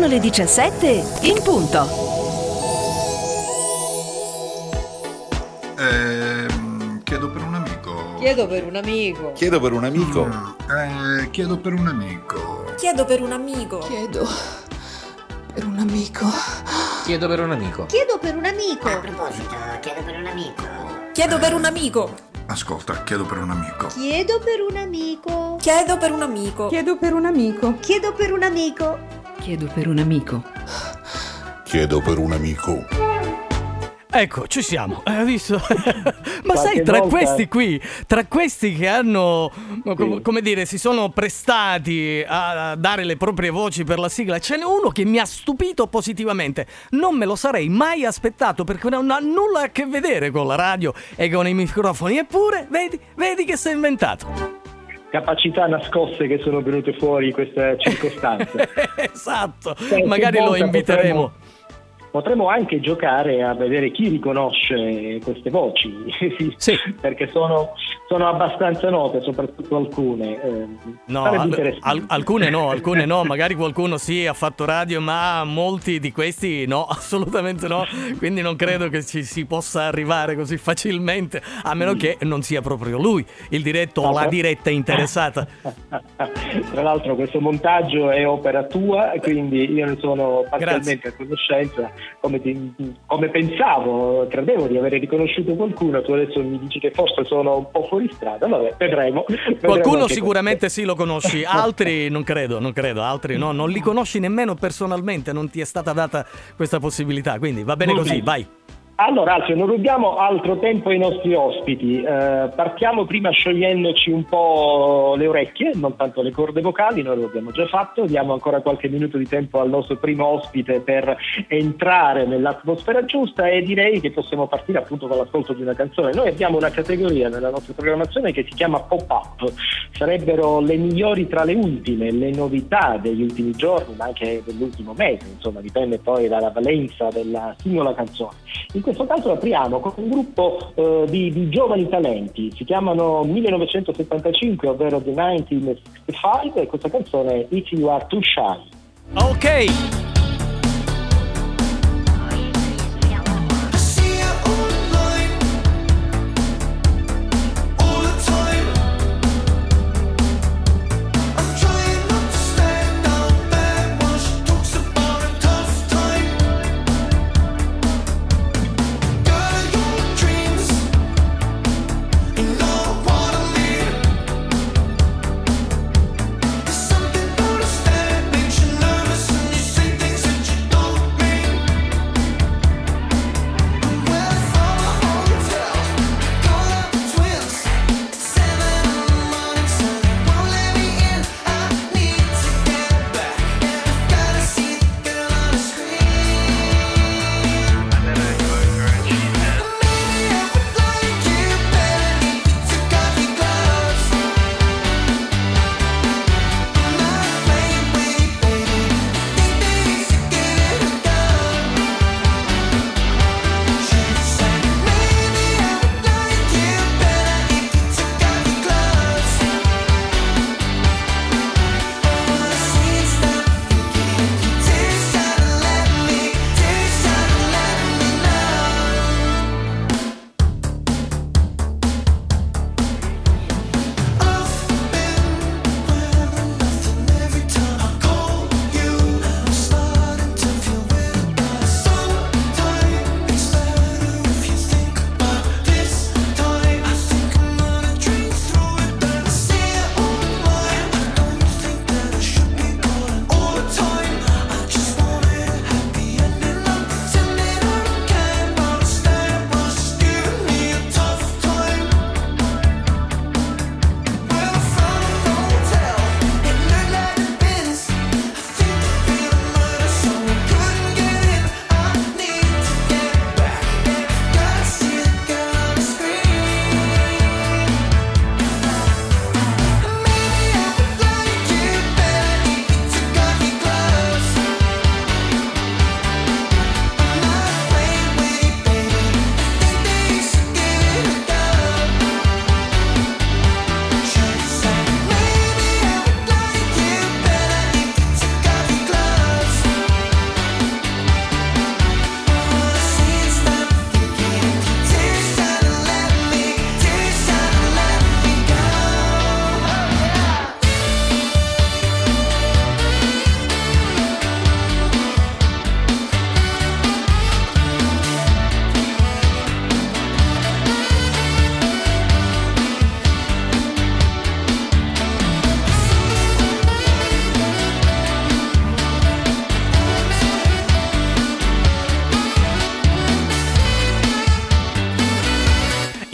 le 17 in punto. Chiedo per un amico. Chiedo per un amico. Chiedo per un amico. Chiedo per un amico. Chiedo per un amico. Chiedo per un amico. Chiedo per un amico. Chiedo per un amico. A proposito, chiedo per un amico. Chiedo per un amico. Ascolta, chiedo per un amico. Chiedo per un amico. Chiedo per un amico. Chiedo per un amico. Chiedo per un amico. Chiedo per un amico. Chiedo per un amico. Ecco, ci siamo, hai visto? Ma Qualche sai, tra volta... questi qui, tra questi che hanno, come dire, si sono prestati a dare le proprie voci per la sigla, ce n'è uno che mi ha stupito positivamente. Non me lo sarei mai aspettato, perché non ha nulla a che vedere con la radio e con i microfoni. Eppure, vedi che si è inventato. Capacità nascoste che sono venute fuori in questa circostanza. Esatto, magari lo inviteremo. Potremmo anche giocare a vedere chi riconosce queste voci, sì. Perché sono abbastanza note, soprattutto alcune. No, alcune no, magari qualcuno sì ha fatto radio, ma molti di questi no, assolutamente no, quindi non credo che ci si possa arrivare così facilmente, a meno che non sia proprio lui il diretto o la diretta interessata. Tra l'altro questo montaggio è opera tua, quindi io ne sono parzialmente a conoscenza. Come pensavo, credevo di aver riconosciuto qualcuno, tu adesso mi dici che forse sono un po' fuori strada, vabbè, vedremo. Qualcuno sicuramente sì lo conosci, altri non credo, altri no, non li conosci nemmeno personalmente, non ti è stata data questa possibilità, quindi va bene così, vai. Allora, Alfio, non rubiamo altro tempo ai nostri ospiti. Partiamo prima sciogliendoci un po' le orecchie, non tanto le corde vocali, noi lo abbiamo già fatto. Diamo ancora qualche minuto di tempo al nostro primo ospite per entrare nell'atmosfera giusta e direi che possiamo partire appunto con l'ascolto di una canzone. Noi abbiamo una categoria nella nostra programmazione che si chiama pop-up. Sarebbero le migliori tra le ultime, le novità degli ultimi giorni, ma anche dell'ultimo mese, insomma, dipende poi dalla valenza della singola canzone. In questo caso apriamo con un gruppo di giovani talenti, si chiamano 1975, ovvero The 1965, e questa canzone è If You Are Too Shy. Ok. Something put a step, makes you nervous and you say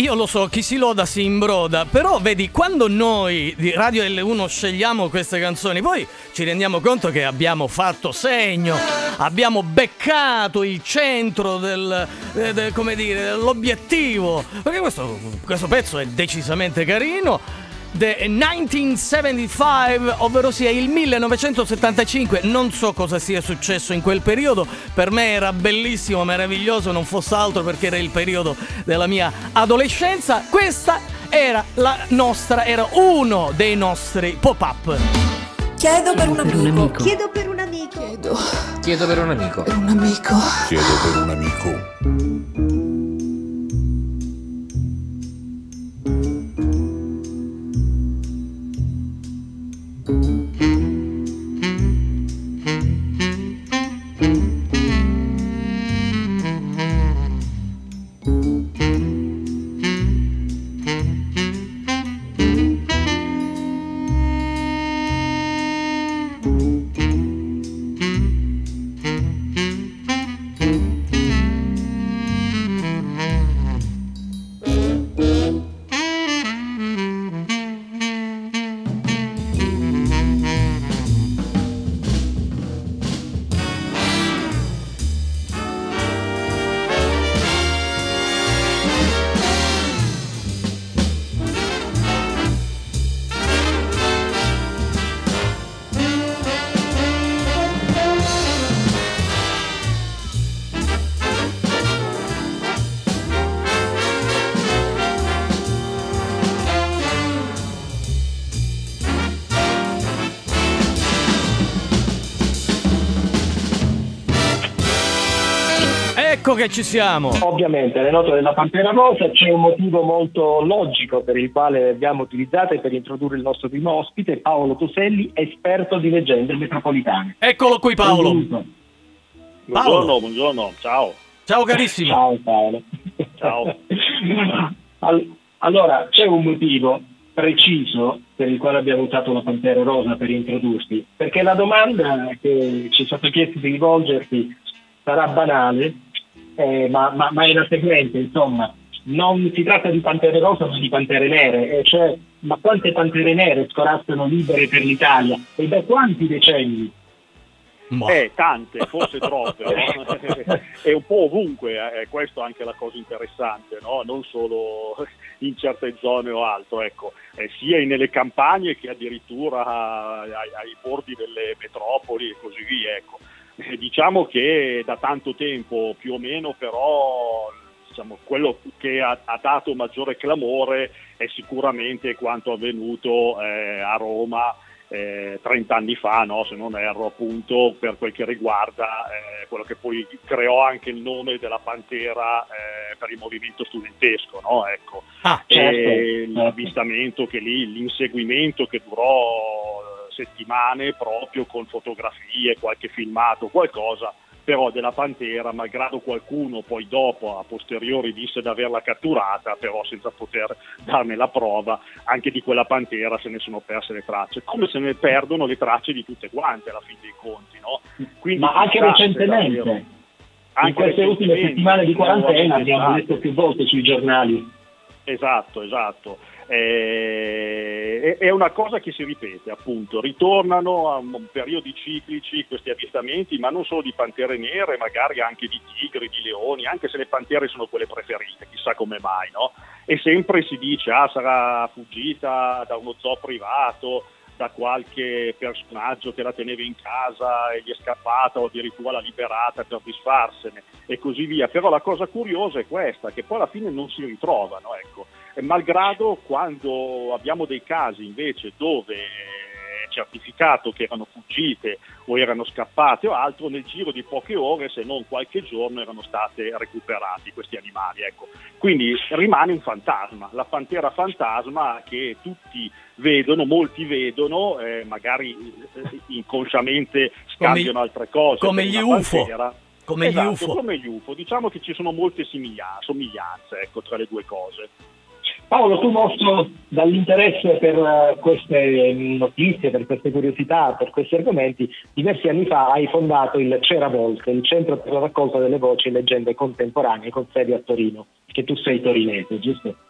io lo so, chi si loda si imbroda, però vedi, quando noi di Radio L1 scegliamo queste canzoni, poi ci rendiamo conto che abbiamo fatto segno, abbiamo beccato il centro come dire, dell'obiettivo, perché questo pezzo è decisamente carino. The 1975, ovvero sia il 1975. Non so cosa sia successo in quel periodo. Per me era bellissimo, meraviglioso, non fosse altro perché era il periodo della mia adolescenza. Questa era uno dei nostri pop-up. Chiedo per un amico. Chiedo per un amico. Chiedo per un amico. Per un amico. Chiedo per un amico. Ecco che ci siamo. Ovviamente le note della Pantera Rosa, c'è un motivo molto logico per il quale le abbiamo utilizzate per introdurre il nostro primo ospite, Paolo Toselli, esperto di leggende metropolitane. Eccolo qui, Paolo. Buongiorno, ciao. Ciao carissimo. Ciao Paolo. Ciao. Allora, c'è un motivo preciso per il quale abbiamo usato la Pantera Rosa per introdurti, perché la domanda che ci è stato chiesto di rivolgerti sarà banale, ma è la seguente, insomma, non si tratta di pantere rosa ma di pantere nere, cioè, ma quante pantere nere scorazzano libere per l'Italia e da quanti decenni? Tante, forse troppe, no? E un po' ovunque, questo è anche la cosa interessante, no? Non solo in certe zone o altro, ecco, sia nelle campagne che addirittura ai bordi delle metropoli e così via, ecco. Diciamo che da tanto tempo più o meno, però diciamo, quello che ha dato maggiore clamore è sicuramente quanto avvenuto a Roma 30 anni fa, no? Se non erro, appunto, per quel che riguarda quello che poi creò anche il nome della Pantera per il movimento studentesco, no? Ecco. Certo. L'avvistamento che lì, l'inseguimento che durò settimane proprio con fotografie, qualche filmato, qualcosa, però della Pantera, malgrado qualcuno poi dopo a posteriori disse di averla catturata, però senza poter darne la prova, anche di quella Pantera se ne sono perse le tracce, come se ne perdono le tracce di tutte quante alla fine dei conti, no? Quindi, ma anche recentemente, in queste ultime settimane di quarantena abbiamo letto più volte sui giornali. Esatto. È una cosa che si ripete, appunto, ritornano a periodi ciclici questi avvistamenti, ma non solo di pantere nere, magari anche di tigri, di leoni, anche se le pantere sono quelle preferite, chissà come mai, no? E sempre si dice, sarà fuggita da uno zoo privato, da qualche personaggio che la teneva in casa e gli è scappata o addirittura l'ha liberata per disfarsene e così via. Però la cosa curiosa è questa, che poi alla fine non si ritrovano, ecco. E malgrado quando abbiamo dei casi invece dove è certificato che erano fuggite o erano scappate o altro, nel giro di poche ore, se non qualche giorno, erano state recuperati questi animali, ecco. Quindi rimane un fantasma, la Pantera fantasma che tutti vedono, molti vedono, magari inconsciamente scambiano altre cose. Come gli UFO. Come gli UFO. Diciamo che ci sono molte somiglianze, ecco, tra le due cose. Paolo, tu mostro dall'interesse per queste notizie, per queste curiosità, per questi argomenti, diversi anni fa hai fondato il Ceravolte, il centro per la raccolta delle voci e leggende contemporanee con sede a Torino, che tu sei torinese, giusto?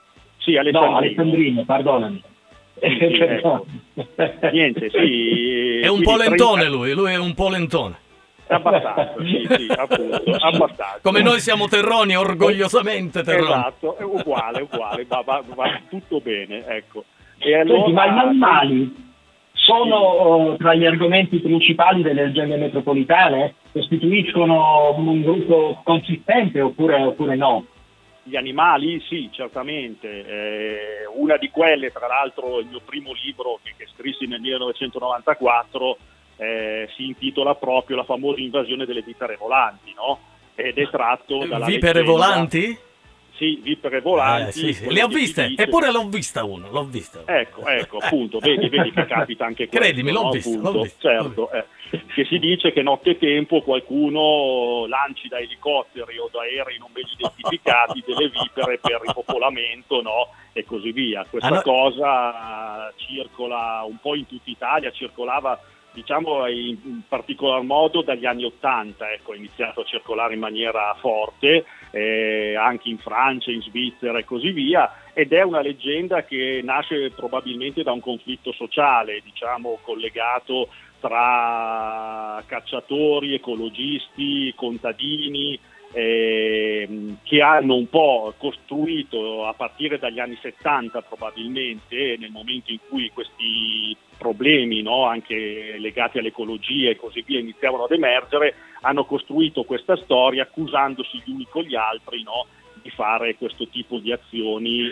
Sì, No, Alessandrino, perdonami. Ecco. Niente, sì. È un quindi polentone 30 lui è un polentone. Abbastanza, sì, appunto, abbastanza. Come noi siamo terroni, orgogliosamente terroni. Esatto, è uguale, va tutto bene, ecco. E allora, Senti, ma gli animali sono tra gli argomenti principali delle leggende metropolitane? Costituiscono un gruppo consistente oppure no? Gli animali, sì, certamente. Una di quelle, tra l'altro, il mio primo libro che scrissi nel 1994 si intitola proprio La famosa invasione delle vipere volanti, no? Ed è tratto dalla Vipere leggenda... volanti? Sì, vipere volanti. Sì. Le ho viste, eppure l'ho vista una, l'ho vista. Ecco, appunto, vedi che capita anche questo. Credimi, l'ho visto. Certo, che si dice che nottetempo qualcuno lanci da elicotteri o da aerei non meglio identificati delle vipere per ripopolamento, no? E così via. Questa cosa circola un po' in tutta Italia, circolava diciamo in particolar modo dagli anni '80, ecco, è iniziato a circolare in maniera forte, anche in Francia, in Svizzera e così via, ed è una leggenda che nasce probabilmente da un conflitto sociale, diciamo collegato tra cacciatori, ecologisti, contadini, che hanno un po' costruito a partire dagli anni '70 probabilmente, nel momento in cui questi problemi, no, anche legati all'ecologia e così via, iniziavano ad emergere, hanno costruito questa storia accusandosi gli uni con gli altri, no, di fare questo tipo di azioni.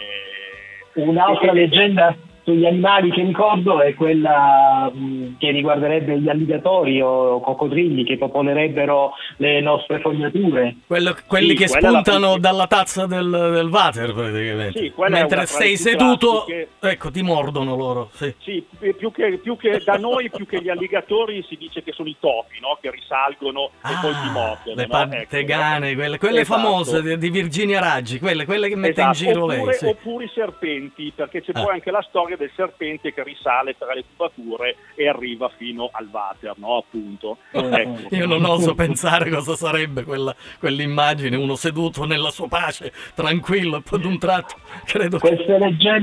Un'altra leggenda sugli animali che ricordo è quella che riguarderebbe gli alligatori o coccodrilli che popolerebbero le nostre fognature. Quelli che spuntano dalla tazza del water praticamente. Sì, mentre sei seduto, classiche. Ecco, ti mordono loro. Sì, più che da noi, più che gli alligatori si dice che sono i topi, no? Che risalgono e poi ti mordono. Le no? pantegane, quelle Esatto. famose di Virginia Raggi, quelle che mette in giro lei. Sì. Oppure i serpenti, perché c'è poi anche la storia del serpente che risale tra le tubature e arriva fino al water, no? Appunto. Ecco. Io non oso pensare cosa sarebbe quell'immagine, uno seduto nella sua pace, tranquillo, e poi ad un tratto credo Queste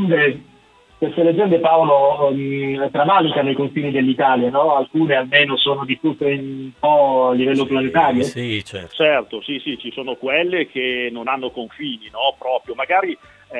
leggende, Paolo, travalicano i confini dell'Italia, no? Alcune almeno sono diffuse un po' a livello planetario. Sì, certo. Certo, sì, ci sono quelle che non hanno confini, no? Proprio, magari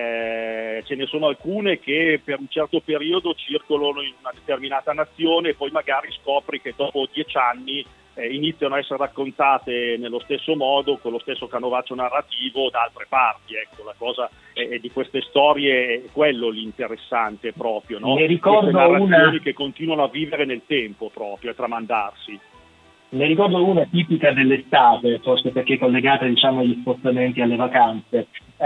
ce ne sono alcune che per un certo periodo circolano in una determinata nazione e poi magari scopri che dopo 10 anni iniziano a essere raccontate nello stesso modo, con lo stesso canovaccio narrativo da altre parti. Ecco, la cosa è di queste storie è quello l'interessante proprio, no? Ne ricordo queste narrazioni una che continuano a vivere nel tempo proprio, a tramandarsi. Ne ricordo una tipica dell'estate, forse perché collegata, diciamo, agli spostamenti, alle vacanze,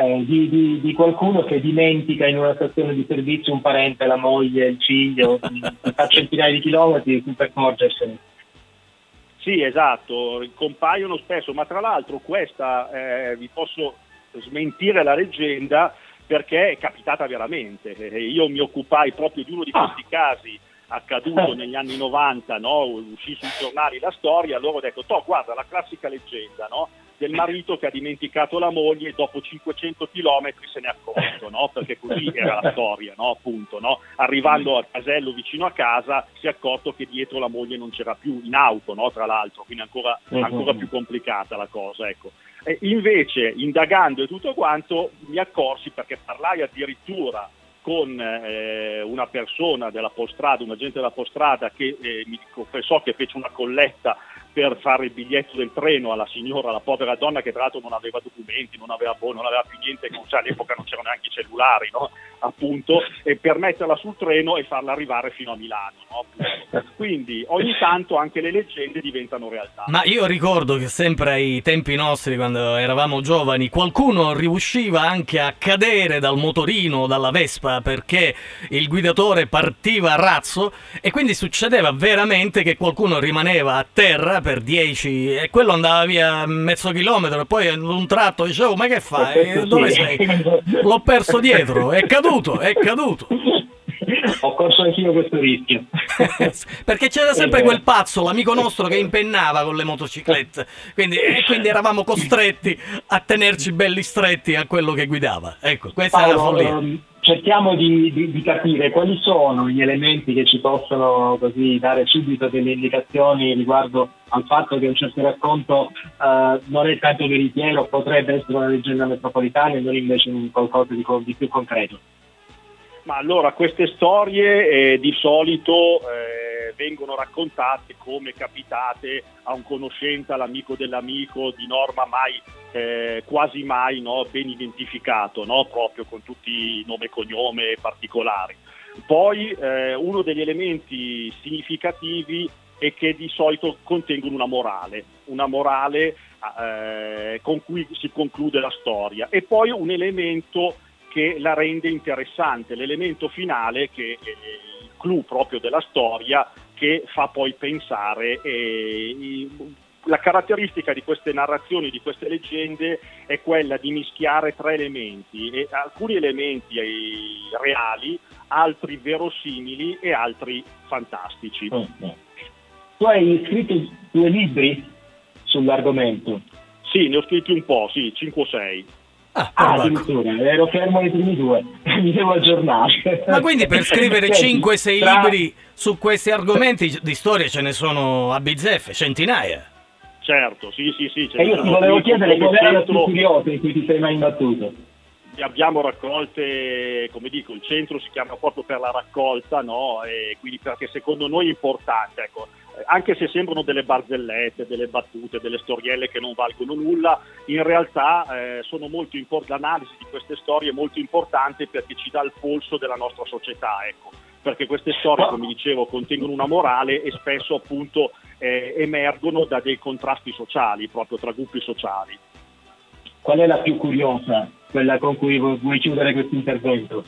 di qualcuno che dimentica in una stazione di servizio un parente, la moglie, il figlio, a centinaia di chilometri per accorgersene. Sì, esatto, compaiono spesso, ma tra l'altro questa vi posso smentire la leggenda perché è capitata veramente. Io mi occupai proprio di uno di questi casi accaduto negli anni '90, no? Uscì sui giornali la storia, allora ho detto, guarda, la classica leggenda, no? Del marito che ha dimenticato la moglie e dopo 500 chilometri se ne è accorto, no? Perché così era la storia, no? Appunto, no? Arrivando al casello vicino a casa si è accorto che dietro la moglie non c'era più, in auto, no? Tra l'altro, quindi ancora più complicata la cosa, ecco. Invece, indagando e tutto quanto, mi accorsi, perché parlai addirittura con una persona della Polstrada, un agente della Polstrada che mi confessò che fece una colletta per fare il biglietto del treno alla signora, alla povera donna che tra l'altro non aveva documenti, non aveva più niente, all'epoca non c'erano neanche i cellulari, no? Appunto, e per metterla sul treno e farla arrivare fino a Milano, no? Quindi ogni tanto anche le leggende diventano realtà. Ma io ricordo che sempre ai tempi nostri, quando eravamo giovani, qualcuno riusciva anche a cadere dal motorino, dalla Vespa, perché il guidatore partiva a razzo, e quindi succedeva veramente che qualcuno rimaneva a terra per 10 e quello andava via mezzo chilometro e poi ad un tratto dicevo, ma che fai? Dove sei? L'ho perso dietro, è caduto. Ho corso anch'io questo rischio. Perché c'era sempre quel pazzo, l'amico nostro, che impennava con le motociclette, quindi eravamo costretti a tenerci belli stretti a quello che guidava. Ecco, questa è la follia. Cerchiamo di capire quali sono gli elementi che ci possono così dare subito delle indicazioni riguardo al fatto che un certo racconto non è tanto veritiero, potrebbe essere una leggenda metropolitana e non invece un qualcosa di più concreto. Ma allora, queste storie di solito vengono raccontate come capitate a un conoscente, all'amico dell'amico, di norma mai, quasi mai, no, ben identificato, no, proprio con tutti i nome e cognome particolari. Poi uno degli elementi significativi è che di solito contengono una morale con cui si conclude la storia, e poi un elemento che la rende interessante, l'elemento finale che è il clou proprio della storia, che fa poi pensare. La caratteristica di queste narrazioni, di queste leggende, è quella di mischiare tre elementi, e alcuni elementi reali, altri verosimili e altri fantastici. Tu hai scritto 2 libri sull'argomento? Sì, ne ho scritti un po', sì, 5 o 6. Addirittura, ero fermo ai primi 2, mi devo aggiornare. Ma quindi per scrivere 5-6 libri su questi argomenti di storia ce ne sono a bizzeffe, centinaia. Certo, sì. E io ti volevo chiedere qual era la più curiosa in cui ti sei mai imbattuto. Abbiamo raccolte, come dico, il centro si chiama proprio per la raccolta, no? E quindi perché secondo noi è importante, ecco, anche se sembrano delle barzellette, delle battute, delle storielle che non valgono nulla, in realtà sono molto l'analisi di queste storie è molto importante, perché ci dà il polso della nostra società, ecco, perché queste storie, come dicevo, contengono una morale e spesso appunto emergono da dei contrasti sociali, proprio tra gruppi sociali. Qual è la più curiosa, quella con cui vuoi chiudere questo intervento?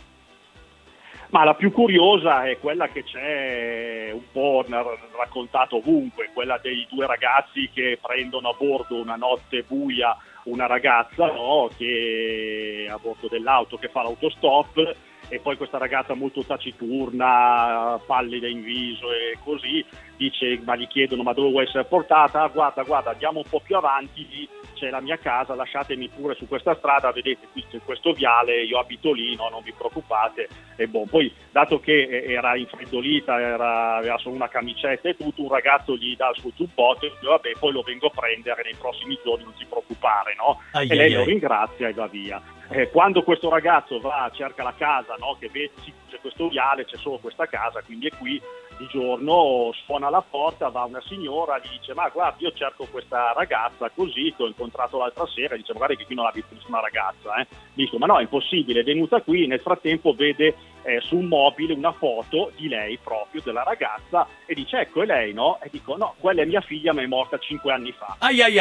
Ma la più curiosa è quella che c'è un po' raccontato ovunque, quella dei 2 ragazzi che prendono a bordo una notte buia una ragazza, no, che a bordo dell'auto, che fa l'autostop, e poi questa ragazza molto taciturna, pallida in viso e così, dice, ma gli chiedono: ma dove vuoi essere portata? Ah, guarda, andiamo un po' più avanti, lì c'è la mia casa, lasciatemi pure su questa strada, vedete qui c'è questo viale, io abito lì, no, non vi preoccupate. E poi, dato che era infreddolita, aveva solo una camicetta e tutto, un ragazzo gli dà il suo giubbotto e dice: vabbè, poi lo vengo a prendere nei prossimi giorni, non si preoccupare, no? E lei lo ringrazia e va via. Quando questo ragazzo cerca la casa, no, che vede c'è questo viale, c'è solo questa casa, quindi è qui. Di giorno suona alla porta, va una signora, gli dice: ma guarda, io cerco questa ragazza così, che ho incontrato l'altra sera. Dice: magari che qui non ha visto nessuna ragazza, Dico: ma no, è impossibile, è venuta qui. Nel frattempo vede su un mobile una foto di lei proprio, della ragazza, e dice: ecco, è lei, no? E dico: no, quella è mia figlia, ma è morta 5 anni fa.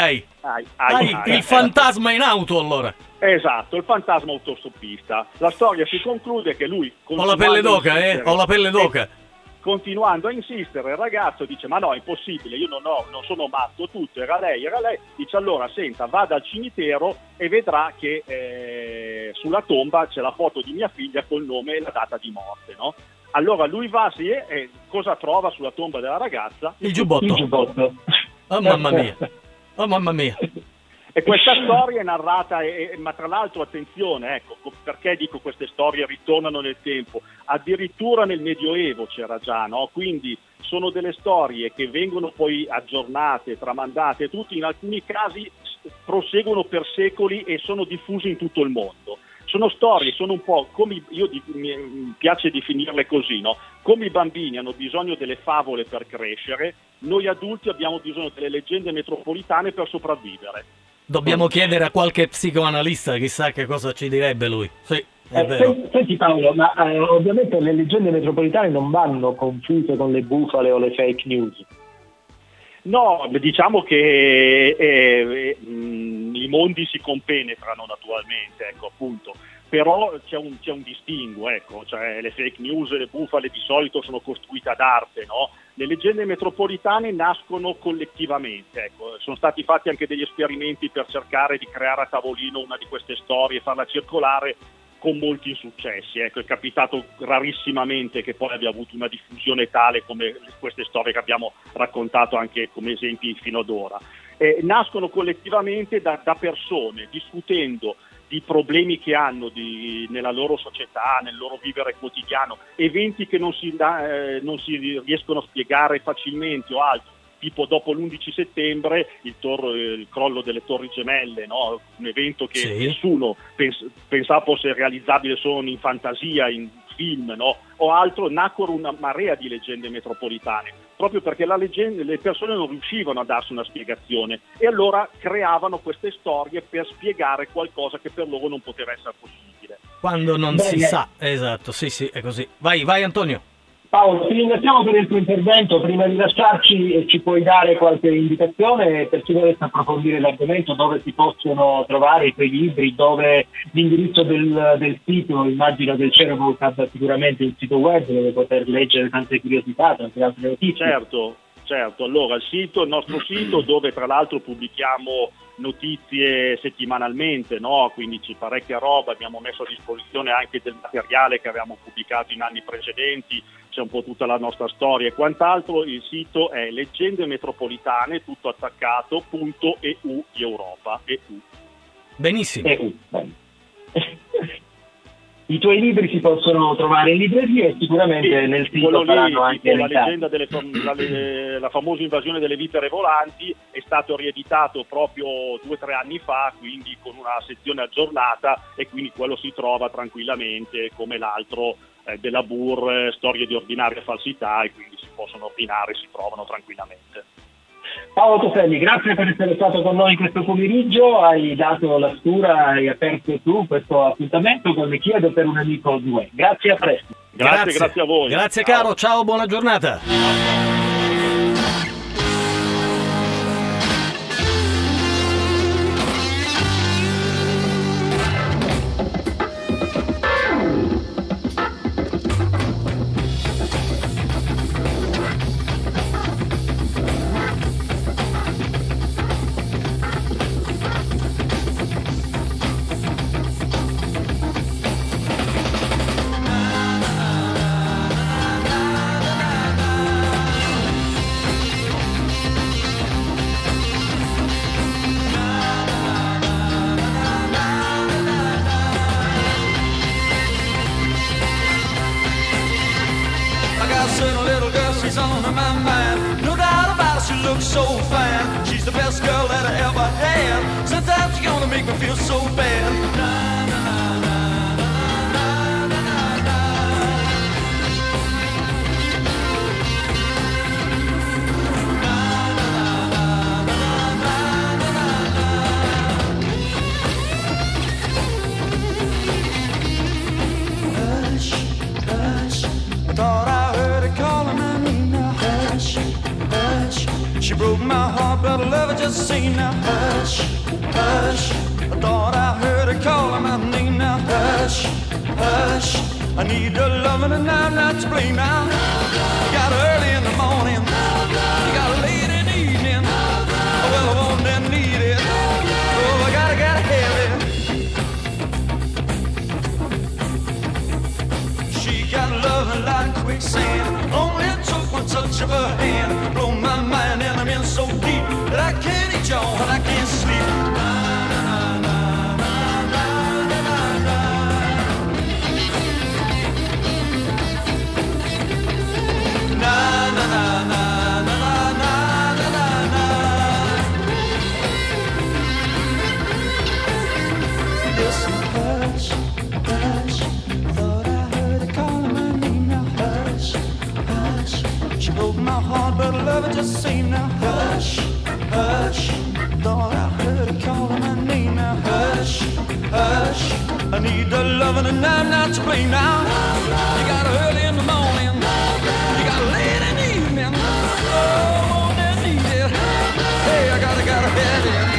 Il fantasma in auto, allora. Esatto, il fantasma autostoppista. La storia si conclude che lui... Ho la pelle d'oca, ho la pelle d'oca. Continuando a insistere, il ragazzo dice: ma no, è impossibile, io non sono matto, tutto, era lei. Dice: allora, senta, vada al cimitero e vedrà che sulla tomba c'è la foto di mia figlia col nome e la data di morte, no? Allora lui va, e cosa trova sulla tomba della ragazza? Il giubbotto. Oh mamma mia. E questa storia è narrata, ma tra l'altro, attenzione, ecco, perché dico queste storie ritornano nel tempo, addirittura nel Medioevo c'era già, no? Quindi sono delle storie che vengono poi aggiornate, tramandate, tutti in alcuni casi proseguono per secoli e sono diffuse in tutto il mondo. Sono storie, sono un po' come, mi piace definirle così, no? Come i bambini hanno bisogno delle favole per crescere, noi adulti abbiamo bisogno delle leggende metropolitane per sopravvivere. Dobbiamo chiedere a qualche psicoanalista, chissà che cosa ci direbbe lui. Sì, è vero. Senti Paolo, ma ovviamente le leggende metropolitane non vanno confuse con le bufale o le fake news. No, diciamo che i mondi si compenetrano naturalmente, ecco, appunto. Però c'è un distinguo, ecco, cioè le fake news e le bufale di solito sono costruite ad arte, no? Le leggende metropolitane nascono collettivamente, ecco. Sono stati fatti anche degli esperimenti per cercare di creare a tavolino una di queste storie e farla circolare con molti insuccessi. Ecco, è capitato rarissimamente che poi abbia avuto una diffusione tale come queste storie che abbiamo raccontato anche come esempi fino ad ora. Nascono collettivamente da persone discutendo di problemi che hanno nella loro società, nel loro vivere quotidiano, eventi che non si riescono a spiegare facilmente o altro, tipo dopo l'11 settembre il crollo delle Torri Gemelle, no? Un evento che nessuno pensava fosse realizzabile solo in fantasia, in film, no? O altro. Nacquero una marea di leggende metropolitane, proprio perché le persone non riuscivano a darsi una spiegazione e allora creavano queste storie per spiegare qualcosa che per loro non poteva essere possibile. Quando non si sa, esatto, sì, è così. Vai Antonio. Paolo, ti ringraziamo per il tuo intervento. Prima di lasciarci, ci puoi dare qualche indicazione per chi volesse approfondire l'argomento, dove si possono trovare i tuoi libri, dove l'indirizzo del sito, immagino del Cerebral abbia sicuramente il sito web dove poter leggere tante curiosità, tante altre notizie. Certo, allora il nostro sito dove tra l'altro pubblichiamo notizie settimanalmente, no? Quindi c'è parecchia roba, abbiamo messo a disposizione anche del materiale che avevamo pubblicato in anni precedenti, c'è un po' tutta la nostra storia e quant'altro. Il sito è leggendemetropolitane, tutto attaccato, .eu di Europa, EU. Benissimo. I tuoi libri si possono trovare in libreria e sicuramente nel sito saranno anche la leggenda la famosa invasione delle vittime volanti è stato rieditato proprio 2 o 3 anni fa, quindi con una sezione aggiornata, e quindi quello si trova tranquillamente come l'altro della BUR, storie di ordinaria falsità, e quindi si possono ordinare, si trovano tranquillamente. Paolo Toselli, grazie per essere stato con noi questo pomeriggio, hai dato la stura, hai aperto tu questo appuntamento con Le chiedo per un amico 2. Grazie, a presto. Grazie a voi. Grazie caro, ciao, buona giornata. She broke my heart, but I love her just the same now. Hush, hush, I thought I heard her calling my name now. Hush, hush, I need her loving and I'm not to blame now. You got her early in the morning, you got her late in the evening. Well, I want and need it, oh, I gotta have it. She got loving like quicksand, only took one touch of her hand. Blow my mind and I'm in so deep that I can't eat y'all and I can't sleep. Na na na na na na na na na. Listen, hush, hush, thought I heard her calling my name now. Hush, hush, she broke my heart, but I love her just the same now. Hush, hush, thought I heard her calling my name now. Hush, hush, I need the loving and I'm not to blame now. You got her early in the morning, you got her late in the evening. Oh, I need it. Hey, I gotta have it.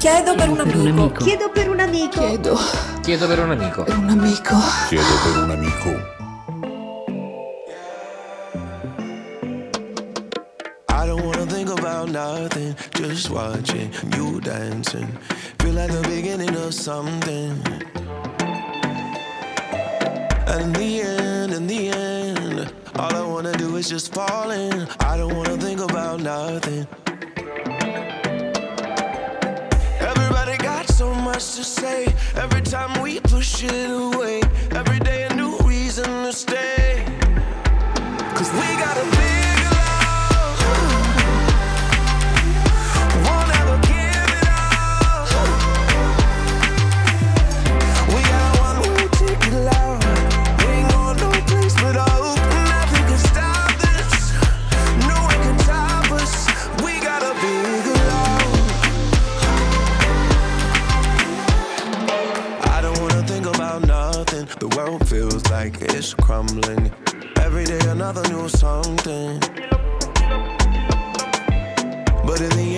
Chiedo per un amico. Chiedo per un amico. Chiedo per un amico. Per un amico. Chiedo per un amico. I don't wanna think about nothing, just watching you dancing. Feel like the beginning of something. And in the end, all I wanna do is just fall in. I don't wanna think about nothing. Everybody got so much to say. Every time we push it away. Every day a new reason to stay. 'Cause we got a big love. Won't ever give it up. We got one way ticket loud. We ain't going no place but up. Nothing can stop this. No one can stop us. We got a big love. I don't wanna think about nothing. The world feels like it's crumbling. Every day another new something. But in the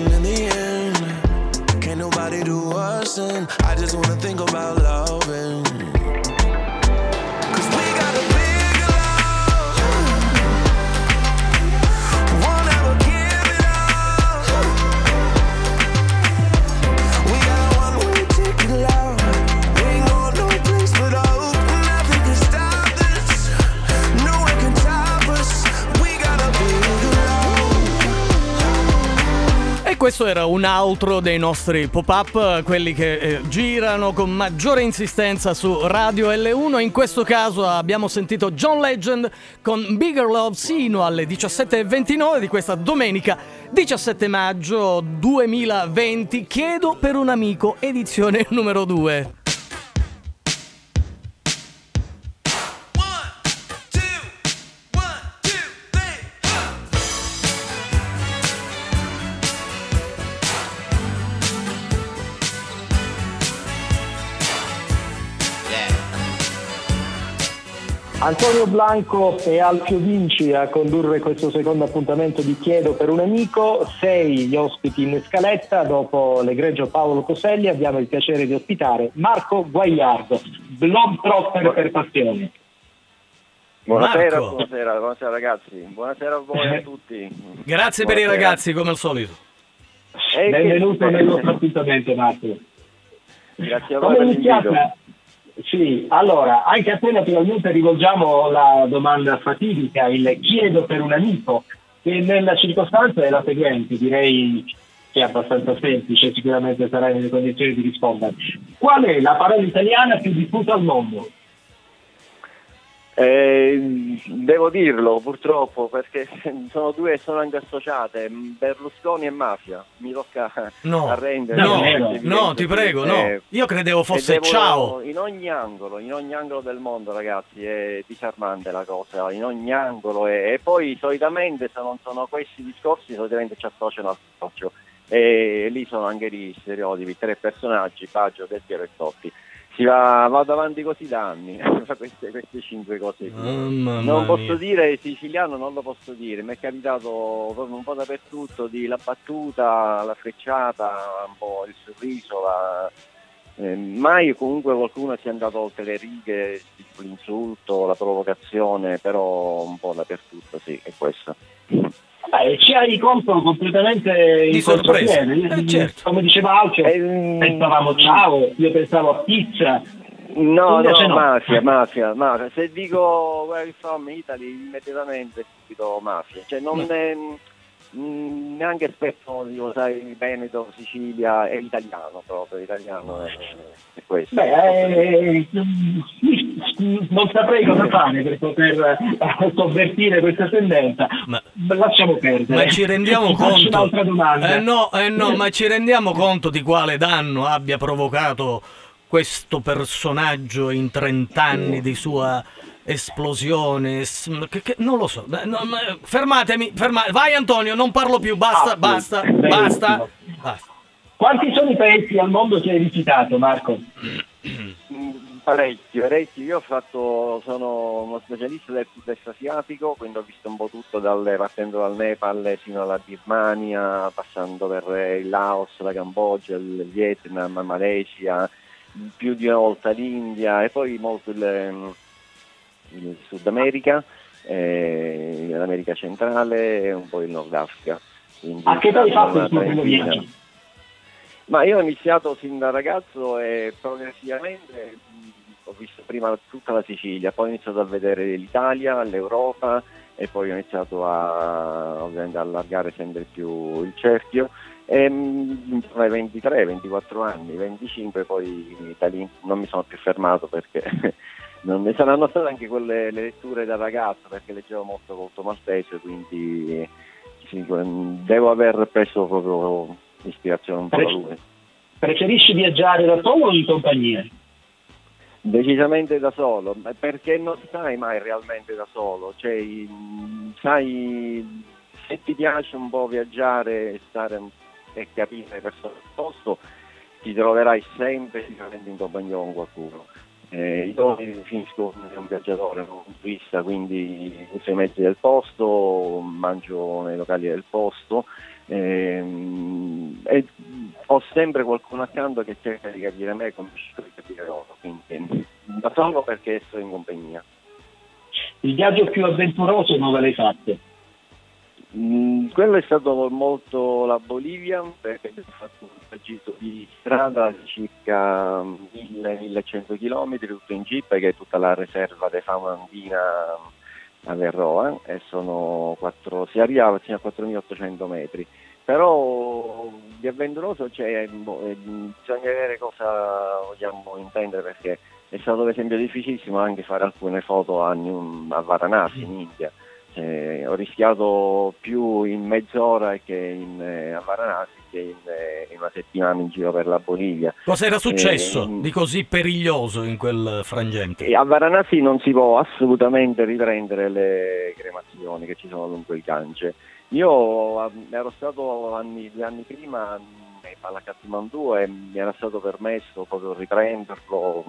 end, can't nobody do us in. I just wanna think about loving. 'Cause we got a big love. Won't ever give it up. We got one way ticket loud. We ain't going no place but up. Nothing can stop this. No one can stop us. We got a big love. E questo era un outro dei nostri pop-up, quelli che girano con maggiore insistenza su Radio L1. In questo caso abbiamo sentito John Legend con Bigger Love sino alle 17:29 di questa domenica 17 maggio 2020. Chiedo per un amico, edizione numero 2. Antonio Blanco e Alfio Vinci a condurre questo secondo appuntamento di Chiedo per un amico. 6 gli ospiti in scaletta. Dopo l'egregio Paolo Coselli abbiamo il piacere di ospitare Marco Guaiardo, globetrotter per passione. Buonasera, Marco. buonasera ragazzi, buonasera a voi a tutti. Grazie per i ragazzi, come al solito. Benvenuto nel nostro appuntamento, Marco. Grazie a voi Come per è l'invito. iniziata? Sì, allora, anche a te naturalmente rivolgiamo la domanda fatidica, il chiedo per un amico, che nella circostanza è la seguente, direi che è abbastanza semplice, sicuramente sarai nelle condizioni di rispondere. Qual è la parola italiana più diffusa al mondo? Devo dirlo purtroppo perché sono due e sono anche associate, Berlusconi e mafia, mi tocca arrendere. No, ti prego, no. Io credevo fosse ciao. In ogni angolo del mondo, ragazzi, è disarmante la cosa, in ogni angolo e poi solitamente se non sono questi discorsi solitamente ci associano al socio e lì sono anche gli stereotipi, 3 personaggi, Baggio, Del Piero e Totti. Vado avanti così da anni queste 5 cose non posso dire siciliano, non lo posso dire, mi è capitato proprio un po' dappertutto la battuta, la frecciata, un po' il sorriso, mai comunque qualcuno si è andato oltre le righe, l'insulto, la provocazione, però un po' dappertutto, sì, è questo. Ci hai colto completamente di in sorpresa, certo. Come diceva Alfio, pensavamo ciao, io pensavo a pizza. No, mafia. Se dico where are you from Italy, immediatamente subito mafia. Cioè non neanche spesso dico, sai, Veneto, Sicilia, è italiano proprio, italiano è questo. Non saprei cosa fare per poter sovvertire questa tendenza. Lasciamo perdere. Ma ci rendiamo Faccio conto? un'altra domanda. No, ma ci rendiamo conto di quale danno abbia provocato questo personaggio in 30 anni di sua esplosione? Che non lo so. Fermatemi. Vai Antonio, non parlo più. Basta. Quanti sono i paesi al mondo che hai visitato, Marco? Parecchio. Io sono uno specialista del sud-est asiatico, quindi ho visto un po' tutto partendo dal Nepal fino alla Birmania, passando per il Laos, la Cambogia, il Vietnam, Malesia, più di una volta l'India e poi molto il Sud America, l'America centrale e un po' il Nord Africa. Quindi, a che età hai fatto il tuo primo viaggio? Ma io ho iniziato sin da ragazzo e progressivamente ho visto prima tutta la Sicilia, poi ho iniziato a vedere l'Italia, l'Europa e poi ho iniziato ovviamente a allargare sempre più il cerchio e ai 23, 24 anni, 25 poi da lì non mi sono più fermato perché non mi saranno state anche quelle le letture da ragazzo perché leggevo molto maltese, quindi sì, devo aver preso proprio ispirazione un po' da lui. Preferisci viaggiare da solo o in compagnia? Decisamente da solo, perché non stai mai realmente da solo, cioè sai, se ti piace un po' viaggiare e capire le persone del posto, ti troverai sempre sicuramente in compagnia con qualcuno. Io finisco come un viaggiatore, un turista, quindi uso i mezzi del posto, mangio nei locali del posto e ho sempre qualcuno accanto che cerca di capire me come cerco di capire loro, quindi da solo perché sto in compagnia. Il viaggio più avventuroso dove l'hai fatto? Quello è stato molto la Bolivia, perché ho fatto un giro di strada di circa 1000-1100 km, tutto in jeep, che è tutta la riserva di fauna andina a Verroa, e si arriva fino a 4800 metri. Però di avventuroso bisogna vedere cosa vogliamo intendere, perché è stato per esempio difficilissimo anche fare alcune foto a Varanasi in India. Ho rischiato più in mezz'ora a Varanasi che in una settimana in giro per la Bolivia. Cos'era successo di così periglioso in quel frangente? A Varanasi non si può assolutamente riprendere le cremazioni che ci sono lungo il Gange. Io ero stato 2 anni prima a Kathmandu e mi era stato permesso proprio riprenderlo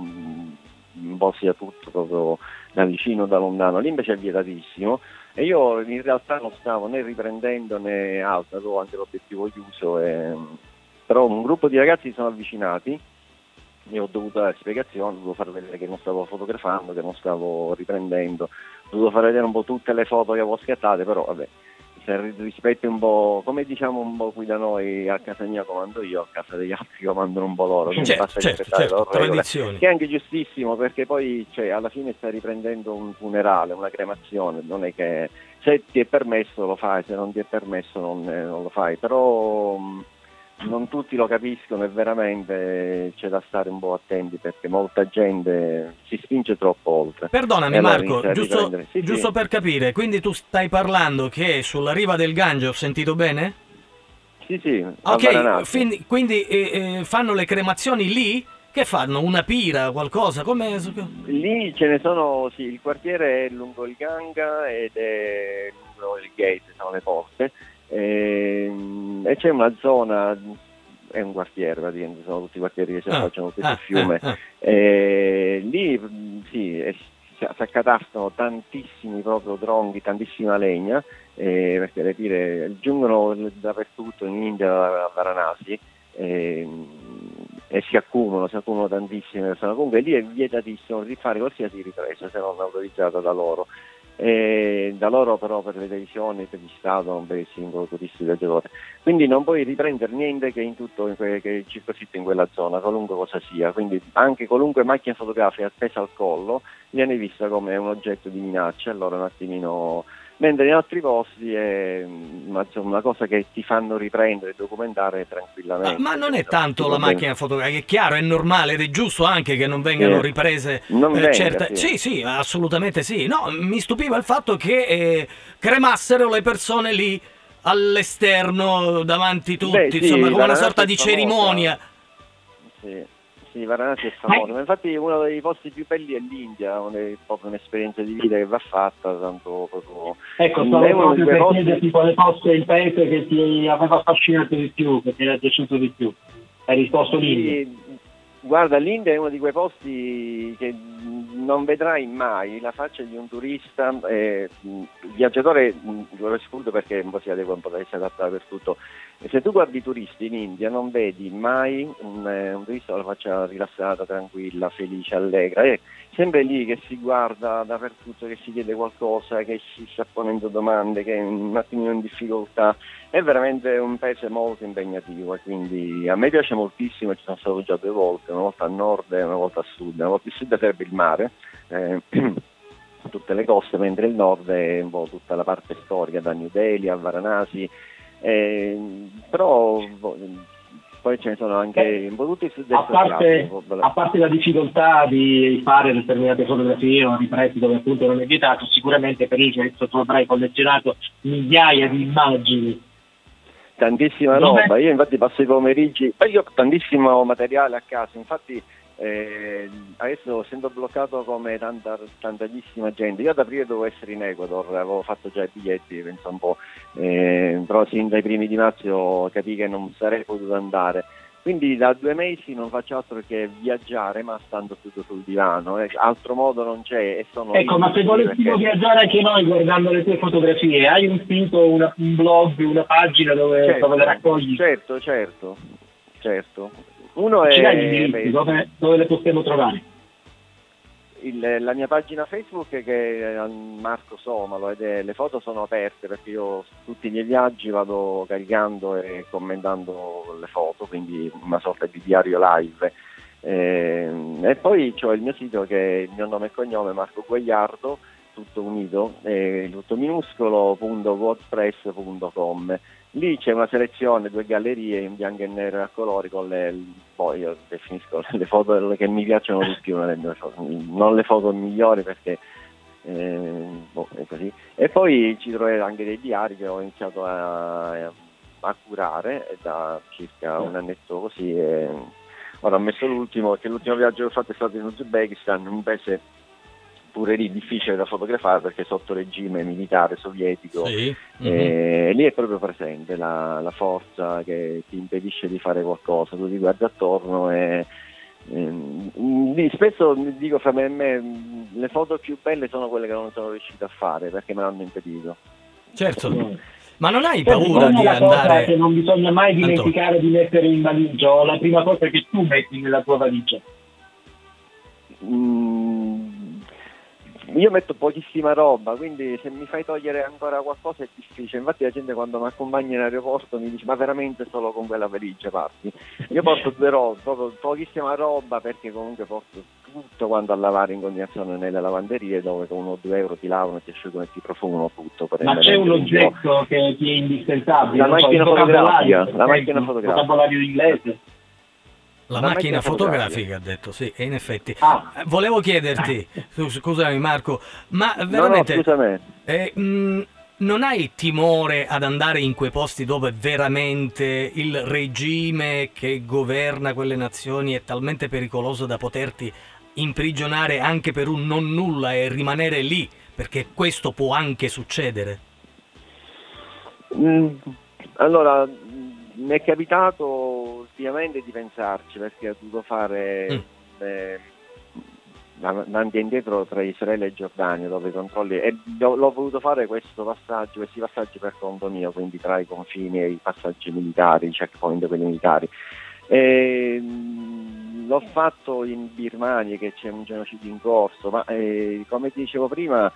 un po' sia tutto proprio da vicino, da lontano. Lì invece è vietatissimo e io in realtà non stavo né riprendendo né altro, avevo anche l'obiettivo chiuso però un gruppo di ragazzi si sono avvicinati e ho dovuto dare spiegazioni, ho dovuto far vedere che non stavo fotografando, che non stavo riprendendo, ho dovuto far vedere un po' tutte le foto che avevo scattate, però vabbè, se rispetti un po', come diciamo un po' qui da noi, a casa mia comando io, a casa degli altri comandano un po' loro, quindi basta rispettare le loro regole, tradizioni. che è anche giustissimo, perché poi alla fine stai riprendendo un funerale, una cremazione, non è che se ti è permesso lo fai, se non ti è permesso non lo fai, però non tutti lo capiscono e veramente c'è da stare un po' attenti, perché molta gente si spinge troppo oltre. Perdonami Marco, giusto sì. per capire, quindi tu stai parlando che sulla riva del Gange, ho sentito bene? Sì, ok, quindi fanno le cremazioni lì? Che fanno? Una pira, qualcosa? Come... Lì ce ne sono, sì, il quartiere è lungo il Ganga ed è lungo il gate, sono le porte. E c'è una zona, è un quartiere praticamente, sono tutti i quartieri che si affacciano tutti sul fiume. Lì sì, si accatastano tantissimi proprio dronghi, tantissima legna, perché le pire giungono dappertutto in India, a Varanasi, e si accumulano tantissime persone. Comunque lì è vietatissimo di fare qualsiasi ripresa se non autorizzata da loro. Da loro però per le televisioni, per gli Stato, non per il singolo turista viaggiatore, quindi non puoi riprendere niente che che circoscrive in quella zona, qualunque cosa sia, quindi anche qualunque macchina fotografica appesa al collo viene vista come un oggetto di minaccia, allora un attimino, mentre in altri posti è una cosa che ti fanno riprendere e documentare tranquillamente. Ma non è tanto la macchina fotografica, è chiaro, è normale ed è giusto anche che non vengano riprese certe... Sì, assolutamente sì. No, mi stupiva il fatto che cremassero le persone lì all'esterno davanti tutti, insomma, come una sorta di cerimonia. Sì, Varanasi è famoso, ma infatti uno dei posti più belli è l'India, è proprio un'esperienza di vita che va fatta, tanto proprio... Ecco, stavo proprio per chiederti quale posto è il paese che ti aveva affascinato di più, che ti era piaciuto di più. Hai risposto l'India. Guarda, l'India è uno di quei posti che non vedrai mai la faccia di un turista, il viaggiatore lo escludo perché un po' si adegua, un po' si adatta dappertutto. E se tu guardi i turisti in India non vedi mai un turista con la faccia rilassata, tranquilla, felice, allegra, è sempre lì che si guarda dappertutto, che si chiede qualcosa, che si sta ponendo domande, che è un attimino in difficoltà. È veramente un paese molto impegnativo e quindi a me piace moltissimo, ci sono stato già 2 volte, una volta a nord e una volta a sud. Una volta a sud sarebbe il mare, tutte le coste, mentre il nord è un po' tutta la parte storica, da New Delhi a Varanasi, però poi ce ne sono anche un po' tutti il sud-est asiatico. A parte la difficoltà di fare determinate fotografie o ripresi dove appunto non è vietato, sicuramente per il tu avrai collezionato migliaia di immagini. Tantissima roba, io infatti passo i pomeriggi, poi io ho tantissimo materiale a casa, infatti adesso essendo bloccato come tantissima gente, io ad aprile dovevo essere in Ecuador, avevo fatto già i biglietti, penso un po', però sin dai primi di marzo capii che non sarei potuto andare. Quindi da 2 mesi non faccio altro che viaggiare, ma stando tutto sul divano, altro modo non c'è. E sono ecco, ma se volessimo viaggiare anche noi guardando le tue fotografie, hai un sito, un blog, una pagina dove le raccogli? Certo. Uno ci è dai gli indirizzi, dove le possiamo trovare? La mia pagina Facebook che è Marco Somalo ed le foto sono aperte perché io tutti i miei viaggi vado caricando e commentando le foto, quindi una sorta di diario live. E poi c'ho il mio sito che è il mio nome e cognome, Marco Guagliardo, tutto unito, tutto minuscolo, .wordpress.com. Lì c'è una selezione, 2 gallerie in bianco e nero e a colori con poi io definisco le foto che mi piacciono di più, non le foto migliori perché è così. E poi ci troverete anche dei diari che ho iniziato a curare da circa un annetto così. Ora ho messo l'ultimo, che l'ultimo viaggio che ho fatto è stato in Uzbekistan, un paese pure lì difficile da fotografare perché sotto regime militare sovietico, sì. Lì è proprio presente la forza che ti impedisce di fare qualcosa, tu ti guardi attorno e spesso dico fra me e me le foto più belle sono quelle che non sono riuscito a fare perché me l'hanno impedito. Certo. Ma non hai paura di la cosa andare? che non bisogna mai dimenticare di mettere in valigia, o la prima cosa che tu metti nella tua valigia? Io metto pochissima roba, quindi se mi fai togliere ancora qualcosa è difficile. Infatti la gente quando mi accompagna in aeroporto mi dice ma veramente solo con quella valigia parti? Io porto 2 robe, proprio pochissima roba perché comunque porto tutto quando a lavare in continuazione nelle lavanderie dove con 1 o 2 euro ti lavano, ti asciugano e ti profumano tutto. Ma c'è un oggetto che ti è indispensabile? La macchina fotografica, la macchina fotografica. Vocabolario inglese. La macchina fotografica ha detto, sì, e in effetti. Volevo chiederti, scusami Marco, ma veramente non hai timore ad andare in quei posti dove veramente il regime che governa quelle nazioni è talmente pericoloso da poterti imprigionare anche per un non nulla e rimanere lì? Perché questo può anche succedere. Allora, mi è capitato ultimamente di pensarci perché ho dovuto fare avanti e indietro tra Israele e Giordania dove i controlli e l'ho voluto fare questi passaggi per conto mio, quindi tra i confini e i passaggi militari, i checkpoint quelli militari. L'ho fatto in Birmania che c'è un genocidio in corso, ma come dicevo prima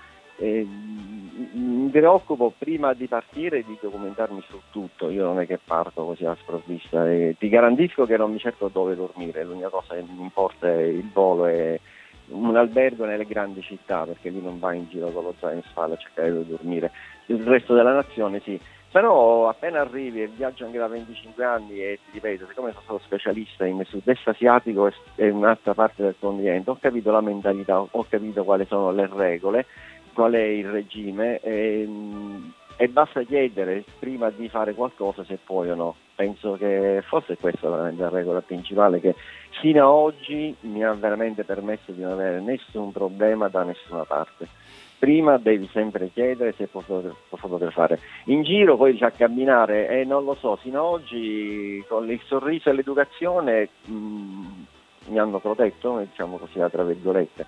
mi preoccupo prima di partire di documentarmi su tutto. Io non è che parto così alla sprovvista e ti garantisco che non mi cerco dove dormire, l'unica cosa che mi importa è il volo e un albergo nelle grandi città perché lì non vai in giro con lo zaino in spalla a cercare di dormire. Il resto della nazione sì, però appena arrivi e viaggio anche da 25 anni e ti ripeto, siccome sono stato specialista in sud-est asiatico e un'altra parte del continente, ho capito la mentalità, ho capito quali sono le regole, qual è il regime e basta chiedere prima di fare qualcosa se puoi o no. Penso che forse questa è veramente la regola principale che fino a oggi mi ha veramente permesso di non avere nessun problema da nessuna parte. Prima devi sempre chiedere se può fotografare. In giro poi a camminare non lo so, fino a oggi con il sorriso e l'educazione mi hanno protetto, diciamo così, tra virgolette.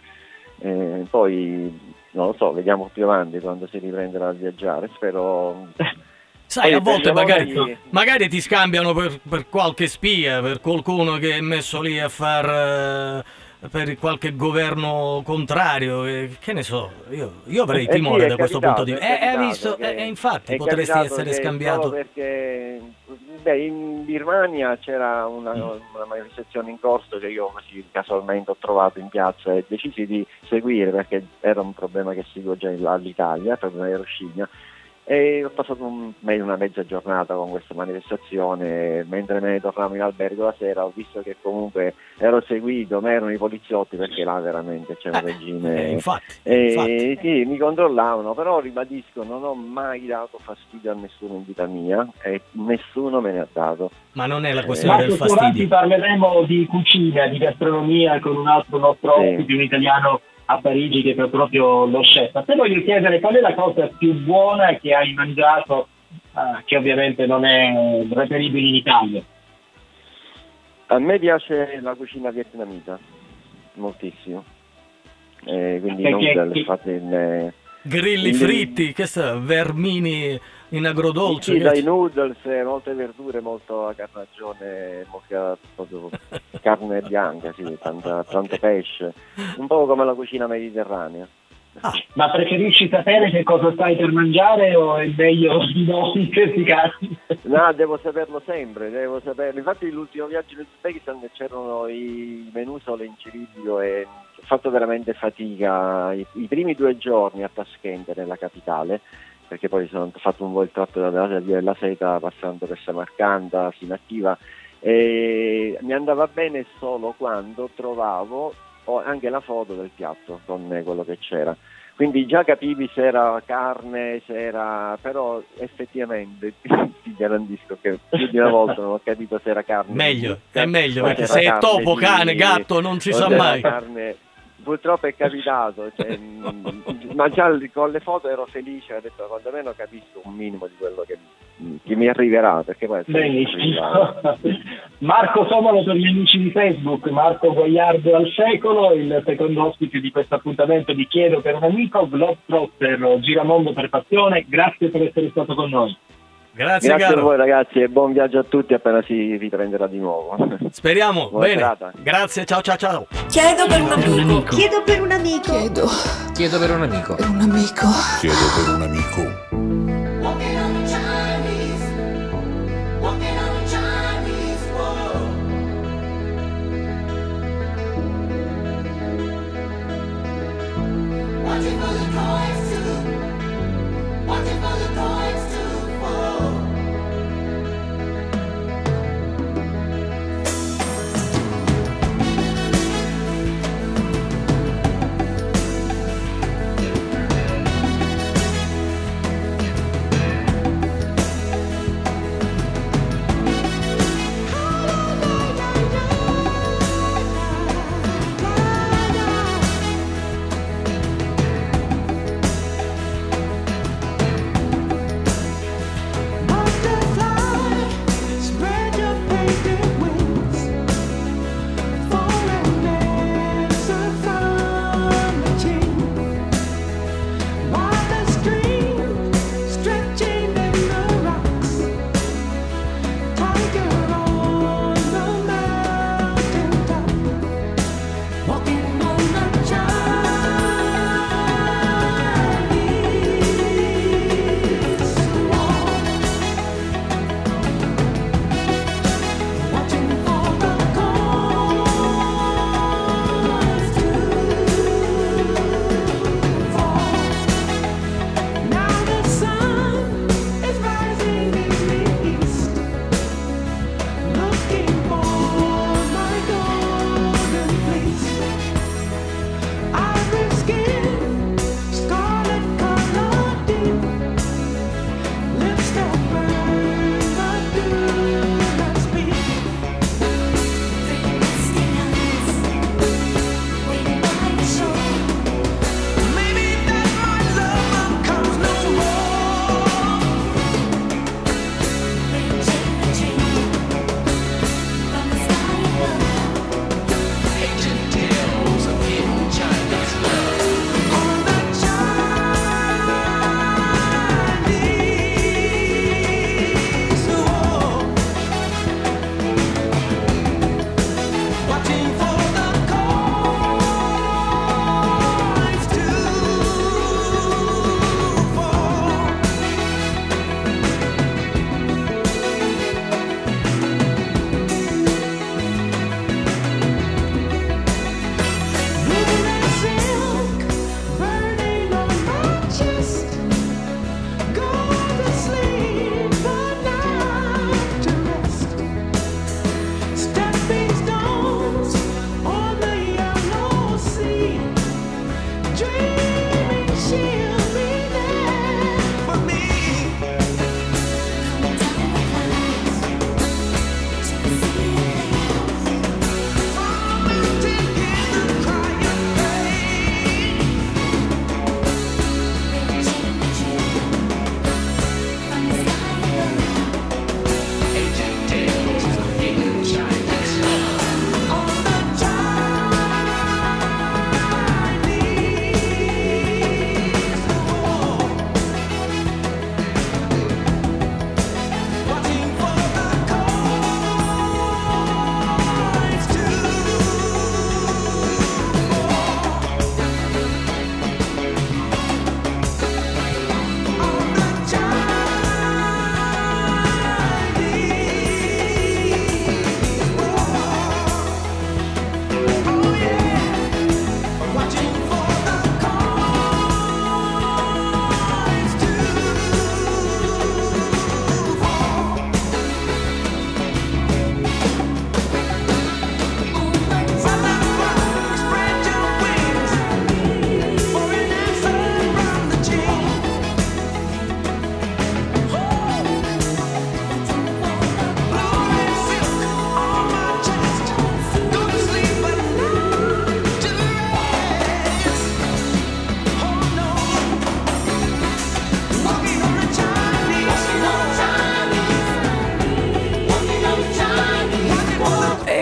Poi non lo so, vediamo più avanti quando si riprenderà a viaggiare, spero. Sai, Poi a volte per i momenti- magari ti scambiano per qualche spia, per qualcuno che è messo lì a far per qualche governo contrario, che ne so, io avrei timore sì, da questo punto di vista. Hai visto? che- Infatti è potresti capitato essere che scambiato. solo perché in Birmania c'era una manifestazione in corso che io così casualmente ho trovato in piazza e decisi di seguire perché era un problema che seguo già all'Italia, il problema di Roscigna. E ho passato una mezza giornata con questa manifestazione. Mentre me ne tornavo in albergo la sera ho visto che comunque ero seguito, ma erano i poliziotti, perché là veramente c'è un regime. Infatti. Sì, mi controllavano, però ribadisco, non ho mai dato fastidio a nessuno in vita mia e nessuno me ne ha dato. Ma non è la questione del Marco, più avanti fastidio. parleremo di cucina, di gastronomia con un altro nostro ospite, un italiano a Parigi che è proprio lo chef. A te voglio chiedere qual è la cosa più buona che hai mangiato, che ovviamente non è reperibile in Italia. A me piace la cucina vietnamita, moltissimo. Quindi i noodles fatti in... Grilli fritti, che sa, vermini in agrodolce. Sì, che dai noodles, molte verdure, molto carnagione, molta proprio carne bianca, sì, tanto pesce, un po' come la cucina mediterranea. Ma preferisci sapere che cosa stai per mangiare o è meglio di no in questi casi? No, devo saperlo sempre, devo saperlo. Infatti l'ultimo viaggio in Uzbekistan c'erano i menù solo in cirillico e ho fatto veramente fatica i primi 2 giorni a Tashkent, nella capitale, perché poi sono fatto un po' il tratto dalla via della Seta passando per Samarcanda fino a Khiva, e mi andava bene solo quando trovavo anche la foto del piatto con quello che c'era, quindi già capivi se era carne, se era, però effettivamente ti garantisco che più di una volta non ho capito se era carne. È meglio, perché era se è carne topo, cane, gatto non si o sa se era mai. carne. Purtroppo è capitato, ma già con le foto ero felice, ho detto quantomeno capisco un minimo di quello che mi arriverà, perché poi Benissimo. Marco Somolo per gli amici di Facebook, Marco Guaiardo al secolo, il secondo ospite di questo appuntamento di Chiedo per un amico, Globetrotter, Giramondo per passione. Grazie per essere stato con noi. Grazie a caro. voi ragazzi e buon viaggio a tutti appena si riprenderà di nuovo. Speriamo. Buona Bene. serata. Grazie, ciao ciao ciao. Chiedo per un amico. Chiedo per un amico. Chiedo per un amico. Per un amico. Chiedo per un amico.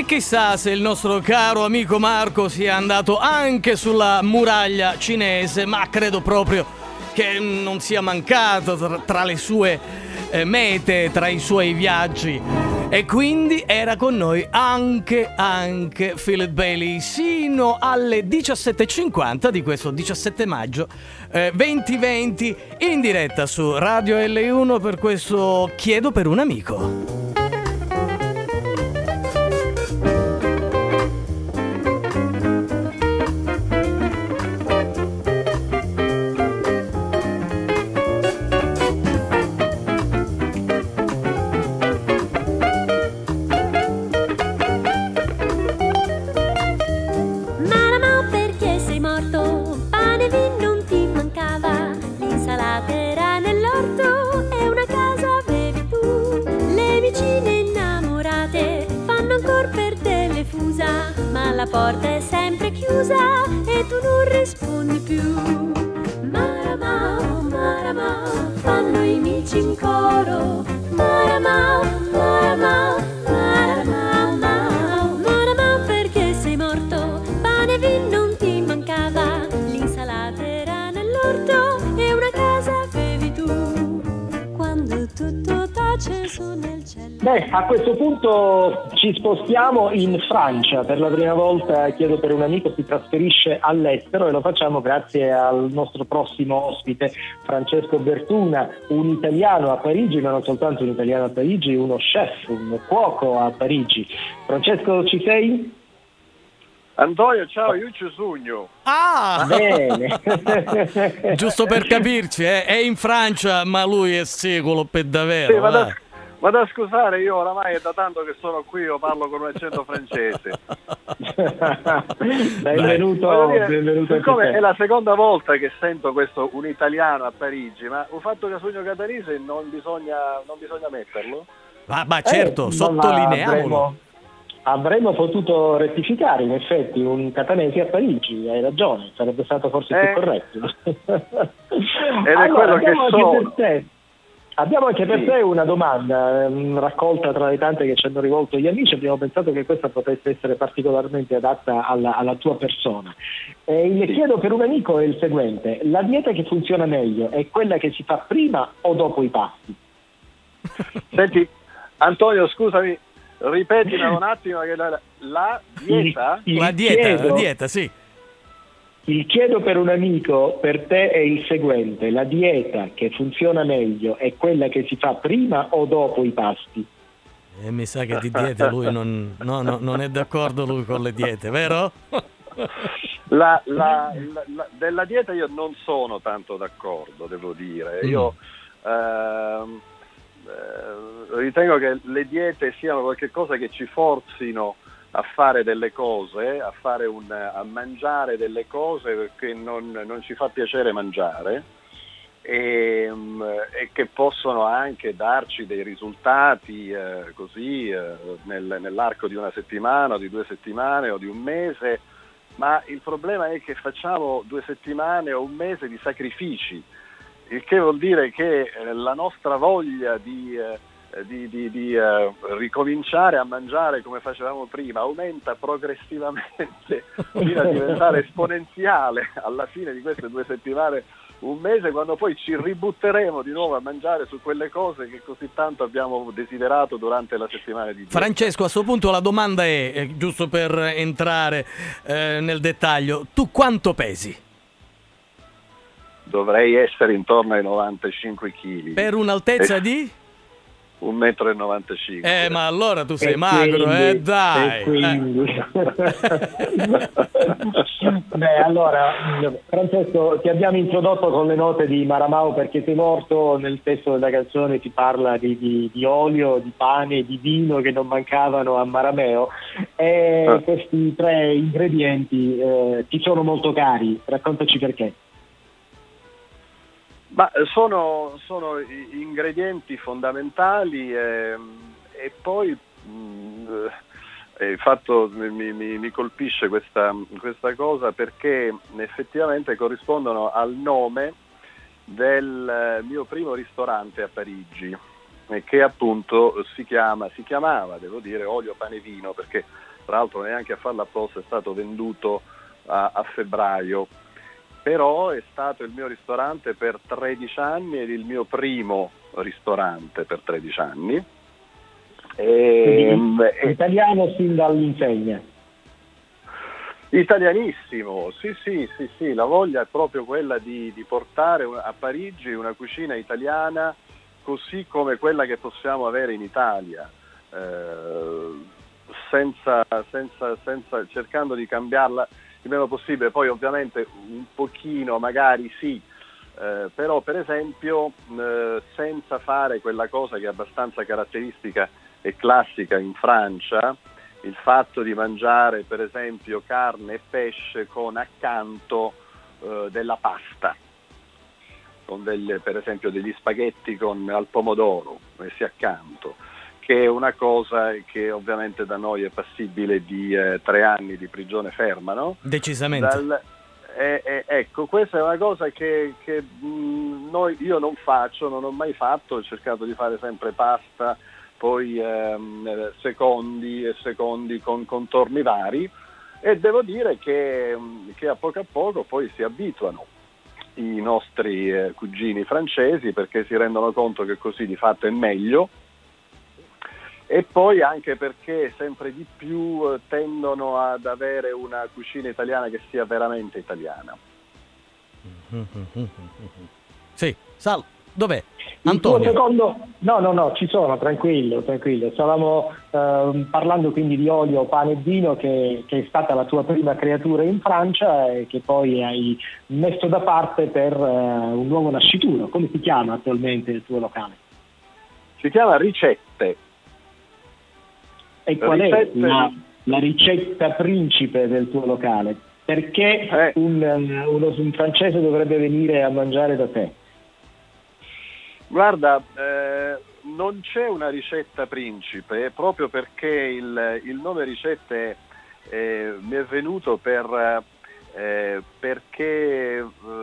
chissà se il nostro caro amico Marco sia andato anche sulla muraglia cinese, ma credo proprio che non sia mancato tra le sue mete, tra i suoi viaggi. E quindi era con noi anche Philip Bailey sino alle 17.50 di questo 17 maggio 2020 in diretta su Radio L1 per questo Chiedo per un amico. La porta è sempre chiusa e tu non rispondi più. Maramao, Maramao, fanno i mici in coro. Maramao, Maramao, Maramao, Maramao, Maramao, perché sei morto? Pane e vino non ti mancava, l'insalata era nell'orto e una casa avevi tu. Quando tutto tace su nel cielo. Beh, a questo punto ci spostiamo in Francia. Per la prima volta Chiedo per un amico si trasferisce all'estero e lo facciamo grazie al nostro prossimo ospite, Francesco Bertuna, un italiano a Parigi, ma non soltanto un italiano a Parigi, uno chef, un cuoco a Parigi. Francesco, ci sei? Antonio, ciao, io ci sogno. Ah! Bene. Giusto per capirci, è in Francia, ma lui è secolo per davvero. Sì, ma da scusare, io oramai è da tanto che sono qui, io parlo con un accento francese. Benvenuto siccome è la seconda volta che sento questo un italiano a Parigi, ma un fatto che sogno catanese non bisogna metterlo? Ma certo, sottolineiamolo. Avremmo potuto rettificare, in effetti, un catanese a Parigi, hai ragione, sarebbe stato forse più corretto. Ed è quello che sono. Abbiamo anche per te una domanda raccolta tra le tante che ci hanno rivolto gli amici. Abbiamo pensato che questa potesse essere particolarmente adatta alla tua persona. Il chiedo per un amico è il seguente: la dieta che funziona meglio è quella che si fa prima o dopo i pasti? Senti, Antonio, scusami, ripetimelo un attimo, che la dieta? La dieta, sì. Il chiedo per un amico per te è il seguente: la dieta che funziona meglio è quella che si fa prima o dopo i pasti? Mi sa che di diete lui non è d'accordo lui con le diete, vero? Della dieta io non sono tanto d'accordo, devo dire. Io ritengo che le diete siano qualcosa che ci forzino a fare delle cose, a mangiare delle cose che non ci fa piacere mangiare e che possono anche darci dei risultati nell'arco di una settimana o di 2 settimane o di un mese, ma il problema è che facciamo 2 settimane o un mese di sacrifici, il che vuol dire che la nostra voglia di ricominciare a mangiare come facevamo prima aumenta progressivamente fino a diventare esponenziale alla fine di queste 2 settimane, un mese, quando poi ci ributteremo di nuovo a mangiare su quelle cose che così tanto abbiamo desiderato durante la settimana di dieta. Francesco, a questo punto la domanda è giusto per entrare nel dettaglio: tu quanto pesi? Dovrei essere intorno ai 95 kg. Per un'altezza di? 1,95 m. Ma allora tu sei magro, dai. Beh, allora, Francesco, ti abbiamo introdotto con le note di Maramao perché sei morto. Nel testo della canzone si parla di olio, di pane, di vino che non mancavano a Marameo, e questi 3 ingredienti ti sono molto cari. Raccontaci perché. Ma sono ingredienti fondamentali e poi il fatto mi colpisce questa cosa perché effettivamente corrispondono al nome del mio primo ristorante a Parigi, che appunto si chiamava, devo dire, Olio Pane Vino, perché tra l'altro neanche a farla apposta, è stato venduto a febbraio, però è stato il mio ristorante per 13 anni ed il mio primo ristorante per 13 anni. Italiano sin dall'insegna. Italianissimo, sì, la voglia è proprio quella di portare a Parigi una cucina italiana così come quella che possiamo avere in Italia, senza cercando di cambiarla il meno possibile. Poi ovviamente un pochino magari sì, però per esempio senza fare quella cosa che è abbastanza caratteristica e classica in Francia, il fatto di mangiare per esempio carne e pesce con accanto della pasta, con per esempio degli spaghetti al pomodoro messi accanto, che è una cosa che ovviamente da noi è passibile di 3 anni di prigione ferma, no? Decisamente. Ecco, questa è una cosa che io non faccio, non ho mai fatto, ho cercato di fare sempre pasta, poi secondi con contorni vari, e devo dire che a poco poi si abituano i nostri cugini francesi, perché si rendono conto che così di fatto è meglio, e poi anche perché sempre di più tendono ad avere una cucina italiana che sia veramente italiana. Sì, Sal, dov'è? Antonio. No, ci sono, tranquillo. Stavamo parlando quindi di olio, pane e vino, che è stata la tua prima creatura in Francia e che poi hai messo da parte per un nuovo nascituro. Come si chiama attualmente il tuo locale? Si chiama Ricette. E qual è la ricetta principe del tuo locale? Perché un francese dovrebbe venire a mangiare da te? Guarda, non c'è una ricetta principe, proprio perché il nome Ricette mi è venuto perché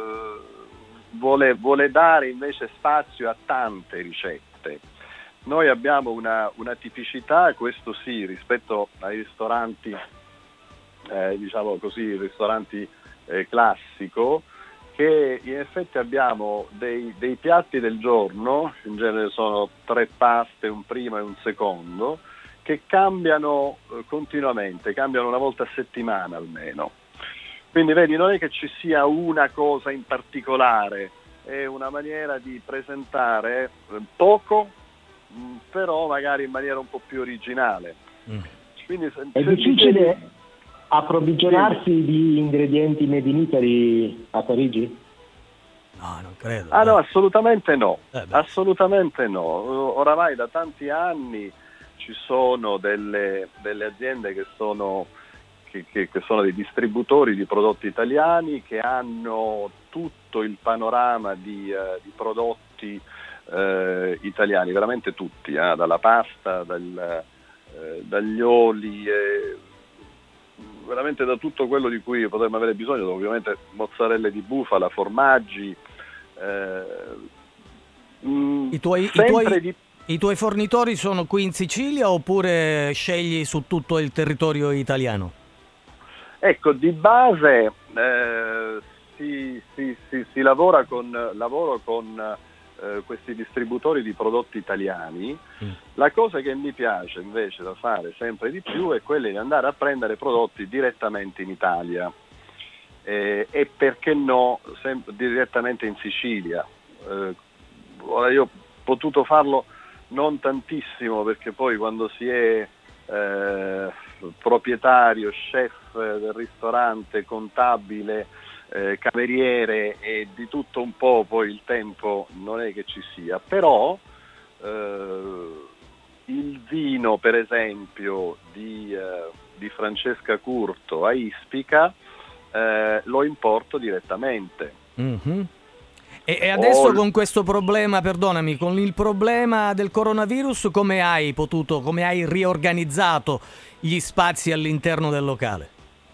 vuole dare invece spazio a tante ricette. Noi abbiamo una tipicità, questo sì, rispetto ai ristoranti, diciamo così, ristoranti classico, che in effetti abbiamo dei piatti del giorno, in genere sono 3 paste, un primo e un secondo, che cambiano continuamente, cambiano una volta a settimana almeno. Quindi vedi, non è che ci sia una cosa in particolare, è una maniera di presentare poco, però magari in maniera un po' più originale. Quindi, è difficile approvvigionarsi di ingredienti made in Italy a Parigi? No, non credo. No, assolutamente no. Assolutamente no. Oramai da tanti anni ci sono delle aziende che sono dei distributori di prodotti italiani, che hanno tutto il panorama di prodotti italiani, veramente tutti, dalla pasta, dagli oli, veramente da tutto quello di cui potremmo avere bisogno, ovviamente mozzarelle di bufala, formaggi. I tuoi fornitori sono qui in Sicilia oppure scegli su tutto il territorio italiano? Ecco, di base si lavoro con questi distributori di prodotti italiani. La cosa che mi piace invece da fare sempre di più è quella di andare a prendere prodotti direttamente in Italia e perché no direttamente in Sicilia. Ora io ho potuto farlo non tantissimo, perché poi quando si è proprietario, chef del ristorante, contabile, cameriere e di tutto un po', poi il tempo non è che ci sia, però il vino per esempio di Francesca Curto a Ispica lo importo direttamente. Mm-hmm. E adesso con questo problema, perdonami, con il problema del coronavirus, come hai riorganizzato gli spazi all'interno del locale?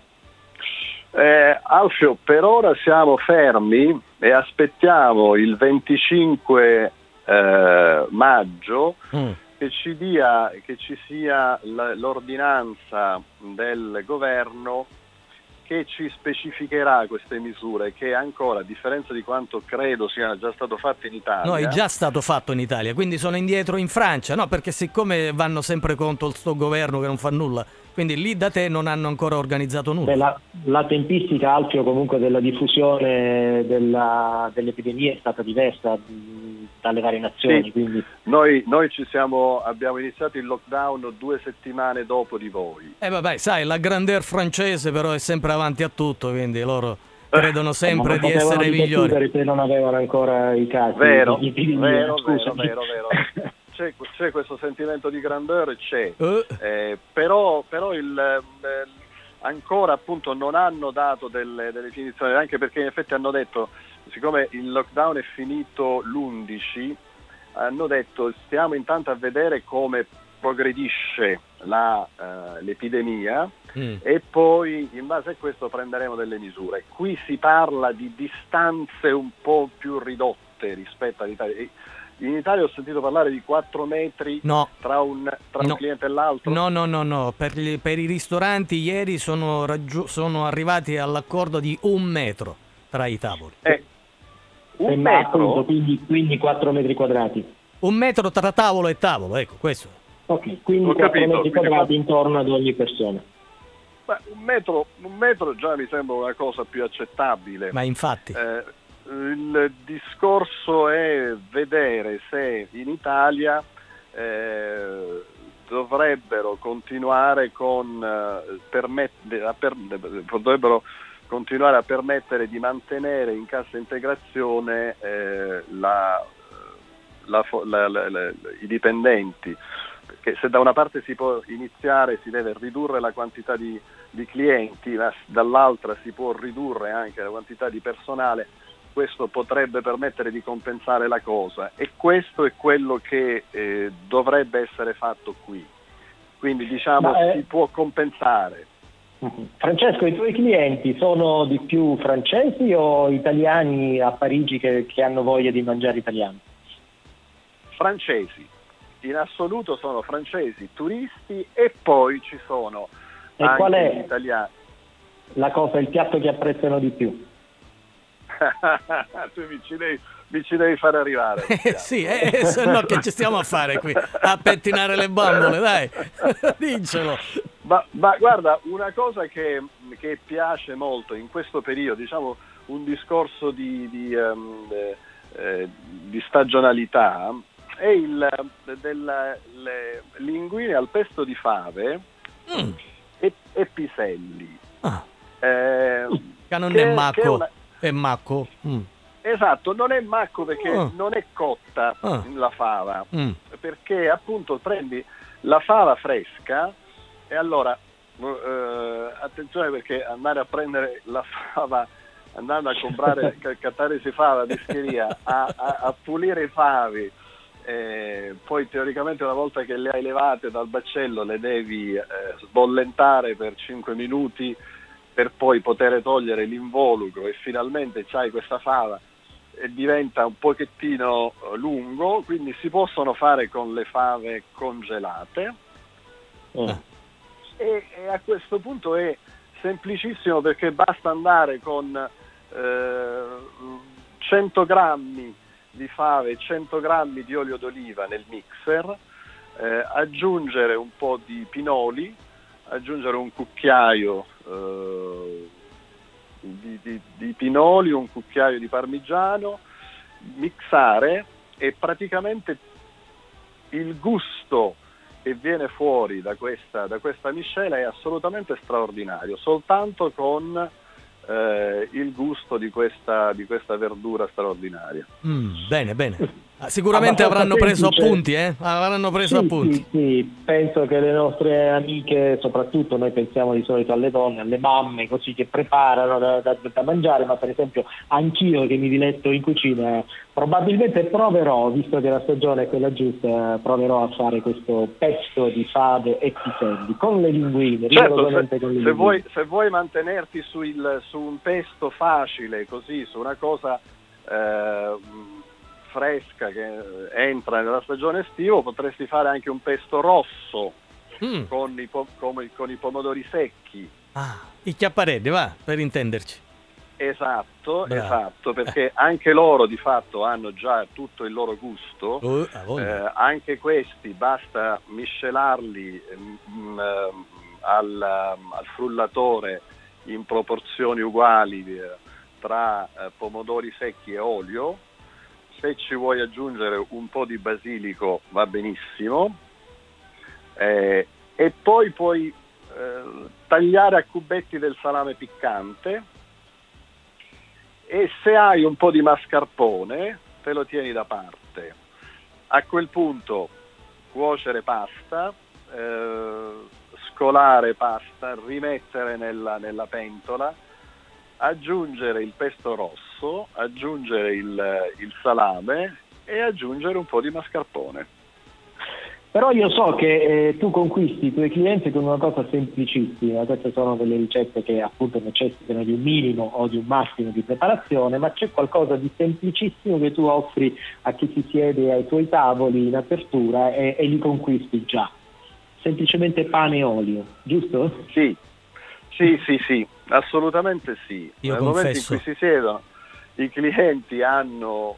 Alfio, per ora siamo fermi e aspettiamo il 25 maggio che ci sia l'ordinanza del governo che ci specificherà queste misure, che ancora, a differenza di quanto credo sia già stato fatto in Italia. No, è già stato fatto in Italia, quindi sono indietro in Francia, no? Perché siccome vanno sempre contro sto governo che non fa nulla, quindi lì da te non hanno ancora organizzato nulla. La tempistica, Alfio, comunque della diffusione dell'epidemia è stata diversa dalle varie nazioni. Sì. Quindi Noi abbiamo iniziato il lockdown 2 settimane dopo di voi. Vabbè, sai, la grandeur francese però è sempre avanti a tutto, quindi loro credono sempre di essere migliori. Perché non avevano ancora i casi. Vero. C'è questo sentimento di grandeur, però ancora appunto non hanno dato delle definizioni, anche perché in effetti hanno detto, siccome il lockdown è finito l'11, hanno detto stiamo intanto a vedere come progredisce l'epidemia e poi in base a questo prenderemo delle misure. Qui si parla di distanze un po' più ridotte rispetto all'Italia. In Italia ho sentito parlare di 4 metri tra un cliente e l'altro. No. Per i ristoranti ieri sono arrivati all'accordo di 1 metro tra i tavoli. 1 metro? Appunto, quindi 4 metri quadrati. 1 metro tra tavolo e tavolo, ecco questo. Ok, quindi 4 metri quadrati intorno ad ogni persona. Beh, un metro già mi sembra una cosa più accettabile. Ma infatti... il discorso è vedere se in Italia dovrebbero continuare dovrebbero continuare a permettere di mantenere in cassa integrazione i dipendenti, perché se da una parte si può iniziare, si deve ridurre la quantità di clienti, ma dall'altra si può ridurre anche la quantità di personale, questo potrebbe permettere di compensare la cosa, e questo è quello che dovrebbe essere fatto qui. Quindi si può compensare. Francesco, i tuoi clienti sono di più francesi o italiani a Parigi che hanno voglia di mangiare italiano? Francesi, in assoluto sono francesi, turisti, e poi ci sono anche qual è gli italiani. Il piatto che apprezzano di più? Tu mi ci devi fare arrivare. Sì, se no che ci stiamo a fare qui? A pettinare le bambole, dai, diccelo. Ma guarda, una cosa che piace molto in questo periodo, diciamo un discorso di stagionalità, è delle linguine al pesto di fave e piselli. Che non è macco. È macco. Esatto, non è macco perché non è cotta la fava, perché appunto prendi la fava fresca e allora attenzione, perché andare a prendere la fava, andando a comprare cattarisi fava a discheria, a pulire i favi, poi teoricamente una volta che le hai levate dal baccello le devi sbollentare per 5 minuti per poi poter togliere l'involucro, e finalmente c'hai questa fava e diventa un pochettino lungo, quindi si possono fare con le fave congelate e a questo punto è semplicissimo, perché basta andare con 100 grammi di fave e 100 grammi di olio d'oliva nel mixer, aggiungere un po' di pinoli, aggiungere un cucchiaio di pinoli, un cucchiaio di parmigiano, mixare, e praticamente il gusto che viene fuori da questa miscela è assolutamente straordinario, soltanto con il gusto di questa verdura straordinaria. Bene. Sicuramente avranno preso appunti, Avranno preso appunti. Sì, penso che le nostre amiche, soprattutto noi pensiamo di solito alle donne, alle mamme, così, che preparano da mangiare, ma per esempio anch'io che mi diletto in cucina, probabilmente proverò, visto che la stagione è quella giusta, proverò a fare questo pesto di fave e piselli con le linguine. Certo, se vuoi mantenerti su un pesto facile, così, su una cosa fresca che entra nella stagione estiva, potresti fare anche un pesto rosso con i pomodori secchi. I chiappareddi, va, per intenderci. Esatto, Bravo. esatto, perché anche loro di fatto hanno già tutto il loro gusto. Anche questi basta miscelarli al frullatore in proporzioni uguali tra pomodori secchi e olio. Se ci vuoi aggiungere un po' di basilico va benissimo, e poi puoi tagliare a cubetti del salame piccante, e se hai un po' di mascarpone te lo tieni da parte. A quel punto cuocere pasta, scolare pasta, rimettere nella pentola, aggiungere il pesto rosso, aggiungere il salame e aggiungere un po' di mascarpone. Però io so che tu conquisti i tuoi clienti con una cosa semplicissima. Queste sono delle ricette che appunto necessitano di un minimo o di un massimo di preparazione, ma c'è qualcosa di semplicissimo che tu offri a chi si siede ai tuoi tavoli in apertura e li conquisti già. Semplicemente pane e olio, giusto? Sì, assolutamente sì. Io Nel momento in confesso. cui si siedono, i clienti hanno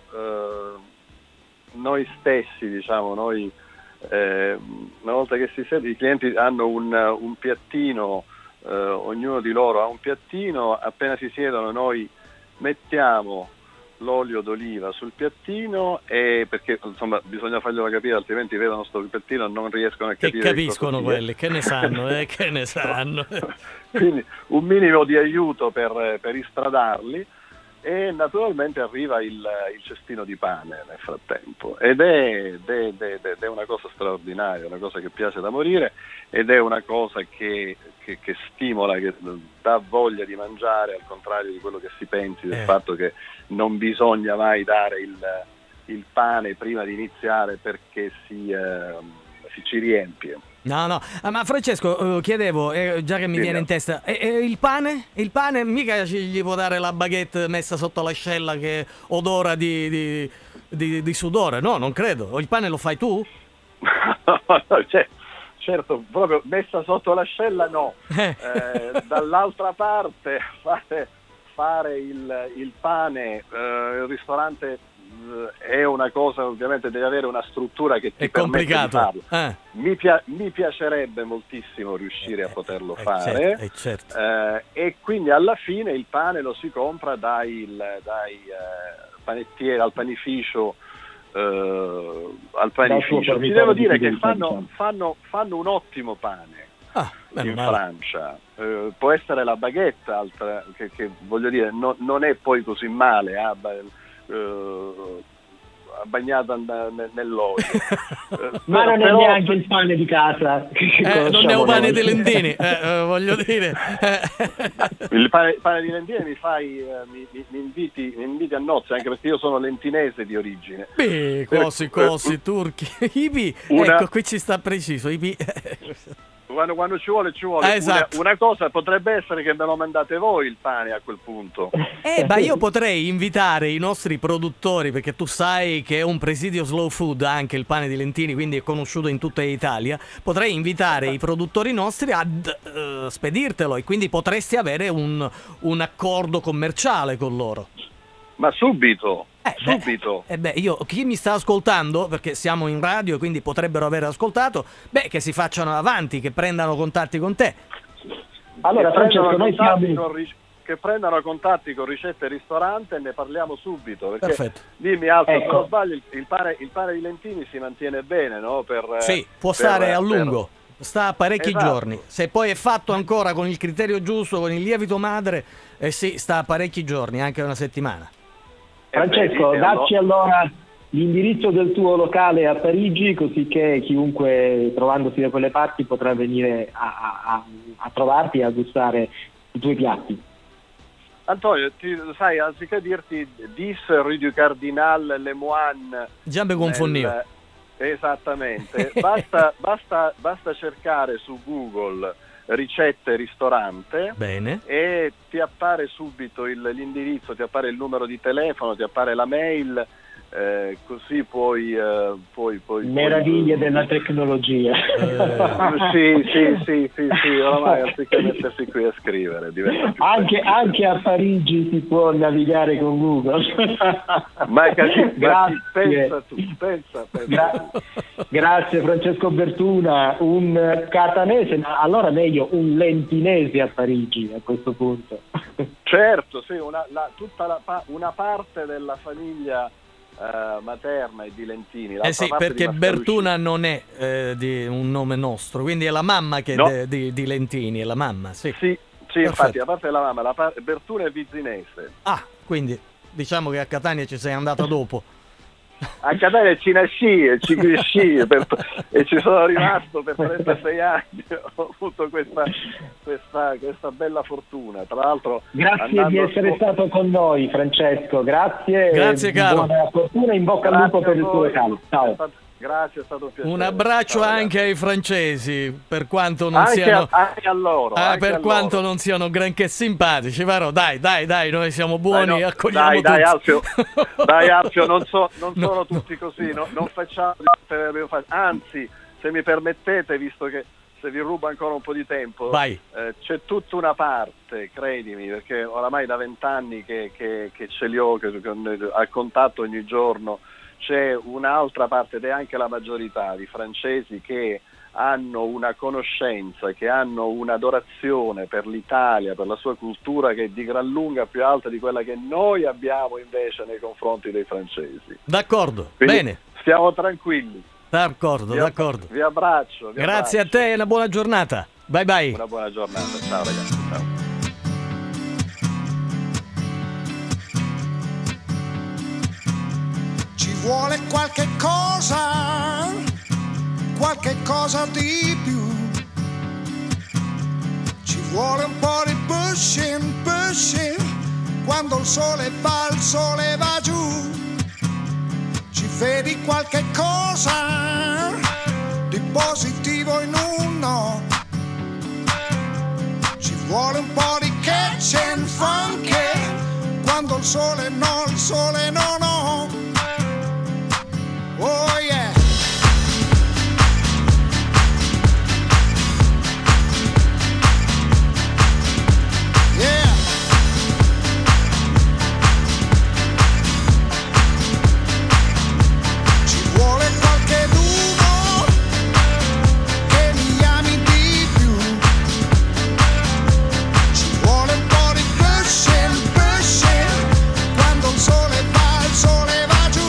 noi stessi, diciamo, una volta che si siede, i clienti hanno un piattino, ognuno di loro ha un piattino. Appena si siedono noi mettiamo l'olio d'oliva sul piattino, e perché insomma bisogna farglielo capire, altrimenti vedono sto piattino e non riescono a capire. Che capiscono quelli, che ne sanno, che ne sanno. Quindi un minimo di aiuto per istradarli, e naturalmente arriva il cestino di pane nel frattempo, ed è una cosa straordinaria, una cosa che piace da morire, ed è una cosa che stimola, che dà voglia di mangiare, al contrario di quello che si pensi del fatto che non bisogna mai dare il pane prima di iniziare perché si ci riempie. No, ma Francesco, chiedevo, già che mi viene in testa, il pane? Il pane mica gli può dare la baguette messa sotto l'ascella che odora di sudore, no, non credo. Il pane lo fai tu? Certo, proprio messa sotto l'ascella no. Dall'altra parte fare il pane, il ristorante è una cosa, ovviamente deve avere una struttura che ti permette di farlo. Mi piacerebbe moltissimo riuscire a poterlo fare, certo. E quindi alla fine il pane lo si compra dai panettieri, al panificio. Ti devo dire che fanno un ottimo pane in Francia. Può essere la baguette, altra, che voglio dire non è poi così male, bagnata nell'olio. Ma non è neanche il pane di casa. Non è un pane di Lentini, voglio dire. Il pane di Lentini mi inviti a nozze, anche perché io sono lentinese di origine. Beh, cosi turchi. Ipi, ecco, qui ci sta preciso. Ipi. Quando ci vuole. Esatto. Una cosa potrebbe essere che me lo mandate voi il pane a quel punto. Ma io potrei invitare i nostri produttori, perché tu sai che è un presidio slow food anche il pane di Lentini, quindi è conosciuto in tutta Italia. Potrei invitare i produttori nostri ad spedirtelo, e quindi potresti avere un accordo commerciale con loro. Ma subito. Subito. Chi mi sta ascoltando, perché siamo in radio e quindi potrebbero aver ascoltato, che si facciano avanti, che prendano contatti con te. Allora Francesco, noi siamo... che prendano contatti con Ricette Ristorante e ne parliamo subito, perché perfetto. Dimmi Alto, se non sbaglio, il pane di Lentini si mantiene bene, no? Sì, può stare a lungo. Sta parecchi giorni. Se poi è fatto ancora con il criterio giusto, con il lievito madre, sì, sta parecchi giorni, anche una settimana. Francesco, dacci allora l'indirizzo del tuo locale a Parigi, così che chiunque trovandosi da quelle parti potrà venire a trovarti e a gustare i tuoi piatti. Antonio, sai, anziché dirti 10 Rue du Cardinal Le Moine, già mi confondivo. Esattamente, basta cercare su Google Ricette Ristorante. Bene. E ti appare subito l'indirizzo, ti appare il numero di telefono, ti appare la mail, così puoi meraviglie della tecnologia. Sì, oramai anziché mettersi qui a scrivere diventa più anche a Parigi si può navigare con Google. Pensa tu. Grazie Francesco Bertuna, un catanese, ma allora meglio un lentinese a Parigi a questo punto. Certo, sì, una parte della famiglia materna e di Lentini. Sì, perché Bertuna non è di un nome nostro, quindi è la mamma che è di Lentini, è la mamma, sì. Sì, infatti, a parte la mamma, Bertuna è vizinese. Ah, quindi diciamo che a Catania ci sei andata dopo. A Catania ci nasci e ci cresci e ci sono rimasto per 36 anni, ho avuto questa bella fortuna. Tra l'altro, grazie di essere stato con noi, Francesco, grazie caro, buona fortuna, in bocca al lupo per il tuo locale. Ciao. Grazie, è stato un piacere. Un abbraccio anche ai francesi, per quanto non anche siano anche a loro, anche per a quanto loro. non siano granché simpatici, però dai, noi siamo buoni, accogliamo tutti. tutti. Dai Alfio, non sono tutti così, non facciamo anzi, se mi permettete, visto che se vi rubo ancora un po' di tempo, c'è tutta una parte, credimi, perché oramai da 20 anni che ce li ho, al contatto ogni giorno. C'è un'altra parte, ed è anche la maggiorità di francesi, che hanno una conoscenza, che hanno un'adorazione per l'Italia, per la sua cultura, che è di gran lunga più alta di quella che noi abbiamo invece nei confronti dei francesi. D'accordo, quindi bene. Stiamo tranquilli. D'accordo. Vi abbraccio. Grazie a te e una buona giornata. Bye bye. Una buona giornata. Ciao ragazzi. Ciao. Vuole qualche cosa di più. Ci vuole un po' di pushing, quando il sole va giù. Ci vedi qualche cosa di positivo in un no. Ci vuole un po' di catch and funky, quando il sole no. Oh yeah. Yeah. Ci vuole qualche uno che mi ami di più. Ci vuole un po' di pushing, quando il sole va giù.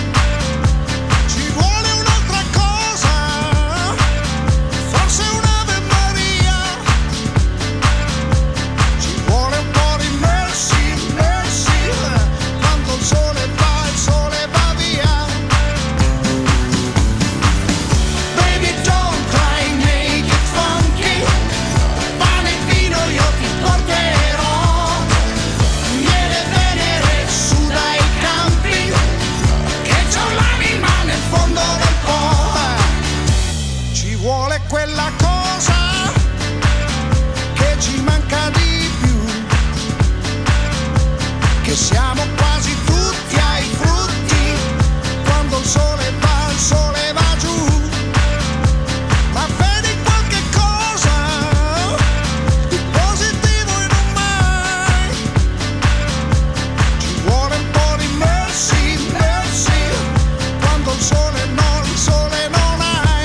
Quella cosa che ci manca di più, che siamo quasi tutti ai frutti, quando il sole va giù. Ma vedi qualche cosa di positivo in un mai. Ci vuole un po' di mercy, quando il sole non hai.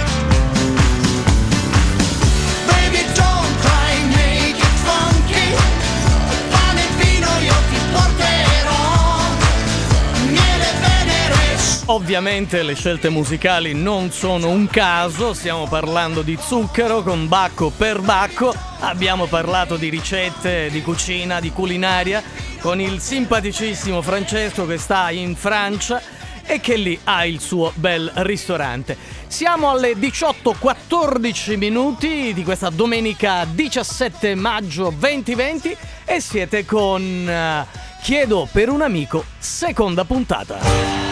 Ovviamente le scelte musicali non sono un caso, stiamo parlando di Zucchero con Bacco per Bacco, abbiamo parlato di ricette, di cucina, di culinaria con il simpaticissimo Francesco che sta in Francia e che lì ha il suo bel ristorante. Siamo alle 18:14 minuti di questa domenica 17 maggio 2020 e siete con Chiedo per un amico, seconda puntata.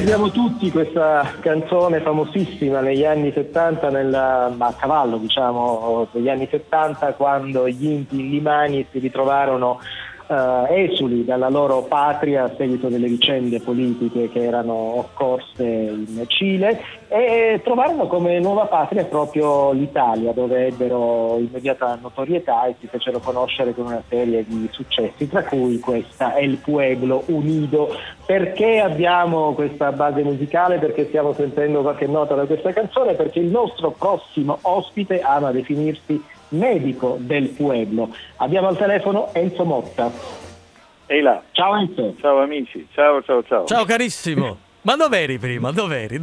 ricordiamo tutti questa canzone famosissima negli anni 70, a cavallo diciamo degli anni 70, quando gli Inti illimani si ritrovarono esuli dalla loro patria a seguito delle vicende politiche che erano occorse in Cile, e trovarono come nuova patria proprio l'Italia, dove ebbero immediata notorietà e si fecero conoscere con una serie di successi, tra cui questa El Pueblo Unido. Perché abbiamo questa base musicale? Perché stiamo sentendo qualche nota da questa canzone? Perché il nostro prossimo ospite ama definirsi medico del pueblo. Abbiamo al telefono Enzo Motta. Ehi là. Ciao Enzo. Ciao amici, ciao. Ciao carissimo. Ma dov'eri prima? Dov'eri?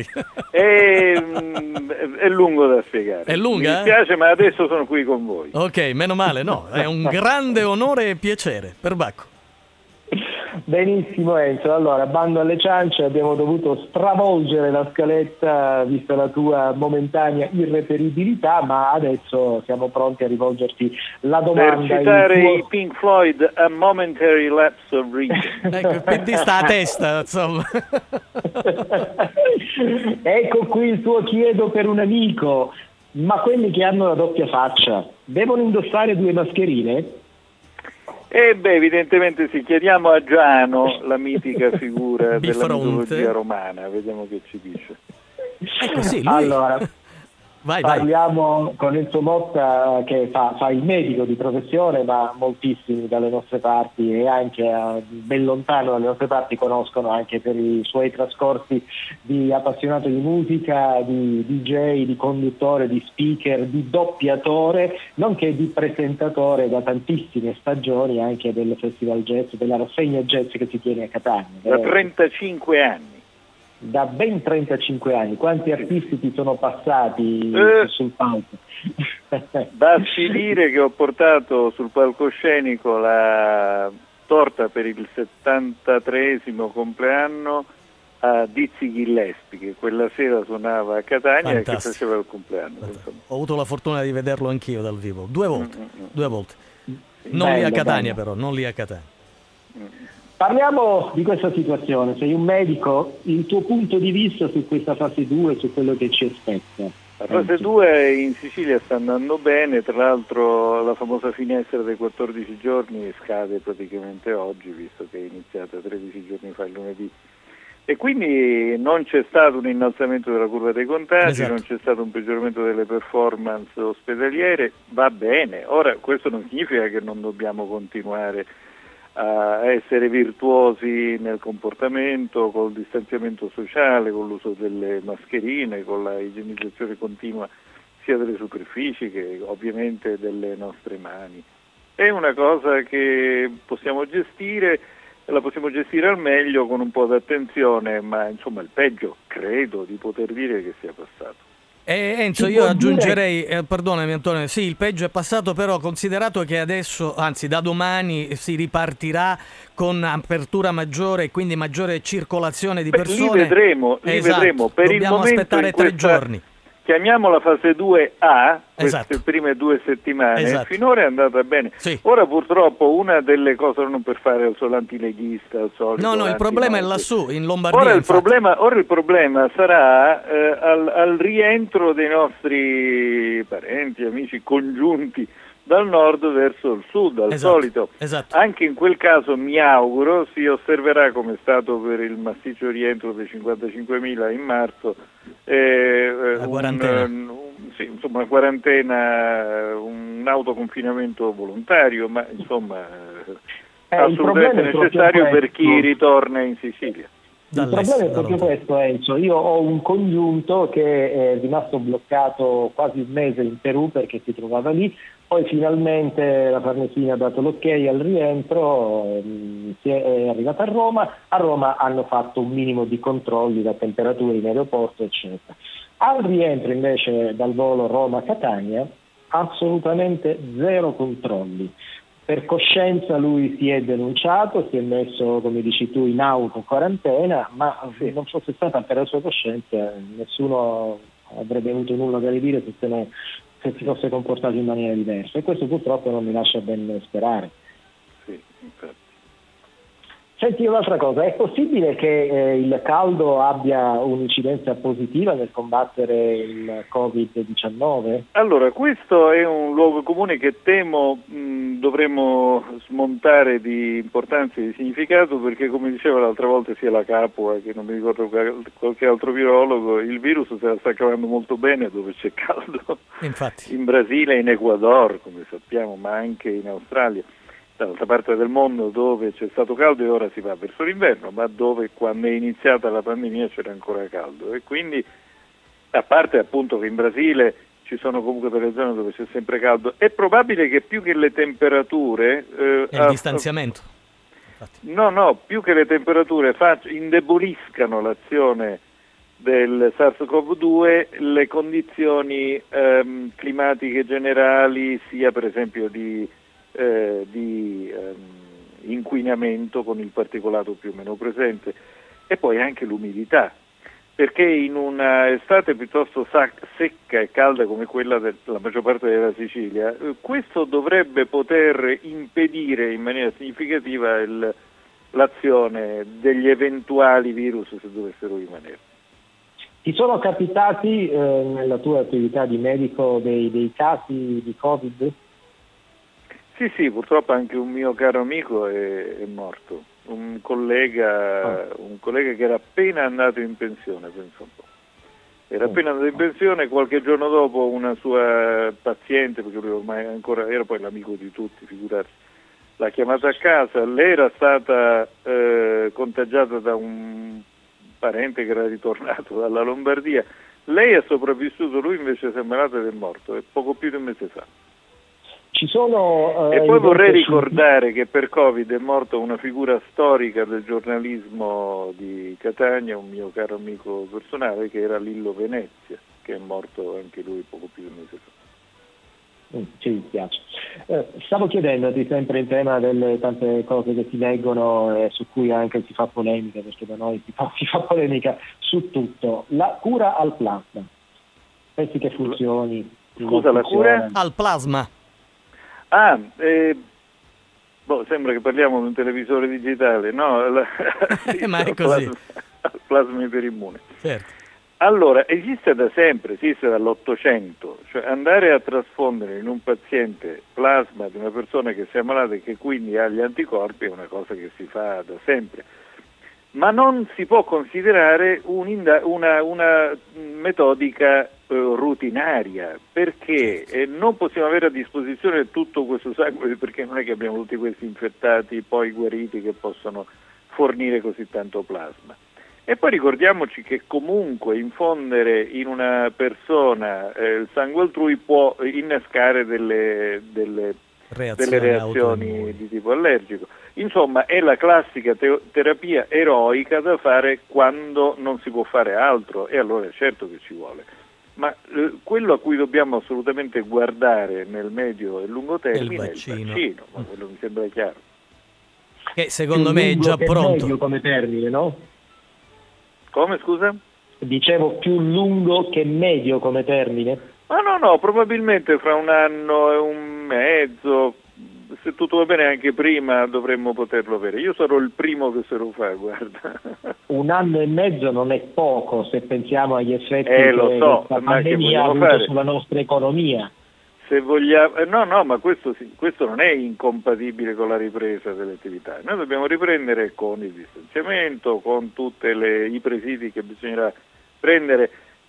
È lungo da spiegare. È lunga? Mi dispiace, ma adesso sono qui con voi. Ok, meno male, no. È un grande onore e piacere. Perbacco. Benissimo Enzo, allora bando alle ciance, abbiamo dovuto stravolgere la scaletta vista la tua momentanea irreperibilità, ma adesso siamo pronti a rivolgerti la domanda. Per citare i Pink Floyd, a momentary lapse of reason. Ecco, il PD sta a testa, insomma. Ecco qui il tuo chiedo per un amico. Ma quelli che hanno la doppia faccia devono indossare 2 mascherine? Evidentemente sì, chiediamo a Giano, la mitica figura della Bifronte. mitologia romana, vediamo che ci dice. Ecco sì, lui... Allora, vai. Parliamo con Enzo Motta che fa il medico di professione, ma moltissimi dalle nostre parti e anche ben lontano dalle nostre parti conoscono anche per i suoi trascorsi di appassionato di musica, di DJ, di conduttore, di speaker, di doppiatore, nonché di presentatore da tantissime stagioni anche del Festival Jazz, della rassegna jazz che si tiene a Catania. Da 35 anni. Da ben 35 anni. Quanti artisti ti sono passati sul palco? Basti dire che ho portato sul palcoscenico la torta per il 73esimo compleanno a Dizzy Gillespie, che quella sera suonava a Catania. Fantastico. E che faceva il compleanno. Ho avuto la fortuna di vederlo anch'io dal vivo, 2 volte. 2 volte. Non bello, lì a Catania bello. però, non lì a Catania. Parliamo di questa situazione, sei un medico, il tuo punto di vista su questa fase 2, su quello che ci aspetta. La fase 2 in Sicilia sta andando bene, tra l'altro la famosa finestra dei 14 giorni scade praticamente oggi, visto che è iniziata 13 giorni fa il lunedì. E quindi non c'è stato un innalzamento della curva dei contagi, non c'è stato un peggioramento delle performance ospedaliere, va bene. Ora questo non significa che non dobbiamo continuare a essere virtuosi nel comportamento, col distanziamento sociale, con l'uso delle mascherine, con la igienizzazione continua sia delle superfici che ovviamente delle nostre mani. È una cosa che possiamo gestire, la possiamo gestire al meglio con un po' di attenzione, ma insomma il peggio credo di poter dire che sia passato. Enzo, io aggiungerei, perdonami Antonio, sì, il peggio è passato, però considerato che adesso, anzi da domani si ripartirà con apertura maggiore e quindi maggiore circolazione di persone. Li vedremo. Per dobbiamo il momento aspettare 3 giorni. Chiamiamola fase 2A, queste prime 2 settimane, finora è andata bene. Sì. Ora purtroppo una delle cose, non per fare il solo antileghista, il solito. No, il problema è lassù, in Lombardia. Ora il problema sarà al rientro dei nostri parenti, amici congiunti dal nord verso il sud, al solito. Anche in quel caso mi auguro si osserverà, come è stato per il massiccio rientro dei 55.000 in marzo, la quarantena. Una quarantena, un autoconfinamento volontario, ma insomma assolutamente necessario per chi ritorna in Sicilia. Il problema è proprio questo, Enzo. Io ho un congiunto che è rimasto bloccato quasi un mese in Perù perché si trovava lì, poi finalmente la Farnesina ha dato l'ok al rientro, è arrivata a Roma hanno fatto un minimo di controlli da temperature in aeroporto eccetera. Al rientro invece dal volo Roma-Catania assolutamente 0 controlli. Per coscienza lui si è denunciato, si è messo, come dici tu, in auto-quarantena, ma se non fosse stata per la sua coscienza nessuno avrebbe avuto nulla da ridire se si fosse comportato in maniera diversa, e questo purtroppo non mi lascia ben sperare. Sì, infatti. Senti un'altra cosa, è possibile che il caldo abbia un'incidenza positiva nel combattere il Covid-19? Allora, questo è un luogo comune che temo dovremmo smontare di importanza e di significato, perché come diceva l'altra volta sia la Capua che non mi ricordo qualche altro virologo, il virus se la sta cavando molto bene dove c'è caldo. Infatti. In Brasile e in Ecuador, come sappiamo, ma anche in Australia. Dall'altra parte del mondo dove c'è stato caldo e ora si va verso l'inverno, ma dove quando è iniziata la pandemia c'era ancora caldo. E quindi, a parte appunto che in Brasile ci sono comunque delle zone dove c'è sempre caldo, è probabile che più che le temperature... il distanziamento. No, più che le temperature indeboliscano l'azione del SARS-CoV-2 le condizioni climatiche generali, sia per esempio di inquinamento con il particolato più o meno presente, e poi anche l'umidità, perché in una estate piuttosto secca e calda come quella della maggior parte della Sicilia, questo dovrebbe poter impedire in maniera significativa l'azione degli eventuali virus se dovessero rimanere. Ti sono capitati nella tua attività di medico dei casi di Covid? Sì, purtroppo anche un mio caro amico è morto, un collega che era appena andato in pensione, penso un po'. Era appena andato in pensione, qualche giorno dopo una sua paziente, perché lui ormai ancora era poi l'amico di tutti, figurarsi, l'ha chiamata a casa. Lei era stata contagiata da un parente che era ritornato dalla Lombardia, lei è sopravvissuto, lui invece si è malato ed è morto, è poco più di un mese fa. Ci sono, e poi vorrei ricordare che per Covid è morto una figura storica del giornalismo di Catania, un mio caro amico personale, che era Lillo Venezia, che è morto anche lui poco più di un mese fa. Ci dispiace. Stavo chiedendoti, sempre in tema delle tante cose che si leggono e su cui anche si fa polemica, perché da noi si fa polemica su tutto, la cura al plasma. Pensi che funzioni? Scusa, la cura? Al plasma. Sembra che parliamo di un televisore digitale, no? Ma è così. Plasma iperimmune. Certo. Allora, esiste da sempre, esiste dall'800, cioè andare a trasfondere in un paziente plasma di una persona che si è ammalata e che quindi ha gli anticorpi è una cosa che si fa da sempre. Ma non si può considerare una metodica rutinaria, perché non possiamo avere a disposizione tutto questo sangue, perché non è che abbiamo tutti questi infettati poi guariti che possono fornire così tanto plasma. E poi ricordiamoci che comunque infondere in una persona il sangue altrui può innescare delle reazioni di tipo allergico. Insomma, è la classica terapia eroica da fare quando non si può fare altro, e allora è certo che ci vuole. Ma quello a cui dobbiamo assolutamente guardare nel medio e lungo termine è il vaccino, ma quello mi sembra chiaro. Che secondo me è già pronto. Medio come termine, no? Come, scusa? Dicevo più lungo che medio come termine. Ma no, probabilmente fra un anno e un mezzo, se tutto va bene anche prima dovremmo poterlo avere. Io sarò il primo che se lo fa, guarda. Un anno e mezzo non è poco se pensiamo agli effetti che la pandemia ha avuto sulla nostra economia. Se vogliamo, no, ma questo non è incompatibile con la ripresa delle attività. Noi dobbiamo riprendere con il distanziamento, con tutti i presidi che bisognerà prendere.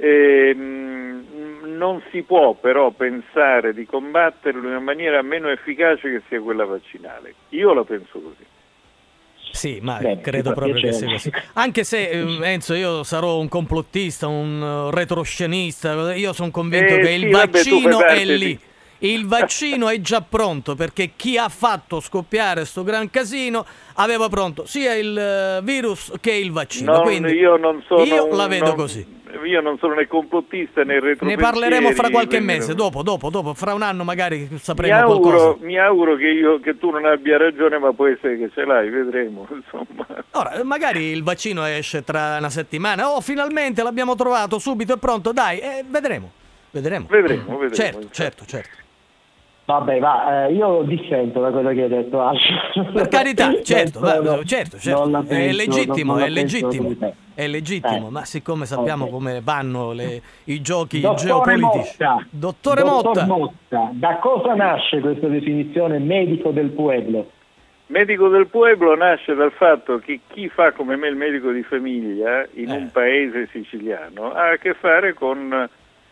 Non si può però pensare di combatterlo in una maniera meno efficace che sia quella vaccinale. Io la penso così. Sì, ma credo proprio che sia così. Anche se, Enzo, io sarò un complottista, un retroscenista, io sono convinto che il vaccino è lì. Il vaccino è già pronto, perché chi ha fatto scoppiare sto gran casino aveva pronto sia il virus che il vaccino. Quindi io la vedo così. Io non sono né complottista né retropensieri. Ne parleremo fra qualche mese, dopo, fra un anno magari sapremo qualcosa. Mi auguro che tu non abbia ragione, ma può essere che ce l'hai, vedremo. Insomma. Ora, magari il vaccino esce tra una settimana. Finalmente l'abbiamo trovato, subito è pronto, dai, vedremo. Vedremo. Certo. Vabbè, va, io dissento da quello che hai detto. Per carità, certo, certo, non la è penso, legittimo, non la è penso legittimo. come te. È legittimo, ma siccome sappiamo come vanno i giochi Dottore geopolitici. Motta, Dottore Dottor Motta, da cosa nasce questa definizione medico del pueblo? Medico del pueblo nasce dal fatto che chi fa come me il medico di famiglia in un paese siciliano ha a che fare con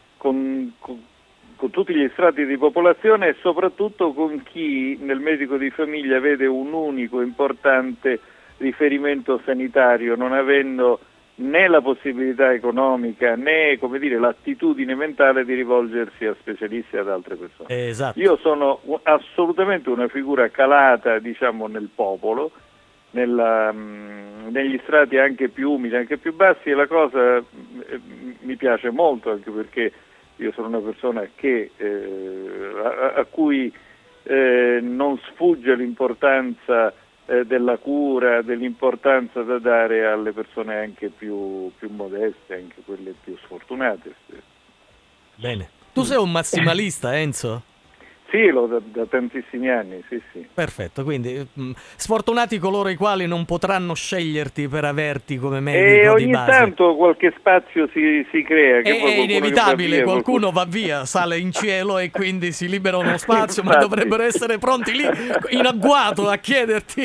tutti gli strati di popolazione e soprattutto con chi nel medico di famiglia vede un unico importante riferimento sanitario, non avendo né la possibilità economica né, come dire, l'attitudine mentale di rivolgersi a specialisti e ad altre persone. Esatto. Io sono assolutamente una figura calata, diciamo, nel popolo, negli strati anche più umili, anche più bassi, e la cosa mi piace molto, anche perché io sono una persona che a cui non sfugge l'importanza della cura, dell'importanza da dare alle persone anche più modeste, anche quelle più sfortunate. Bene. Tu sei un massimalista, Enzo? Sì, da tantissimi anni, sì. Perfetto, quindi sfortunati coloro i quali non potranno sceglierti per averti come E medico di ogni base. tanto qualche spazio si crea. Che È inevitabile, qualcuno va via, sale in cielo e quindi si libera uno spazio, ma dovrebbero essere pronti lì in agguato a chiederti.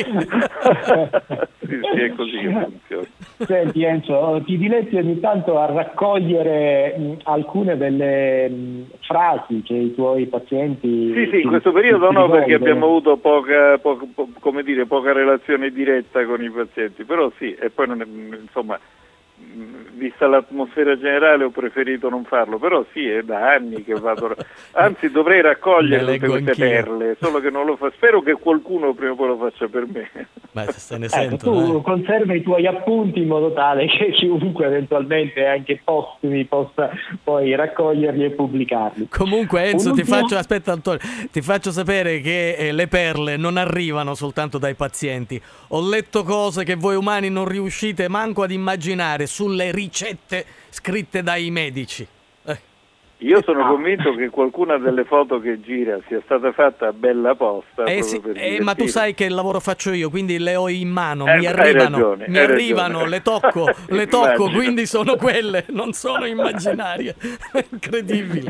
Sì, è così che funziona. Senti Enzo, ti diletti ogni tanto a raccogliere alcune delle frasi che i tuoi pazienti... Sì, in questo periodo no, perché abbiamo avuto poca relazione diretta con i pazienti, però sì, e poi insomma, vista l'atmosfera generale ho preferito non farlo, però sì, è da anni che vado, anzi dovrei raccogliere tutte queste perle, solo che non lo fa, spero che qualcuno prima o poi lo faccia per me. Beh, se ne tu conserva i tuoi appunti in modo tale che chiunque eventualmente anche postumi possa poi raccoglierli e pubblicarli. Comunque Enzo, ti faccio sapere che le perle non arrivano soltanto dai pazienti. Ho letto cose che voi umani non riuscite manco ad immaginare sulle ricette scritte dai medici. Io sono convinto che qualcuna delle foto che gira sia stata fatta a bella posta. Ma tu sai che lavoro faccio io, quindi le ho in mano, mi hai arrivano, ragione. le tocco, quindi sono quelle, non sono immaginarie. Incredibile.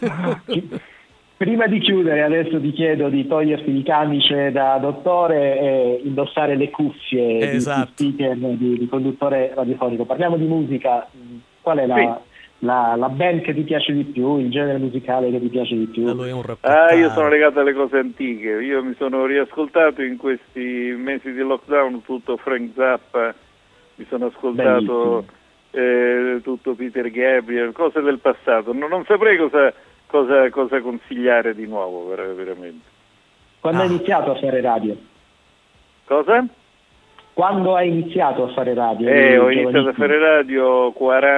Prima di chiudere adesso ti chiedo di toglierti il camice da dottore e indossare le cuffie di speaker, di conduttore radiofonico. Parliamo di musica, qual è la band che ti piace di più, il genere musicale che ti piace di più? Io sono legato alle cose antiche, io mi sono riascoltato in questi mesi di lockdown tutto Frank Zappa, mi sono ascoltato tutto Peter Gabriel, cose del passato, non saprei cosa consigliare di nuovo veramente. Quando hai iniziato a fare radio? Cosa? Quando hai iniziato a fare radio? Ho iniziato a fare radio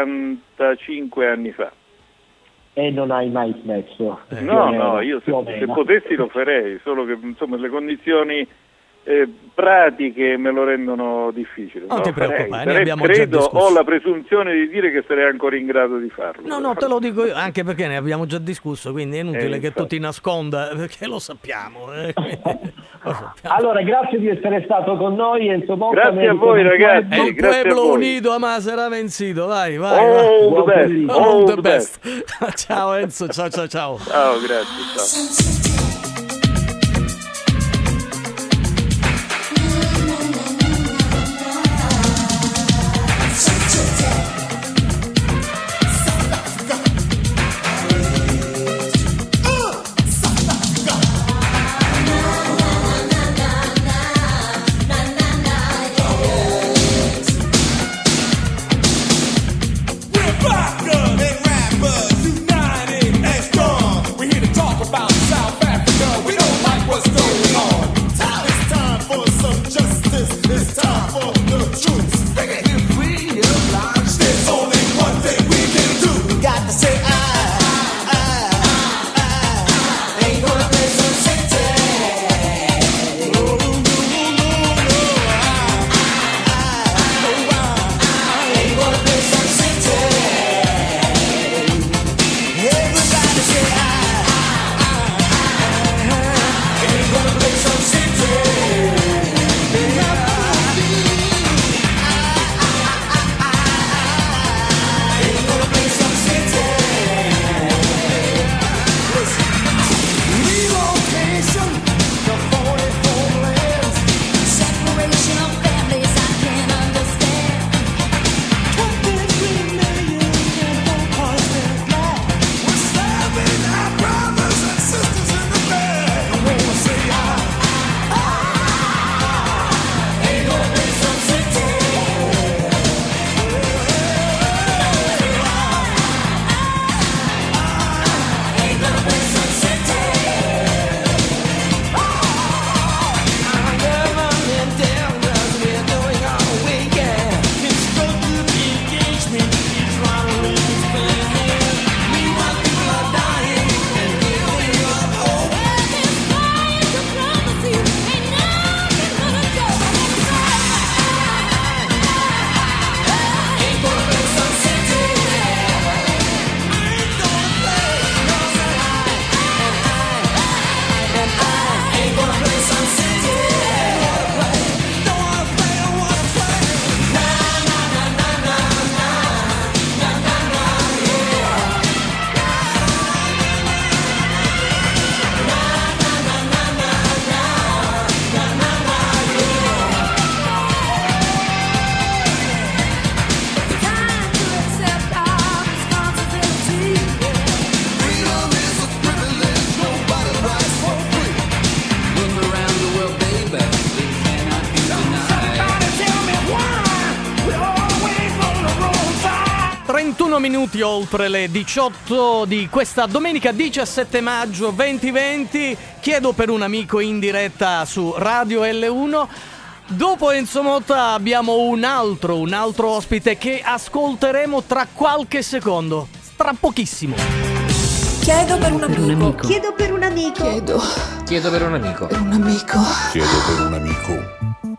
45 anni fa. E non hai mai smesso? No, io se potessi lo farei, solo che insomma le condizioni pratiche me lo rendono difficile. Non ti preoccupare, ne abbiamo già discusso. Ho la presunzione di dire che sarei ancora in grado di farlo. No, te lo dico io, anche perché ne abbiamo già discusso, quindi è inutile che tu ti nasconda, perché lo sappiamo. Allora, grazie di essere stato con noi, Enzo Motta. Grazie a voi ragazzi. Il pueblo unito ama sarà vencido, vai. All the best. Ciao Enzo, ciao. Ciao, grazie, ciao. We're here to talk about South Africa. minuti oltre le 18 di questa domenica 17 maggio 2020. Chiedo per un amico in diretta su Radio L1. Dopo Enzo Motta abbiamo un altro ospite che ascolteremo tra qualche secondo, tra pochissimo. Chiedo per un amico. Chiedo per un amico. Chiedo per un amico. Per un amico. Chiedo per un amico.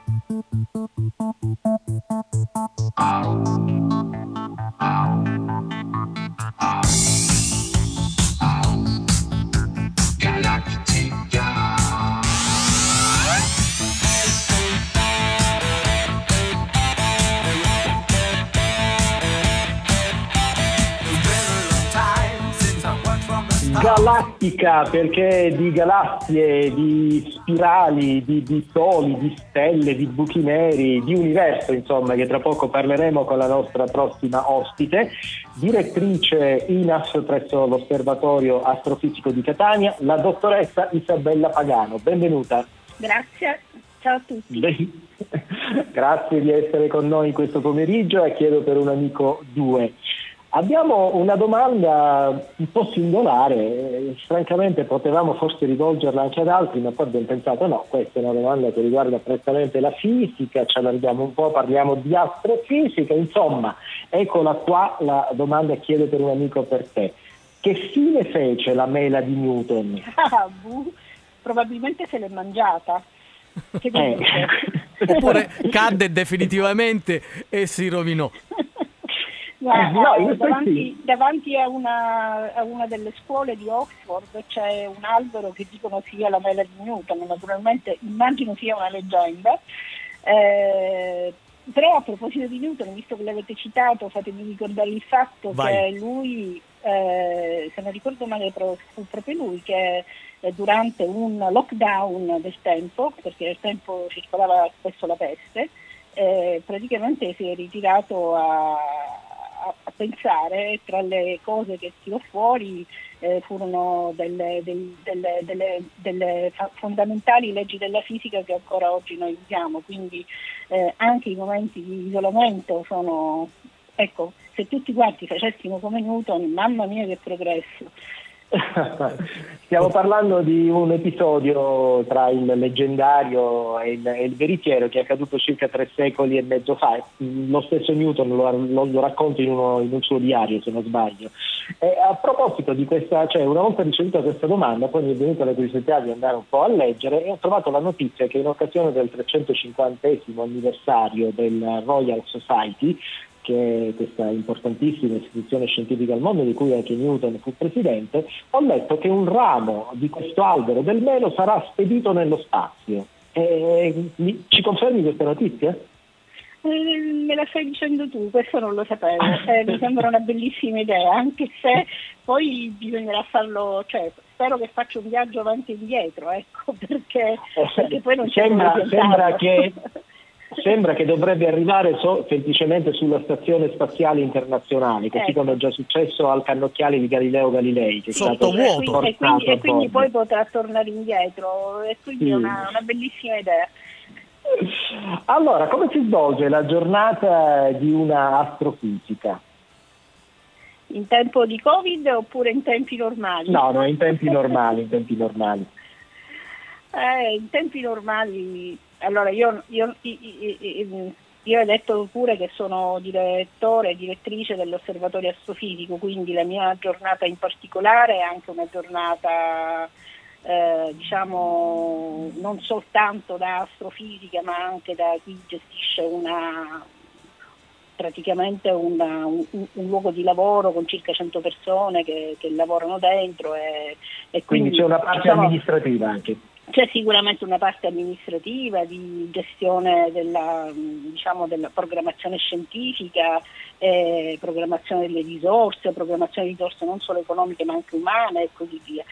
Galattica, perché di galassie, di spirali, di soli, di stelle, di buchi neri, di universo, insomma, che tra poco parleremo con la nostra prossima ospite, direttrice INAF presso l'Osservatorio Astrofisico di Catania, la dottoressa Isabella Pagano. Benvenuta. Grazie, ciao a tutti. Grazie di essere con noi questo pomeriggio e chiedo per un amico 2. Abbiamo una domanda un po' singolare, francamente potevamo forse rivolgerla anche ad altri, ma poi abbiamo pensato no, questa è una domanda che riguarda prettamente la fisica, ci allarghiamo un po', parliamo di astrofisica, insomma, eccola qua la domanda chiedo per un amico per te. Che fine fece la mela di Newton? Probabilmente se l'è mangiata. Che Oppure cadde definitivamente e si rovinò. Davanti a una delle scuole di Oxford c'è un albero che dicono sia la mela di Newton, naturalmente immagino sia una leggenda, però a proposito di Newton, visto che l'avete citato, fatemi ricordare il fatto che lui, se non ricordo male, fu proprio lui che durante un lockdown del tempo, perché nel tempo circolava spesso la peste, praticamente si è ritirato a pensare, tra le cose che tirò fuori furono delle fondamentali leggi della fisica che ancora oggi noi usiamo, quindi anche i momenti di isolamento sono, ecco, se tutti quanti facessimo come Newton, mamma mia che progresso. Stiamo parlando di un episodio tra il leggendario e il veritiero che è accaduto circa 3 secoli e mezzo fa. Lo stesso Newton lo racconta in un suo diario, se non sbaglio. E a proposito di questa, cioè una volta ricevuta questa domanda, poi mi è venuta la curiosità di andare un po' a leggere e ho trovato la notizia che in occasione del 350° anniversario del Royal Society, che è questa importantissima istituzione scientifica al mondo di cui anche Newton fu presidente, ho letto che un ramo di questo albero del melo sarà spedito nello spazio. Ci confermi questa notizia? Me la stai dicendo tu, questo non lo sapevo, mi sembra una bellissima idea, anche se poi bisognerà farlo, cioè spero che faccia un viaggio avanti e indietro, ecco, perché poi non Sembra che dovrebbe arrivare semplicemente sulla Stazione Spaziale Internazionale, così come è già successo al cannocchiale di Galileo Galilei, che è stato portato e quindi poi potrà tornare indietro, e quindi è una bellissima idea. Allora, come si svolge la giornata di una astrofisica? In tempo di Covid oppure in tempi normali? No, in tempi normali, in tempi normali. Allora, io ho detto pure che sono direttore e direttrice dell'Osservatorio Astrofisico, quindi la mia giornata in particolare è anche una giornata, diciamo, non soltanto da astrofisica, ma anche da chi gestisce praticamente un luogo di lavoro con circa 100 persone che lavorano dentro. E quindi c'è una parte amministrativa anche. C'è sicuramente una parte amministrativa di gestione della programmazione scientifica, programmazione delle risorse non solo economiche ma anche umane e così via.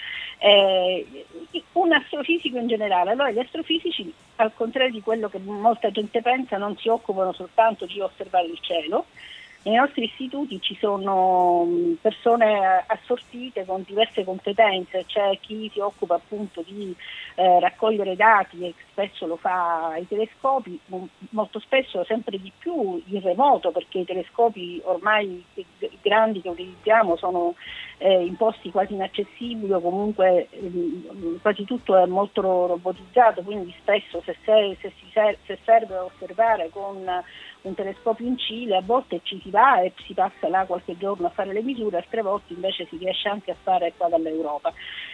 Un astrofisico in generale, allora gli astrofisici, al contrario di quello che molta gente pensa, non si occupano soltanto di osservare il cielo, Nei nostri istituti ci sono persone assortite con diverse competenze, c'è chi si occupa appunto di raccogliere dati e spesso lo fa ai telescopi, molto spesso sempre di più in remoto, perché i telescopi ormai grandi che utilizziamo sono in posti quasi inaccessibili o comunque quasi tutto è molto robotizzato, quindi spesso se serve osservare con un telescopio in Cile a volte ci si va e si passa là qualche giorno a fare le misure, altre volte invece si riesce anche a fare qua dall'Europa.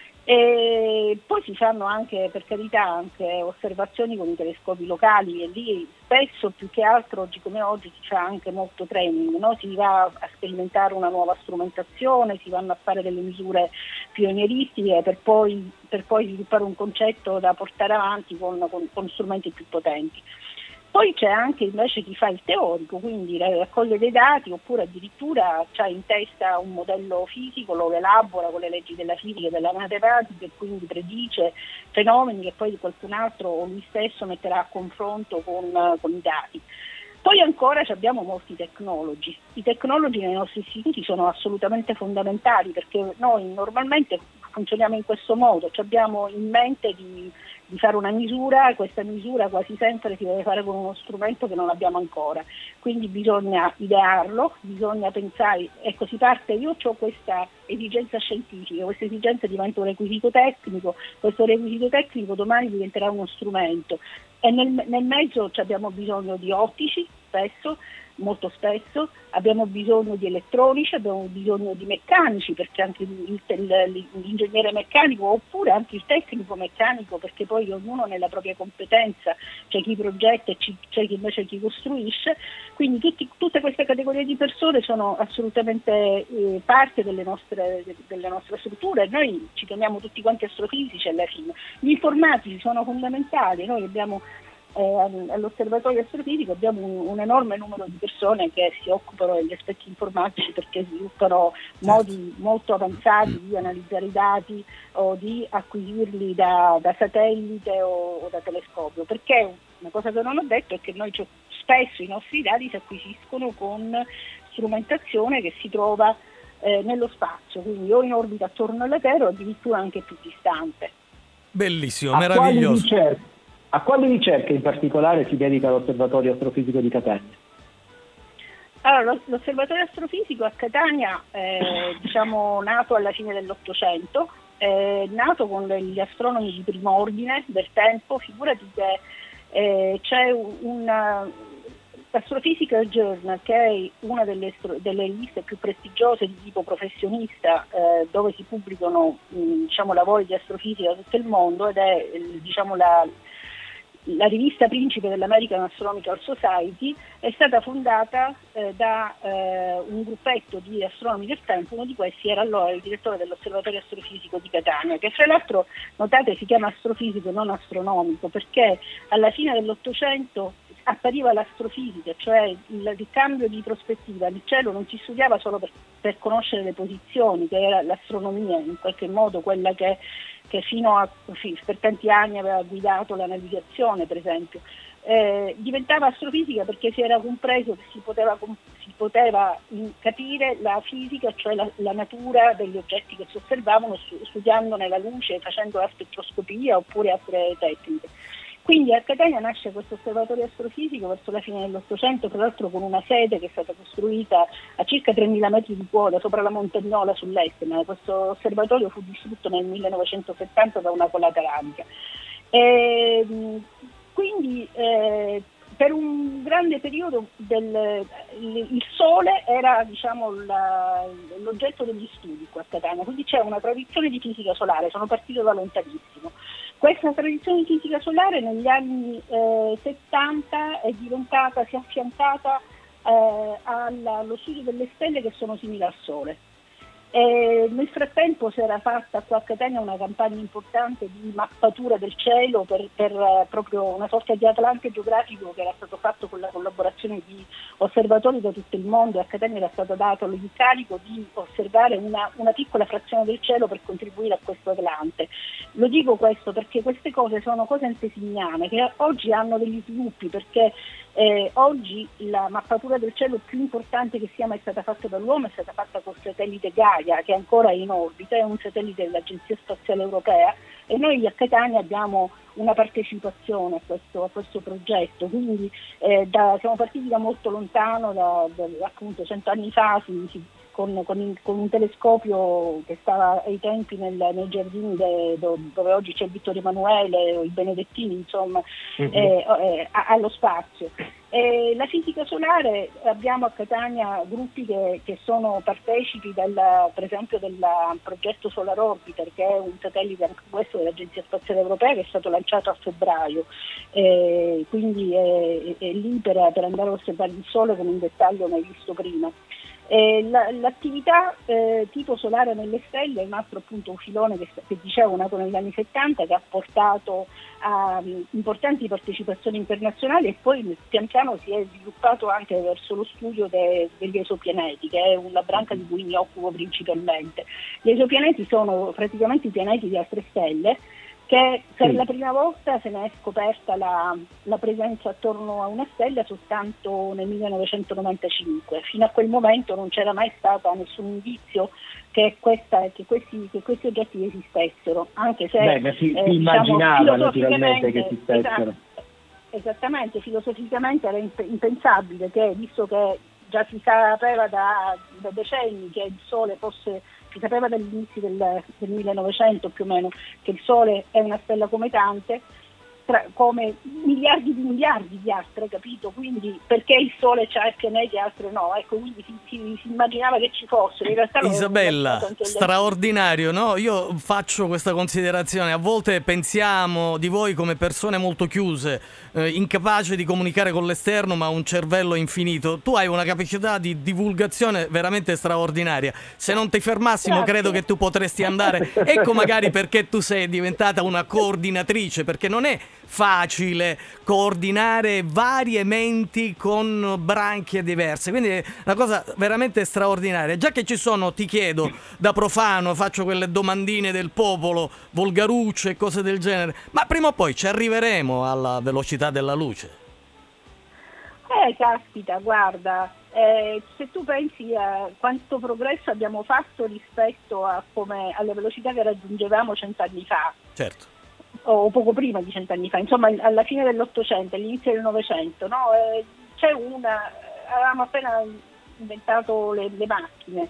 E poi si fanno anche, per carità, anche osservazioni con i telescopi locali e lì spesso più che altro oggi come oggi si fa anche molto training, no? Si va a sperimentare una nuova strumentazione, si vanno a fare delle misure pionieristiche per poi sviluppare un concetto da portare avanti con strumenti più potenti. Poi c'è anche invece chi fa il teorico, quindi raccoglie dei dati oppure addirittura ha in testa un modello fisico, lo elabora con le leggi della fisica e della matematica e quindi predice fenomeni che poi qualcun altro o lui stesso metterà a confronto con i dati. Poi ancora abbiamo molti tecnologi. I tecnologi nei nostri istituti sono assolutamente fondamentali perché noi normalmente funzioniamo in questo modo, abbiamo in mente di fare una misura, questa misura quasi sempre si deve fare con uno strumento che non abbiamo ancora, quindi bisogna idearlo, bisogna pensare, ecco si parte, io ho questa esigenza scientifica, questa esigenza diventa un requisito tecnico, questo requisito tecnico domani diventerà uno strumento e nel mezzo abbiamo bisogno di ottici spesso, molto spesso, abbiamo bisogno di elettronici, abbiamo bisogno di meccanici perché anche l'ingegnere meccanico oppure anche il tecnico meccanico perché poi ognuno nella propria competenza, c'è chi progetta e c'è chi invece chi costruisce, quindi tutte queste categorie di persone sono assolutamente parte delle nostre strutture, noi ci chiamiamo tutti quanti astrofisici alla fine, gli informatici sono fondamentali, noi abbiamo all'osservatorio astrofisico abbiamo un enorme numero di persone che si occupano degli aspetti informatici perché sviluppano modi molto avanzati di analizzare i dati o di acquisirli da satellite o da telescopio, perché una cosa che non ho detto è che noi spesso i nostri dati si acquisiscono con strumentazione che si trova nello spazio, quindi o in orbita attorno alla Terra o addirittura anche più distante. Bellissimo, meraviglioso. A quali ricerche in particolare si dedica l'Osservatorio Astrofisico di Catania? Allora, l'Osservatorio Astrofisico a Catania è nato alla fine dell'Ottocento, è nato con gli astronomi di primo ordine del tempo, figurati che c'è l'Astrophysical Journal, che è una delle riviste più prestigiose di tipo professionista, dove si pubblicano lavori di astrofisica da tutto il mondo ed è la rivista principe dell'American Astronomical Society, è stata fondata da un gruppetto di astronomi del tempo, uno di questi era allora il direttore dell'Osservatorio Astrofisico di Catania, che fra l'altro, notate, si chiama astrofisico e non astronomico, perché alla fine dell'Ottocento appariva l'astrofisica, cioè il cambio di prospettiva. Il cielo non si studiava solo per conoscere le posizioni, che era l'astronomia, in qualche modo quella che per tanti anni aveva guidato la navigazione, per esempio. Diventava astrofisica perché si era compreso che si poteva capire la fisica, cioè la natura degli oggetti che si osservavano studiandone la luce, facendo la spettroscopia oppure altre tecniche. Quindi a Catania nasce questo osservatorio astrofisico verso la fine dell'Ottocento, tra l'altro con una sede che è stata costruita a circa 3.000 metri di quota sopra la Montagnola sull'Etna. Questo osservatorio fu distrutto nel 1970 da una colata arabica. Quindi per un grande periodo il Sole era l'oggetto degli studi qua a Catania, quindi c'è una tradizione di fisica solare, sono partito da lontanissimo. Questa tradizione di fisica solare negli anni 70 si è affiancata allo studio delle stelle che sono simili al Sole. Nel frattempo si era fatta qua a Catania una campagna importante di mappatura del cielo per proprio una sorta di Atlante geografico che era stato fatto con la collaborazione di osservatori da tutto il mondo, e a Catania era stato dato l'incarico di osservare una piccola frazione del cielo per contribuire a questo Atlante. Lo dico questo perché queste cose sono cose antesignane che oggi hanno degli sviluppi, perché Oggi la mappatura del cielo più importante che sia mai stata fatta dall'uomo è stata fatta col satellite Gaia, che è ancora in orbita, è un satellite dell'Agenzia Spaziale Europea, e noi a Catania abbiamo una partecipazione a questo progetto, quindi siamo partiti da molto lontano, appunto 100 anni fa, con un telescopio che stava ai tempi nei giardini dove oggi c'è Vittorio Emanuele o i Benedettini, insomma, allo spazio. La fisica solare, abbiamo a Catania gruppi che sono partecipi per esempio del progetto Solar Orbiter, che è un satellite anche questo dell'Agenzia Spaziale Europea, che è stato lanciato a febbraio, quindi è lì per andare a osservare il Sole con un dettaglio mai visto prima. L'attività tipo solare nelle stelle è un altro appunto un filone che dicevo nato negli anni 70, che ha portato a importanti partecipazioni internazionali, e poi pian piano si è sviluppato anche verso lo studio degli esopianeti, che è una branca di cui mi occupo principalmente. Gli esopianeti sono praticamente i pianeti di altre stelle, che per la prima volta se ne è scoperta la presenza attorno a una stella soltanto nel 1995. Fino a quel momento non c'era mai stato nessun indizio che questi oggetti esistessero, anche se si immaginava naturalmente che esistessero. Esattamente, filosoficamente era impensabile che, visto che già si sapeva da decenni che il Sole si sapeva dall'inizio del 1900 più o meno che il Sole è una stella cometante, come miliardi di altre, capito? Quindi perché il Sole c'ha pianeti e altre no? Ecco, quindi si immaginava che ci fossero. In realtà Isabella, straordinario, no? Io faccio questa considerazione. A volte pensiamo di voi come persone molto chiuse, incapaci di comunicare con l'esterno, ma un cervello infinito. Tu hai una capacità di divulgazione veramente straordinaria. Se non ti fermassimo, credo che tu potresti andare. Ecco magari perché tu sei diventata una coordinatrice, perché non è facile coordinare varie menti con branchie diverse, quindi è una cosa veramente straordinaria. Già che ci sono, ti chiedo, da profano faccio quelle domandine del popolo, volgarucce e cose del genere, ma prima o poi ci arriveremo alla velocità della luce? Caspita, guarda, se tu pensi a quanto progresso abbiamo fatto rispetto alle velocità che raggiungevamo 100 anni fa, certo, o poco prima di 100 anni fa, insomma alla fine dell'Ottocento, all'inizio del Novecento, no? Avevamo appena inventato le macchine.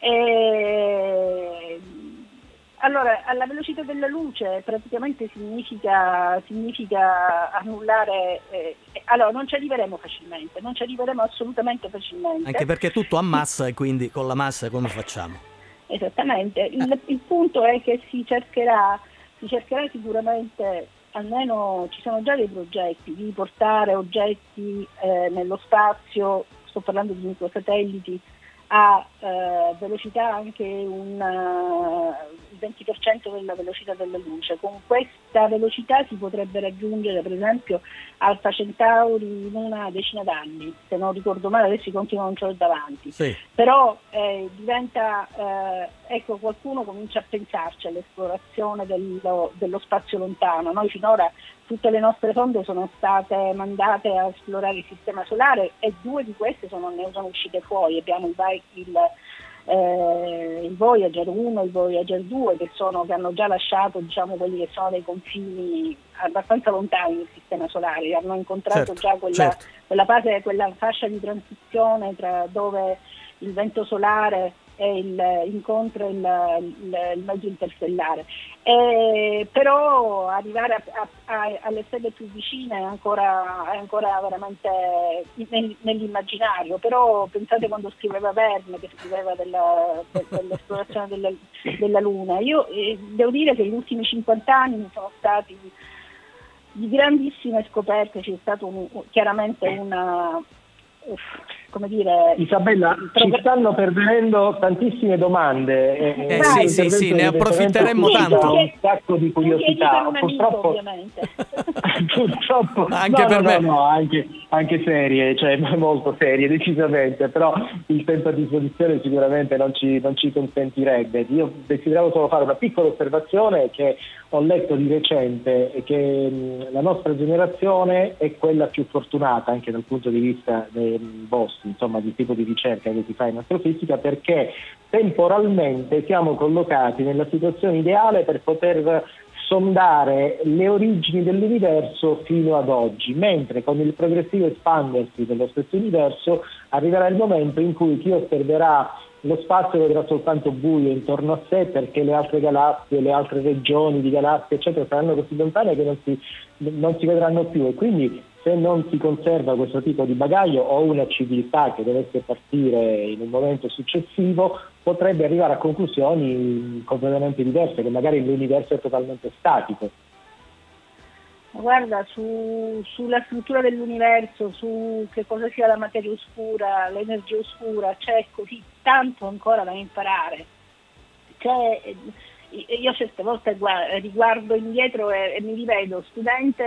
Allora, alla velocità della luce praticamente significa annullare, allora non ci arriveremo facilmente, non ci arriveremo assolutamente facilmente. Anche perché è tutto a massa e quindi con la massa come facciamo? Esattamente, il punto è che si cercherà sicuramente, almeno ci sono già dei progetti di portare oggetti nello spazio, sto parlando di microsatelliti, a velocità anche il 20% della velocità della luce. Con questa velocità si potrebbe raggiungere per esempio Alpha Centauri in una decina d'anni, se non ricordo male, adesso i conti non ce l'ho davanti, sì. Però diventa, ecco, qualcuno comincia a pensarci all'esplorazione dello spazio lontano. Noi finora tutte le nostre sonde sono state mandate a esplorare il sistema solare e 2 di queste ne sono uscite fuori. Abbiamo il Voyager 1 e il Voyager 2 che hanno già lasciato, diciamo, quelli che sono dei confini abbastanza lontani del sistema solare, hanno incontrato già quella fascia di transizione tra dove il vento solare e incontra il mezzo interstellare. Però arrivare alle stelle più vicine è ancora veramente nell'immaginario. Però pensate quando scriveva Verne, che scriveva dell'esplorazione della Luna. Io devo dire che gli ultimi 50 anni sono stati di grandissime scoperte. C'è stato chiaramente come dire... Isabella, ci stanno pervenendo tantissime domande. Sì, ne approfitteremmo tanto. Un sacco di curiosità. Purtroppo, ovviamente. Purtroppo, anche per me. No, anche serie, cioè molto serie, decisamente, però il tempo a disposizione sicuramente non ci consentirebbe. Io desideravo solo fare una piccola osservazione che ho letto di recente, che la nostra generazione è quella più fortunata anche dal punto di vista dei vostri, insomma, di tipo di ricerca che si fa in astrofisica, perché temporalmente siamo collocati nella situazione ideale per poter sondare le origini dell'universo fino ad oggi, mentre con il progressivo espandersi dello stesso universo arriverà il momento in cui chi osserverà lo spazio vedrà soltanto buio intorno a sé, perché le altre galassie, le altre regioni di galassie eccetera saranno così lontane che non si vedranno più, e quindi se non si conserva questo tipo di bagaglio o una civiltà che dovesse partire in un momento successivo potrebbe arrivare a conclusioni completamente diverse, che magari l'universo è totalmente statico. Guarda, sulla struttura dell'universo, su che cosa sia la materia oscura, l'energia oscura, c'è così tanto ancora da imparare. Io certe volte riguardo indietro e mi rivedo studente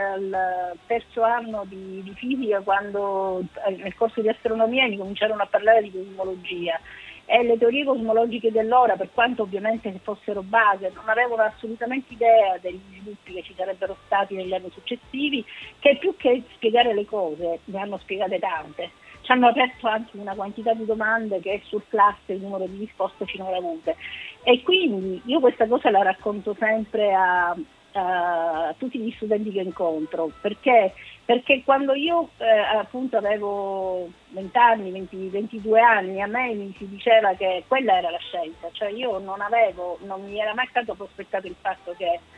al terzo anno di fisica, quando nel corso di astronomia mi cominciarono a parlare di cosmologia. E le teorie cosmologiche dell'ora, per quanto ovviamente fossero base, non avevano assolutamente idea degli sviluppi che ci sarebbero stati negli anni successivi, che più che spiegare le cose ne hanno spiegate tante. Ci hanno aperto anche una quantità di domande che surclasse il numero di risposte finora avute. E quindi io questa cosa la racconto sempre a tutti gli studenti che incontro, perché quando io appunto avevo 20 anni, 22 anni, a me mi si diceva che quella era la scienza, cioè io non mi era mai stato prospettato il fatto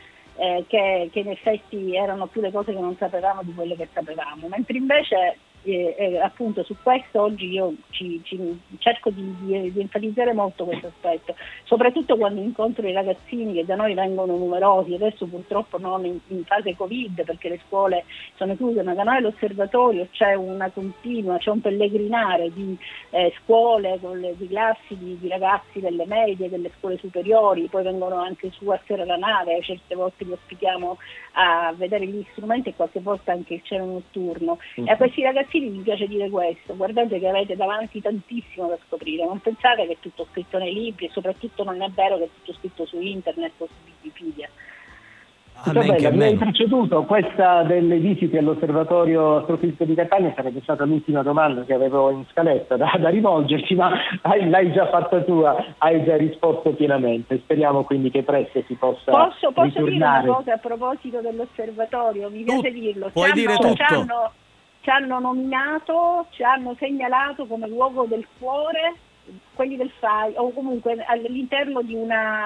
che in effetti erano più le cose che non sapevamo di quelle che sapevamo, mentre invece appunto su questo oggi io cerco di enfatizzare molto questo aspetto, soprattutto quando incontro i ragazzini che da noi vengono numerosi, adesso purtroppo non in fase Covid perché le scuole sono chiuse, ma da noi all'osservatorio c'è un pellegrinare di scuole di classi di ragazzi delle medie, delle scuole superiori, poi vengono anche su a Serra la Nave, certe volte li ospitiamo a vedere gli strumenti e qualche volta anche il cielo notturno. E a questi ragazzini mi piace dire questo: guardate che avete davanti tantissimo da scoprire, non pensate che è tutto scritto nei libri, e soprattutto non è vero che è tutto scritto su internet o su Wikipedia. Isabella, mi hai preceduto, questa delle visite all'osservatorio astrofisico di Catania sarebbe stata l'ultima domanda che avevo in scaletta da rivolgerti, ma l'hai già fatta tua, hai già risposto pienamente. Speriamo quindi che presto si possa Posso ritornare. dire una cosa a proposito dell'osservatorio? Mi piace dirlo. Puoi dire tutto. Ci hanno nominato, ci hanno segnalato come luogo del cuore quelli del FAI, o comunque all'interno di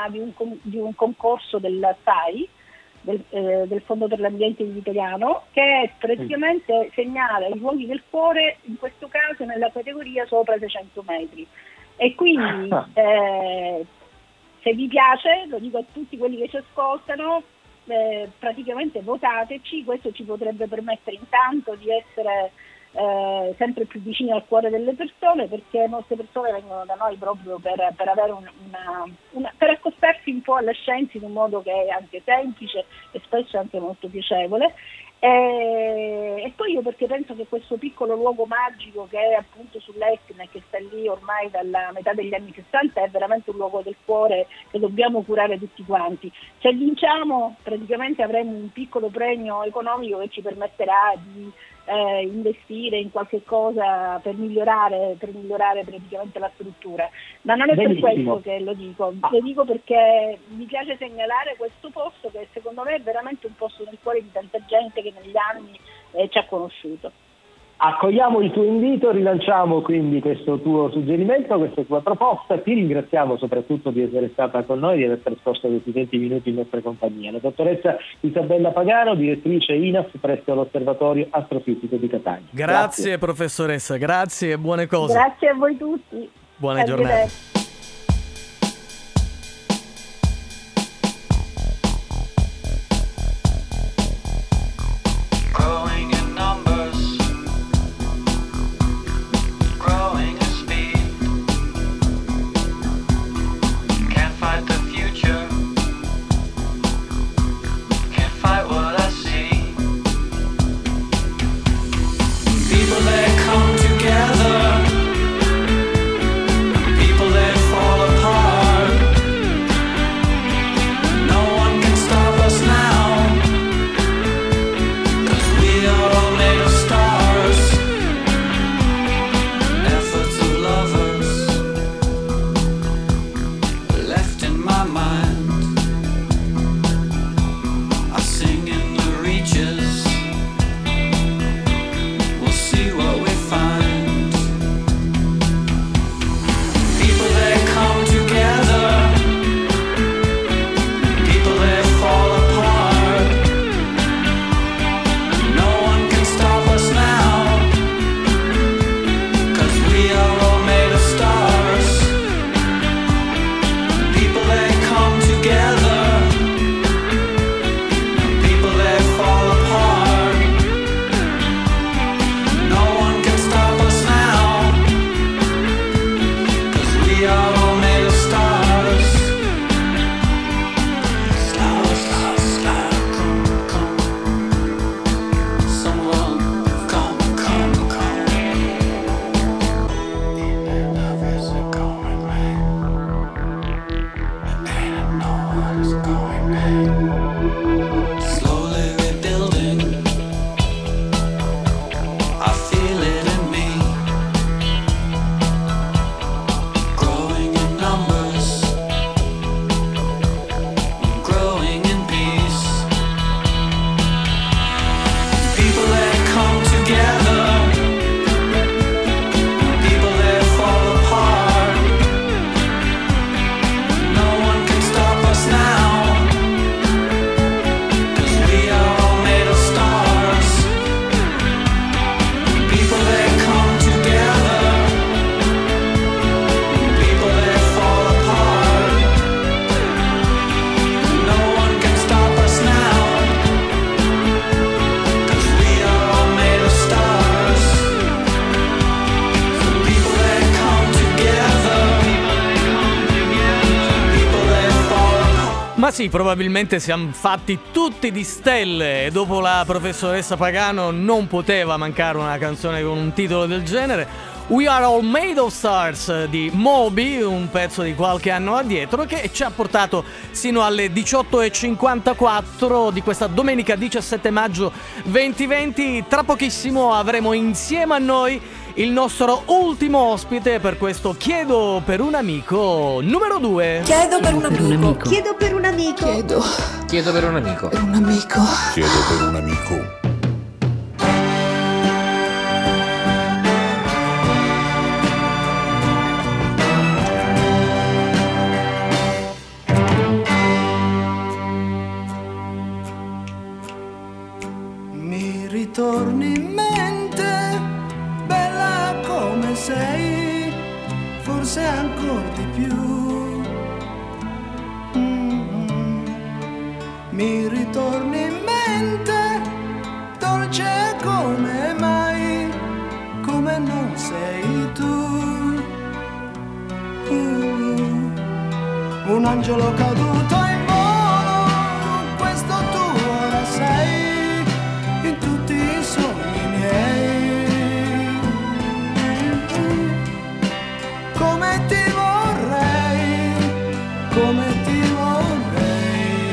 un concorso del FAI, del Fondo per l'Ambiente Italiano, che praticamente segnala i luoghi del cuore, in questo caso nella categoria sopra i 600 metri. E quindi se vi piace, lo dico a tutti quelli che ci ascoltano, praticamente votateci, questo ci potrebbe permettere intanto di essere sempre più vicini al cuore delle persone, perché molte persone vengono da noi proprio per avere per accostarsi un po' alle scienze in un modo che è anche semplice e spesso anche molto piacevole. E poi io perché penso che questo piccolo luogo magico che è appunto sull'Etna e che sta lì ormai dalla metà degli anni 60 è veramente un luogo del cuore che dobbiamo curare tutti quanti. Se vinciamo praticamente avremo un piccolo premio economico che ci permetterà di investire in qualche cosa per migliorare praticamente la struttura, ma non è Benissimo. per questo che lo dico perché mi piace segnalare questo posto che secondo me è veramente un posto nel cuore di tanta gente che negli anni ci ha conosciuto. Accogliamo il tuo invito, rilanciamo quindi questo tuo suggerimento, questa tua proposta. Ti ringraziamo soprattutto di essere stata con noi, di aver trascorso questi 20 minuti in nostra compagnia. La dottoressa Isabella Pagano, direttrice INAF presso l'Osservatorio Astrofisico di Catania. Grazie professoressa, grazie e buone cose. Grazie a voi tutti. Buona giornata. Ma sì, probabilmente siamo fatti tutti di stelle e dopo la professoressa Pagano non poteva mancare una canzone con un titolo del genere. We Are All Made of Stars di Moby, un pezzo di qualche anno addietro che ci ha portato sino alle 18:54 di questa domenica 17 maggio 2020. Tra pochissimo avremo insieme a noi il nostro ultimo ospite per questo Chiedo per un amico numero 2. Chiedo per un amico. Chiedo per un amico. Chiedo per un amico. Per un amico. Chiedo per un amico. Mi ritorni in mente, bella come sei, forse ancor di più. Mi ritorni in mente, dolce come mai, come non sei tu. Un angelo caduto in volo, questo tu ora sei in tutti i sogni miei. Come ti vorrei, come ti vorrei.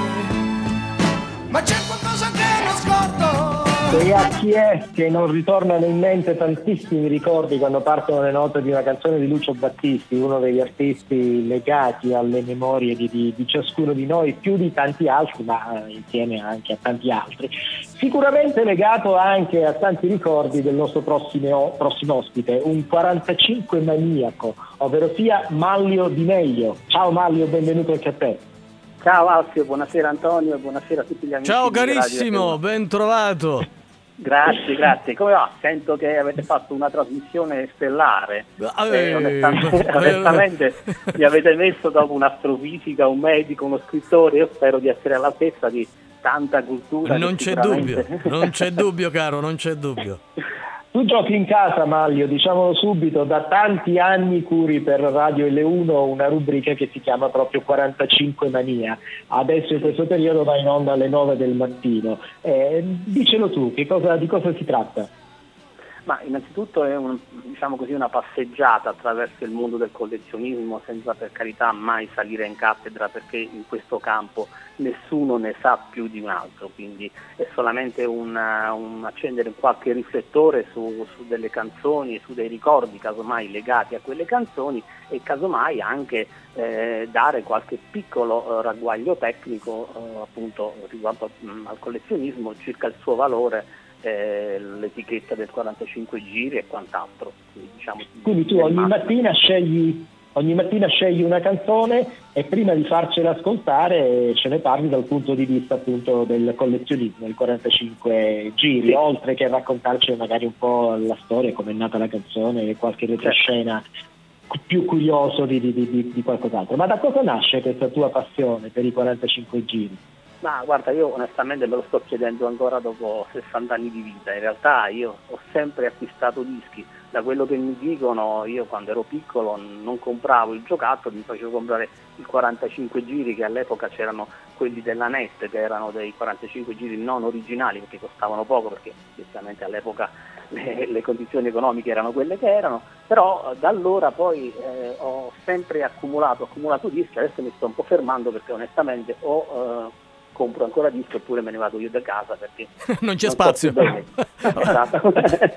Ma c'è qualcosa che non scordo. E a chi è che non ritornano in mente tantissimi ricordi quando partono le note di una canzone di Lucio Battisti, uno degli artisti legati alle memorie di ciascuno di noi, più di tanti altri, ma insieme anche a tanti altri. Sicuramente legato anche a tanti ricordi del nostro prossimo ospite, un 45 maniaco, ovvero sia Manlio Di Meglio. Ciao Manlio, benvenuto anche a te. Ciao Alfio, buonasera Antonio e buonasera a tutti gli amici. Ciao di Radio carissimo, FM. ben trovato. Grazie. Come va? Sento che avete fatto una trasmissione stellare. Onestamente mi avete messo dopo un astrofisica, un medico, uno scrittore. Io spero di essere all'altezza di tanta cultura. Non c'è dubbio, non c'è dubbio caro, non c'è dubbio. Tu giochi in casa, Manlio, diciamolo subito, da tanti anni curi per Radio L1 una rubrica che si chiama proprio 45 Mania. Adesso in questo periodo va in onda alle 9 del mattino. Dicelo tu, di cosa si tratta? Ma innanzitutto è una passeggiata attraverso il mondo del collezionismo, senza per carità mai salire in cattedra, perché in questo campo nessuno ne sa più di un altro, quindi è solamente un accendere qualche riflettore su delle canzoni, su dei ricordi casomai legati a quelle canzoni e casomai anche dare qualche piccolo ragguaglio tecnico appunto riguardo al collezionismo circa il suo valore, l'etichetta del 45 giri e quant'altro. Quindi tu ogni mattina scegli una canzone e prima di farcela ascoltare ce ne parli dal punto di vista appunto del collezionismo, il 45 giri, sì. Oltre che raccontarci magari un po' la storia, come è nata la canzone e qualche retroscena più curioso di qualcos'altro. Ma da cosa nasce questa tua passione per i 45 giri? Ma guarda, io onestamente me lo sto chiedendo ancora dopo 60 anni di vita. In realtà io ho sempre acquistato dischi. Da quello che mi dicono, io quando ero piccolo non compravo il giocattolo, mi facevo comprare il 45 giri, che all'epoca c'erano quelli della NET, che erano dei 45 giri non originali perché costavano poco, perché giustamente all'epoca le condizioni economiche erano quelle che erano. Però da allora poi ho sempre accumulato dischi. Adesso mi sto un po' fermando perché onestamente compro ancora dischi oppure me ne vado io da casa perché non c'è spazio. Esatto.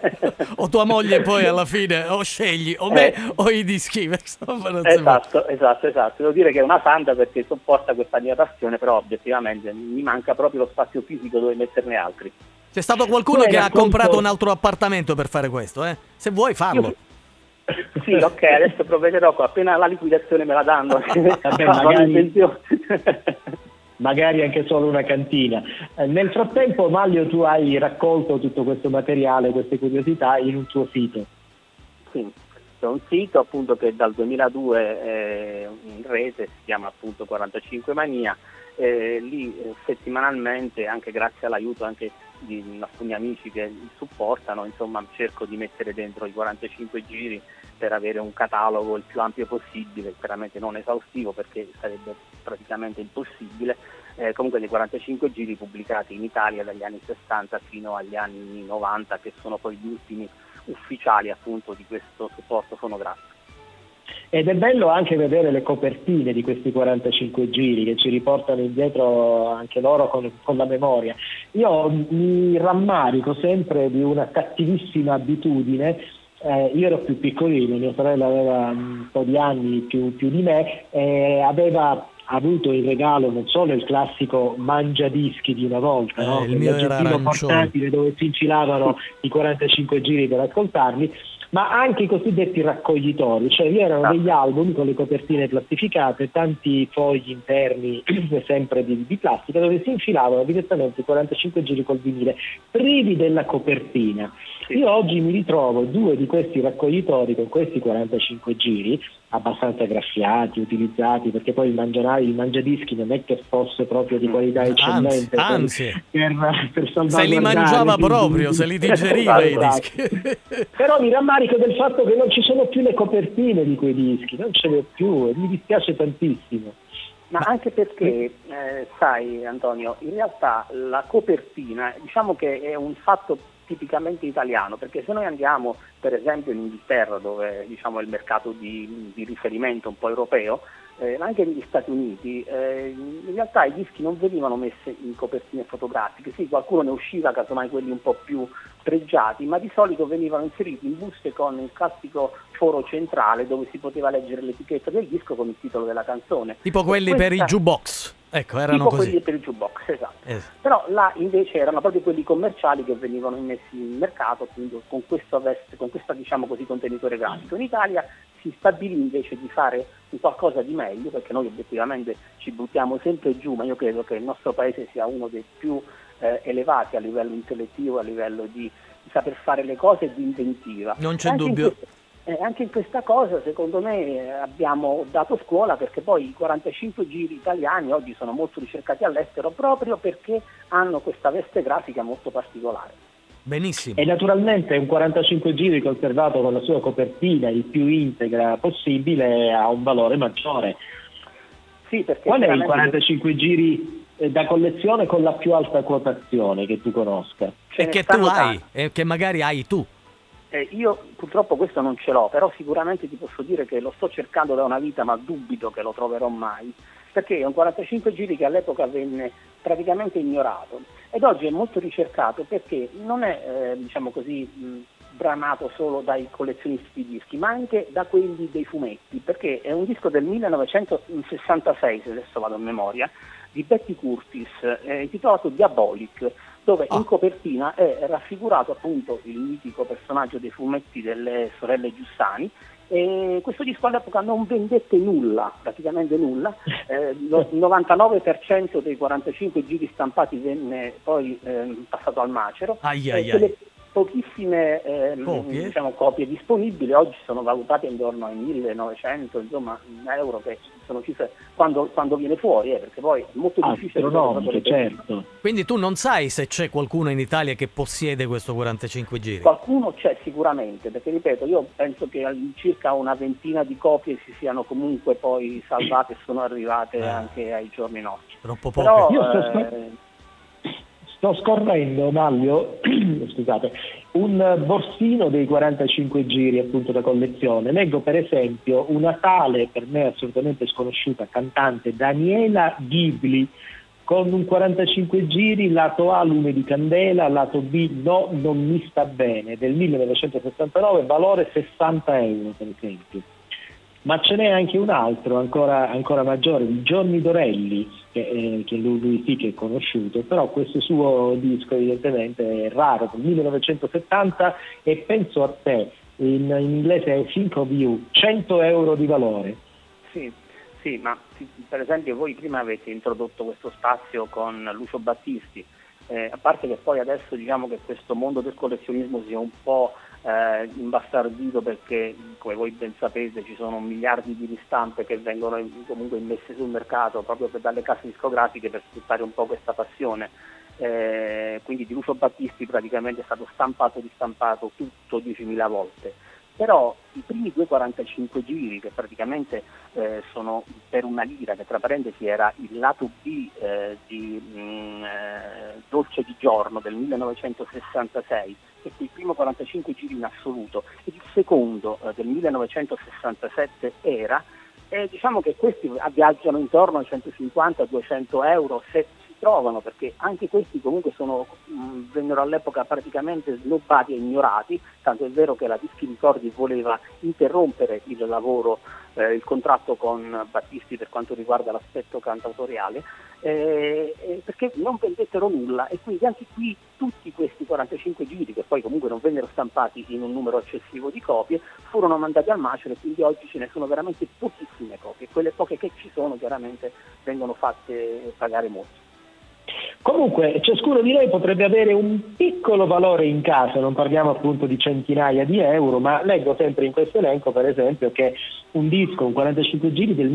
O tua moglie poi alla fine o scegli o me o i dischi. Esatto. Devo dire che è una santa perché sopporta questa mia passione, però obiettivamente mi manca proprio lo spazio fisico dove metterne altri. C'è stato qualcuno che ha comprato un altro appartamento per fare questo, eh? Se vuoi farlo. Sì, ok, adesso provvederò appena la liquidazione me la danno. Magari anche solo una cantina. Nel frattempo, Manlio, tu hai raccolto tutto questo materiale, queste curiosità in un tuo sito. Sì, c'è un sito appunto che dal 2002 in rete si chiama appunto 45 Mania. Lì settimanalmente, anche grazie all'aiuto anche di alcuni amici che mi supportano, insomma cerco di mettere dentro i 45 giri per avere un catalogo il più ampio possibile, chiaramente non esaustivo perché sarebbe praticamente impossibile, comunque dei 45 giri pubblicati in Italia dagli anni 60 fino agli anni 90, che sono poi gli ultimi ufficiali appunto di questo supporto fonografico. Ed è bello anche vedere le copertine di questi 45 giri che ci riportano indietro anche loro con la memoria. Io mi rammarico sempre di una cattivissima abitudine. Io ero più piccolino, mia sorella aveva un po' di anni più di me e aveva avuto in regalo non solo il classico mangiadischi di una volta, no? Il mio era arancione, portatile dove si infilavano i 45 giri per ascoltarli, ma anche i cosiddetti raccoglitori, cioè vi erano degli album con le copertine plastificate, tanti fogli interni sempre di plastica, dove si infilavano direttamente i 45 giri col vinile, privi della copertina. Io oggi mi ritrovo 2 di questi raccoglitori con questi 45 giri, abbastanza graffiati, utilizzati, perché poi il mangiadischi non è che fosse proprio di qualità eccellente, anzi. Per se li mangiava proprio, se li digeriva i dischi. Però mi rammarico del fatto che non ci sono più le copertine di quei dischi, non ce le ho più, e mi dispiace tantissimo. Ma anche perché, sai Antonio, in realtà la copertina, diciamo che è un fatto tipicamente italiano, perché se noi andiamo per esempio in Inghilterra, dove diciamo è il mercato di riferimento un po' europeo, anche negli Stati Uniti, in realtà i dischi non venivano messi in copertine fotografiche, sì, qualcuno ne usciva, casomai quelli un po' più pregiati, ma di solito venivano inseriti in buste con il classico foro centrale dove si poteva leggere l'etichetta del disco con il titolo della canzone. Tipo quelli per i jukebox. Ecco, erano tipo così. Quelli per il jukebox, esatto. Però là invece erano proprio quelli commerciali che venivano immessi in mercato, appunto, con questa diciamo così contenitore grafico. In Italia si stabilì invece di fare un qualcosa di meglio, perché noi obiettivamente ci buttiamo sempre giù, ma io credo che il nostro paese sia uno dei più elevati a livello intellettivo, a livello di saper fare le cose e di inventiva. Non c'è dubbio. Anche in questa cosa secondo me abbiamo dato scuola, perché poi i 45 giri italiani oggi sono molto ricercati all'estero proprio perché hanno questa veste grafica molto particolare. Benissimo. E naturalmente un 45 giri conservato con la sua copertina il più integra possibile ha un valore maggiore. Sì, perché qual è il 45 giri da collezione con la più alta quotazione che tu conosca? E che tu hai, e che magari hai tu. Io purtroppo questo non ce l'ho, però sicuramente ti posso dire che lo sto cercando da una vita, ma dubito che lo troverò mai, perché è un 45 giri che all'epoca venne praticamente ignorato ed oggi è molto ricercato perché non è diciamo così bramato solo dai collezionisti di dischi, ma anche da quelli dei fumetti, perché è un disco del 1966, se adesso vado a memoria, di Betty Curtis, intitolato Diabolic, dove in copertina è raffigurato appunto il mitico personaggio dei fumetti delle sorelle Giussani. E questo disco all'epoca non vendette nulla, praticamente nulla, il 99% dei 45 giri stampati venne poi passato al macero. Quelle pochissime copie disponibili oggi sono valutate intorno ai 1.900 euro, che sono cifre quando viene fuori, perché poi è molto difficile. Certo. Quindi tu non sai se c'è qualcuno in Italia che possiede questo 45 giri? Qualcuno c'è sicuramente, perché ripeto, io penso che circa una ventina di copie si siano comunque poi salvate e sono arrivate anche ai giorni nostri. Troppo poche. Però, io sto scorrendo, Maglio, scusate, un borsino dei 45 giri appunto da collezione. Leggo per esempio una tale, per me assolutamente sconosciuta, cantante Daniela Ghibli, con un 45 giri, lato A Lume di Candela, lato B No, non mi sta bene, del 1969, valore 60 euro per esempio. Ma ce n'è anche un altro ancora maggiore, di Johnny Dorelli, che lui sì che è conosciuto, però questo suo disco evidentemente è raro, del 1970, e penso a te, in inglese è Think of You, 100 euro di valore. Sì, ma per esempio voi prima avete introdotto questo spazio con Lucio Battisti, a parte che poi adesso diciamo che questo mondo del collezionismo sia un po' imbastardito, perché come voi ben sapete ci sono miliardi di ristampe che vengono comunque immesse sul mercato proprio dalle case discografiche per sfruttare un po' questa passione, quindi di Lucio Battisti praticamente è stato stampato e ristampato tutto 10.000 volte. però i primi 2,45 giri, che praticamente sono per una lira, che tra parentesi era il lato B di Dolce di Giorno del 1966, che fu il primo 45 giri in assoluto, e il secondo del 1967 era, diciamo che questi viaggiano intorno ai 150-200 euro se si trovano, perché anche questi comunque vennero all'epoca praticamente snobbati e ignorati, tanto è vero che la Dischi Ricordi voleva interrompere il lavoro, il contratto con Battisti per quanto riguarda l'aspetto cantautoriale, perché non vendettero nulla, e quindi anche qui tutti questi 45 giri, che poi comunque non vennero stampati in un numero eccessivo di copie, furono mandati al macero, e quindi oggi ce ne sono veramente pochissime copie. Quelle poche che ci sono chiaramente vengono fatte pagare molto. Comunque ciascuno di noi potrebbe avere un piccolo valore in casa, non parliamo appunto di centinaia di euro, ma leggo sempre in questo elenco per esempio che un disco, un 45 giri del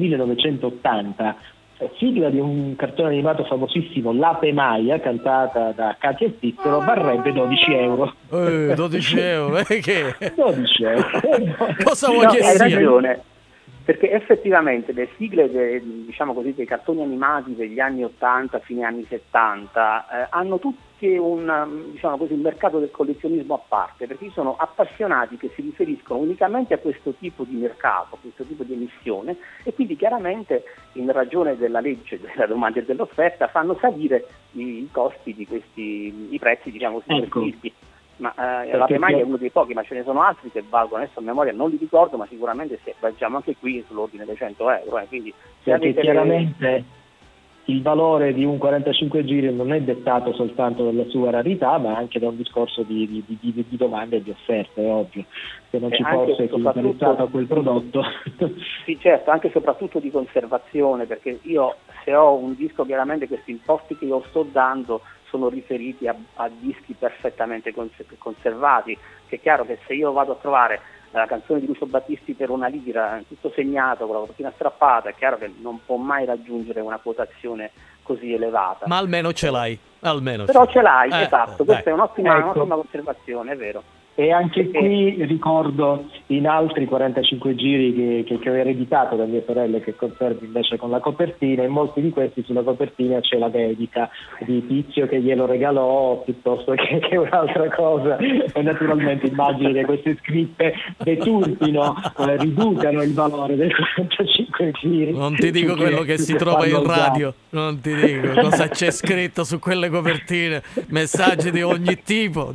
1980, sigla di un cartone animato famosissimo, L'Ape Maia, cantata da Katia Stizzero, varrebbe 12 euro. 12 euro, che? 12 euro. Cosa vuoi che hai sia? ragione, perché effettivamente le sigle diciamo così, dei cartoni animati degli anni 80, fine anni 70, hanno tutti diciamo così, un mercato del collezionismo a parte, perché ci sono appassionati che si riferiscono unicamente a questo tipo di mercato, a questo tipo di emissione, e quindi chiaramente in ragione della legge della domanda e dell'offerta fanno salire i costi di questi, i prezzi, diciamo così, ecco. di questi. Ma l'Ape Maia è uno dei pochi, ma ce ne sono altri che valgono, adesso a memoria non li ricordo, ma sicuramente viaggiamo anche qui sull'ordine dei 100 euro, quindi perché chiaramente il valore di un 45 giri non è dettato soltanto dalla sua rarità, ma anche da un discorso di domande e di offerte, è ovvio. Se non ci fosse chi è interessato a quel prodotto. Sì, certo, anche e soprattutto di conservazione, perché io se ho un disco, chiaramente questi importi che io sto dando sono riferiti a dischi perfettamente conservati, che è chiaro che se io vado a trovare la canzone di Lucio Battisti per una lira, tutto segnato con la copertina strappata, è chiaro che non può mai raggiungere una quotazione così elevata. Ma almeno ce l'hai, Però ce l'hai, esatto, questa è un'ottima Ecco. conservazione, è vero. E anche qui ricordo in altri 45 giri che ho ereditato da mie sorelle, che conservo invece con la copertina, e molti di questi sulla copertina c'è la dedica di Tizio che glielo regalò, piuttosto che un'altra cosa, e naturalmente immagino che queste scritte deturpino, riducano il valore del 45 giri. Non ti dico quello che si trova in radio, non ti dico cosa c'è scritto su quelle copertine, messaggi di ogni tipo,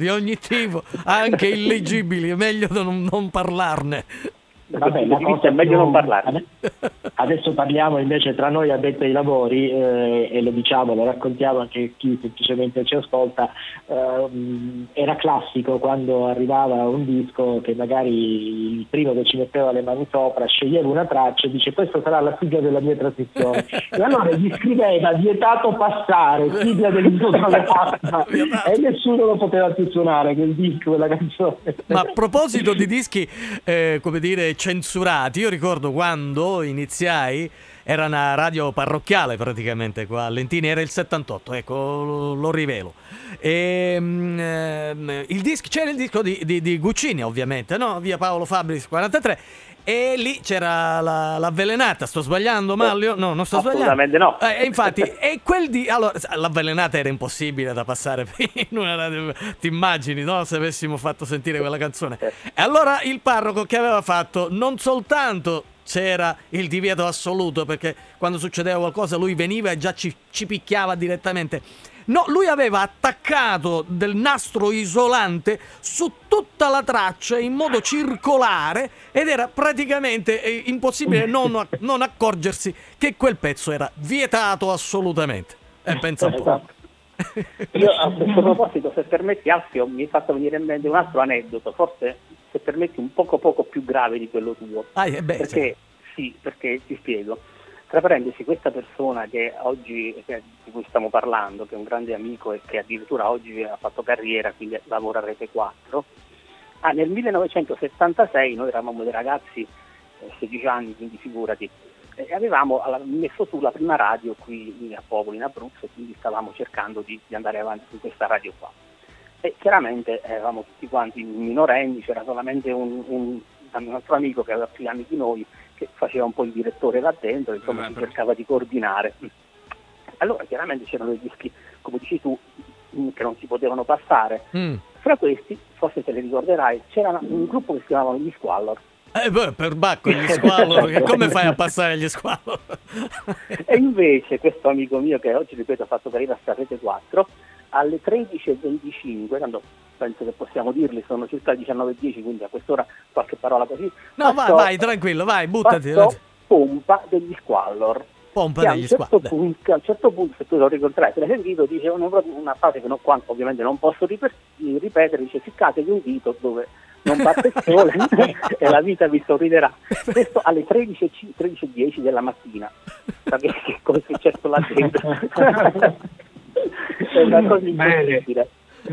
anche illegibili, è meglio non parlarne. Vabbè, la cosa è meglio non parlarne. Adesso parliamo invece tra noi addetti ai lavori, e lo diciamo, lo raccontiamo anche a chi semplicemente ci ascolta. Era classico quando arrivava un disco che magari il primo che ci metteva le mani sopra sceglieva una traccia e dice: questa sarà la sigla della mia trasmissione, e allora gli scriveva vietato passare, sigla del mio programma, e nessuno lo poteva più suonare quel disco, quella canzone. Ma a proposito di dischi come dire censurati, io ricordo quando iniziai, era una radio parrocchiale praticamente qua a Lentini, era il 78, ecco, lo rivelo. C'era il disco di Guccini, ovviamente, no? Via Paolo Fabris 43, e lì c'era l'avvelenata. Sto sbagliando, Manlio? No, non sto sbagliando. Assolutamente no. Infatti, e allora, l'avvelenata era impossibile da passare in una radio, ti immagini, no? Se avessimo fatto sentire quella canzone. E allora il parroco che aveva fatto, non soltanto c'era il divieto assoluto, perché quando succedeva qualcosa lui veniva e già ci picchiava direttamente. No, lui aveva attaccato del nastro isolante su tutta la traccia in modo circolare, ed era praticamente impossibile non accorgersi che quel pezzo era vietato assolutamente. Pensa un po'. Io a questo proposito, se permetti, Alfio, mi è fatto venire in mente un altro aneddoto, forse, se permetti, un poco più grave di quello tuo. Perché ti spiego. Tra parentesi, questa persona che oggi di cui stiamo parlando, che è un grande amico e che addirittura oggi ha fatto carriera, quindi lavora a Rete 4, nel 1976 noi eravamo dei ragazzi, 16 anni, quindi figurati, e avevamo messo su la prima radio qui a Popoli, in Abruzzo, e quindi stavamo cercando di andare avanti su questa radio qua. E chiaramente eravamo tutti quanti minorenni, c'era solamente un da un altro amico che aveva più anni di noi, che faceva un po' il direttore là dentro, insomma si cercava di coordinare. Allora chiaramente c'erano dei dischi, come dici tu, che non si potevano passare. Fra questi, forse te li ricorderai, c'era un gruppo che si chiamavano gli Squallor. Per Bacco gli Squallor, che come fai a passare gli Squallor? E invece questo amico mio, che oggi ripeto ha fatto carriera a Rete 4, alle 13:25, quando penso che possiamo dirli, sono circa le 19:10, quindi a quest'ora qualche parola così. No, vai, tranquillo, vai, buttati. Pompa degli Squallor. Pompa degli Squallor. A un certo punto, se tu lo ricorderai, se l'hai sentito, dice una frase che ovviamente non posso ripetere, dice: ficcatevi un dito dove non batte il sole e la vita vi sorriderà. Questo alle 13:10 della mattina. Sapete che cosa è successo là dentro? È una cosa impossibile.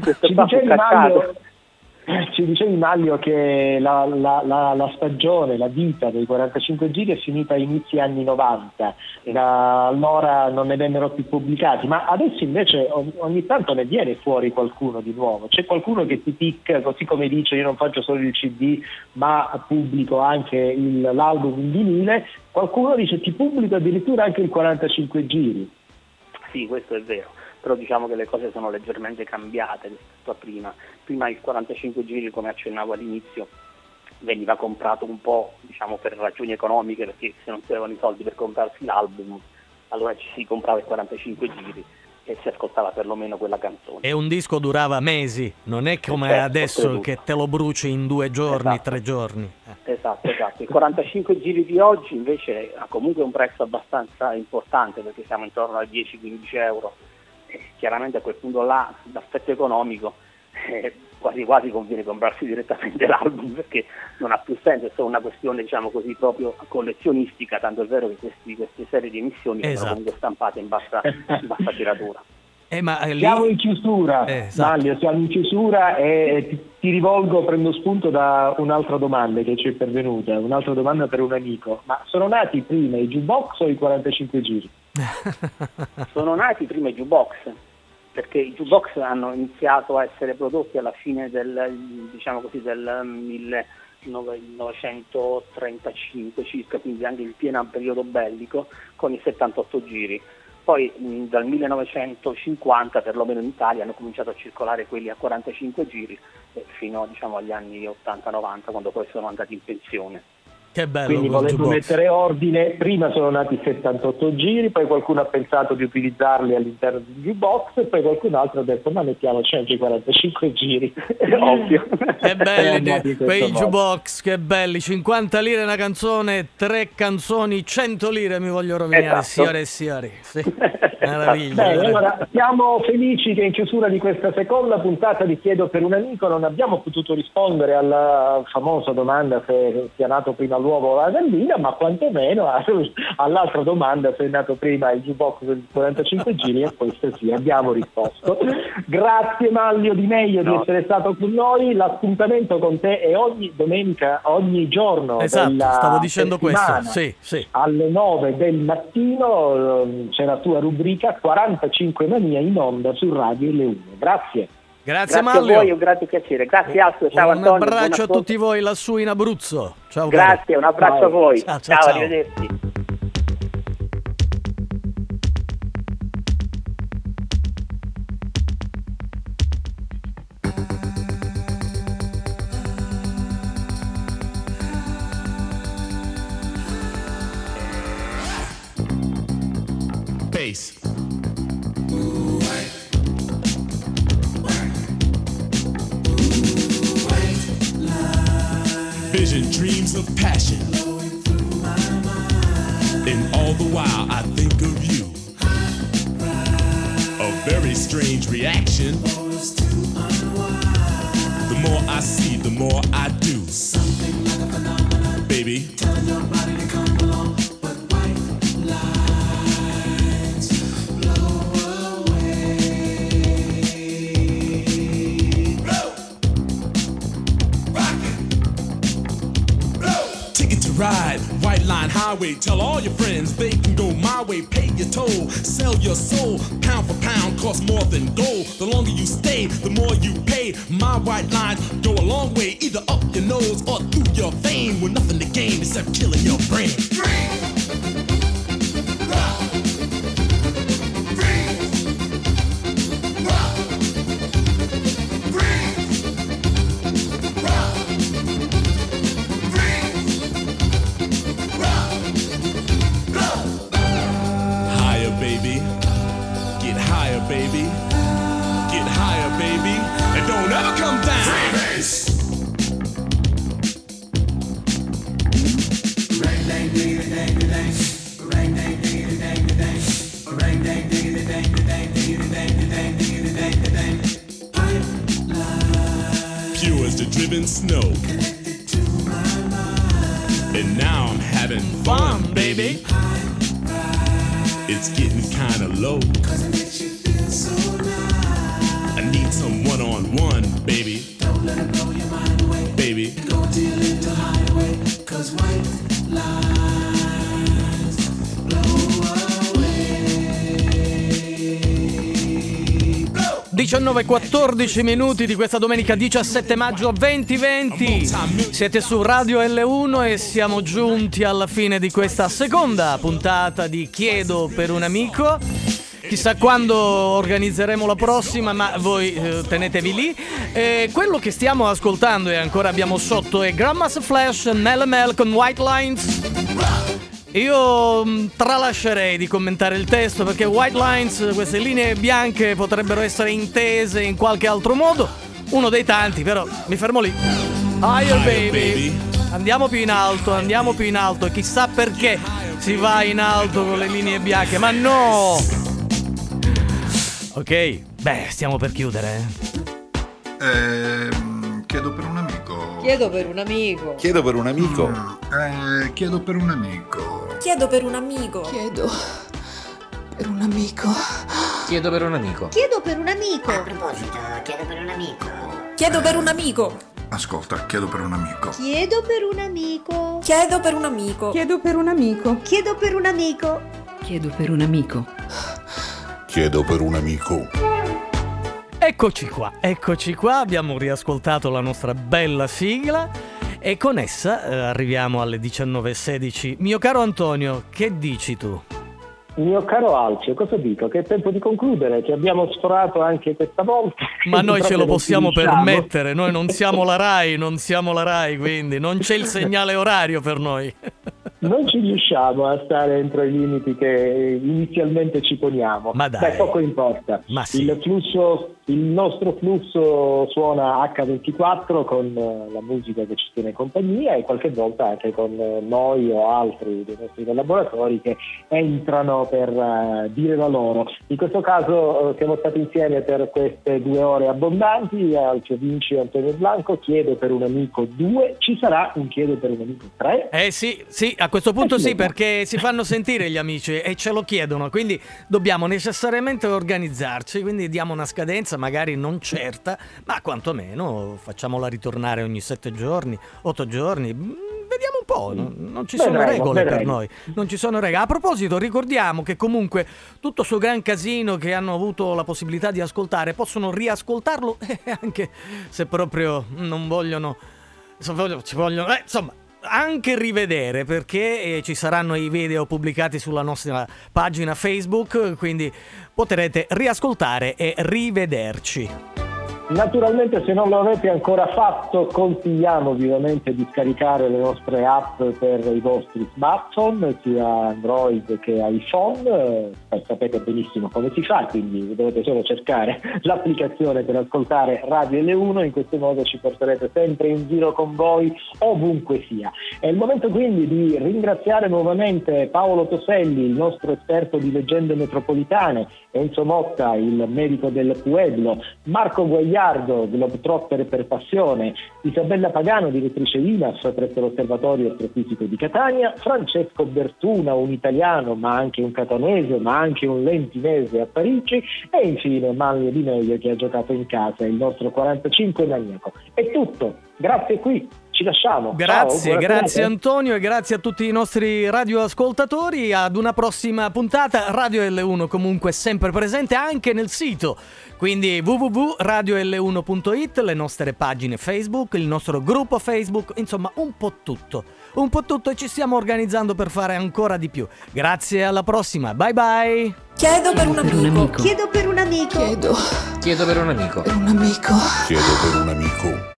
Ci dicevi Maglio che la stagione, la vita dei 45 giri è finita a inizi anni 90, da allora non ne vennero più pubblicati, ma adesso invece ogni tanto ne viene fuori qualcuno di nuovo, c'è qualcuno che ti picca, così come dice io non faccio solo il CD ma pubblico anche l'album in vinile, qualcuno dice ti pubblico addirittura anche il 45 giri. Sì, questo è vero. Però diciamo che le cose sono leggermente cambiate rispetto a prima. Prima il 45 giri, come accennavo all'inizio, veniva comprato un po', diciamo, per ragioni economiche, perché se non si avevano i soldi per comprarsi l'album, allora ci si comprava il 45 giri e si ascoltava perlomeno quella canzone. E un disco durava mesi, non è come adesso che te lo bruci in 2 giorni, 3 giorni. Esatto. Il 45 giri di oggi invece ha comunque un prezzo abbastanza importante, perché siamo intorno ai 10-15 euro. Chiaramente a quel punto là, l'aspetto economico, quasi conviene comprarsi direttamente l'album, perché non ha più senso, è solo una questione, diciamo così, proprio collezionistica, tanto è vero che queste serie di emissioni sono comunque stampate in bassa tiratura. Siamo in chiusura, Maglio, siamo in chiusura e ti rivolgo, prendo spunto da un'altra domanda che ci è pervenuta, un'altra domanda per un amico. Ma sono nati prima i jukebox o i 45 giri? Sono nati prima i jukebox, perché i jukebox hanno iniziato a essere prodotti alla fine del 1935 circa, quindi anche il pieno periodo bellico, con i 78 giri. Poi dal 1950, perlomeno in Italia, hanno cominciato a circolare quelli a 45 giri fino agli anni 80-90, quando poi sono andati in pensione. Che bello. Quindi volendo mettere ordine, prima sono nati 78 giri, poi qualcuno ha pensato di utilizzarli all'interno di jukebox e poi qualcun altro ha detto ma mettiamoci anche i 45 giri. Ovvio. Che belli quei jukebox, che belli, 50 lire una canzone, 3 canzoni, 100 lire mi voglio rovinare, signore e signori. Sì. Meraviglia. Bene, allora siamo felici che in chiusura di questa seconda puntata di Chiedo per un amico non abbiamo potuto rispondere alla famosa domanda se sia nato prima l'uovo o la gallina, ma quantomeno all'altra domanda se è nato prima il jukebox del 45 giri, e questa sì, abbiamo risposto. Grazie Maglio Di Meglio di essere stato con noi, l'appuntamento con te è ogni domenica, ogni giorno. Esatto, stavo dicendo questo, sì. Alle 9 del mattino c'è la tua rubrica 45 Mania in onda su Radio L1. Grazie. Grazie Maglio. A voi, un grande piacere. Grazie Alfio, ciao Antonio. Un abbraccio a tutti voi lassù in Abruzzo. Ciao. Grazie, caro. Un abbraccio a voi. Ciao. Arrivederci. Bass. Vision, dreams of passion, and all the while I think of you. A very strange reaction. The more I see, the more I do. Baby, tell your body to come along, but white lights blow away. Blow, rock it, blow. Ticket to ride, White Line Highway. Tell all your friends they can go my highway, pay your toll, sell your soul, pound for pound, cost more than gold. The longer you stay, the more you pay. My white lines go a long way, either up your nose or through your vein, with nothing to gain except killing your brain. Baby, get higher, baby, and don't ever come down. Freebase. Ring dang ding dang dang, ring dang ding dang dang, ring dang ding dang dang dang dang dang dang. Pure as the driven snow. And now I'm having fun, baby. It's getting kinda low. I need some one-on-one, baby. Don't let it blow your mind away, baby. Go deal it the highway, 'cause white lines blow away. 19:14 minuti di questa domenica 17 maggio 2020. Siete su Radio L1 e siamo giunti alla fine di questa seconda puntata di Chiedo per un amico. Chissà quando organizzeremo la prossima, ma voi tenetevi lì. Quello che stiamo ascoltando e ancora abbiamo sotto è Grandmaster Flash, Melle Mel con White Lines. Io tralascerei di commentare il testo perché White Lines, queste linee bianche, potrebbero essere intese in qualche altro modo. Uno dei tanti, però mi fermo lì. Higher baby. Andiamo più in alto, e chissà perché si va in alto con le linee bianche, ma no! Ok, beh, stiamo per chiudere. Chiedo per un amico. Chiedo per un amico. Chiedo per un amico. Chiedo per un amico. Chiedo per un amico. Chiedo per un amico. Chiedo per un amico. Chiedo per un amico. A proposito, chiedo per un amico. Chiedo per un amico. Ascolta, chiedo per un amico. Chiedo per un amico. Chiedo per un amico. Chiedo per un amico. Chiedo per un amico. Chiedo per un amico. Chiedo per un amico. Eccoci qua, abbiamo riascoltato la nostra bella sigla e con essa arriviamo alle 19:16. Mio caro Antonio, che dici tu? Mio caro Alcio, cosa dico? Che è tempo di concludere, che abbiamo sforato anche questa volta. Ma noi ce lo possiamo permettere, noi non siamo la Rai, quindi non c'è il segnale orario per noi. Non ci riusciamo a stare entro i limiti che inizialmente ci poniamo. Ma dai. Beh, poco importa. Ma sì. Il nostro flusso suona H24 con la musica che ci tiene compagnia e qualche volta anche con noi o altri dei nostri collaboratori che entrano per dire la loro. In questo caso siamo stati insieme per queste 2 ore abbondanti. Alcio Vinci e Antonio Blanco. Chiedo per un amico 2. Ci sarà un chiedo per un amico 3? Sì, a questo punto sì, perché si fanno sentire gli amici e ce lo chiedono, quindi dobbiamo necessariamente organizzarci, quindi diamo una scadenza magari non certa, ma quantomeno facciamola ritornare ogni 7 giorni, 8 giorni, vediamo un po', non ci sono regole per noi, non ci sono regole. A proposito, ricordiamo che comunque tutto sto gran casino che hanno avuto la possibilità di ascoltare possono riascoltarlo anche se proprio non vogliono, ci vogliono, insomma, anche rivedere, perché ci saranno i video pubblicati sulla nostra pagina Facebook, quindi potrete riascoltare e rivederci. Naturalmente, se non lo avete ancora fatto, consigliamo vivamente di scaricare le nostre app per i vostri smartphone, sia Android che iPhone. Sapete benissimo come si fa, quindi dovete solo cercare l'applicazione per ascoltare Radio L1. In questo modo ci porterete sempre in giro con voi ovunque sia. È il momento quindi di ringraziare nuovamente Paolo Toselli, il nostro esperto di leggende metropolitane, Enzo Motta, il medico del Pueblo, Marco Guagliardo, Globetrotter per passione, Isabella Pagano, direttrice INAF presso l'Osservatorio Astrofisico di Catania, Francesco Bertuna, un italiano ma anche un catanese ma anche un lentinese a Parigi, e infine Manlio Di Meglio, che ha giocato in casa il nostro 45 maniaco. È tutto, grazie qui, ci lasciamo. Grazie, Ciao, grazie Antonio e grazie a tutti i nostri radioascoltatori. Ad una prossima puntata. Radio L1 comunque sempre presente anche nel sito, quindi www.radiol1.it, le nostre pagine Facebook, il nostro gruppo Facebook, insomma un po' tutto e ci stiamo organizzando per fare ancora di più. Grazie, alla prossima, bye bye. Chiedo per un amico. Chiedo per un amico. Chiedo per un amico. Per un amico. Chiedo per un amico.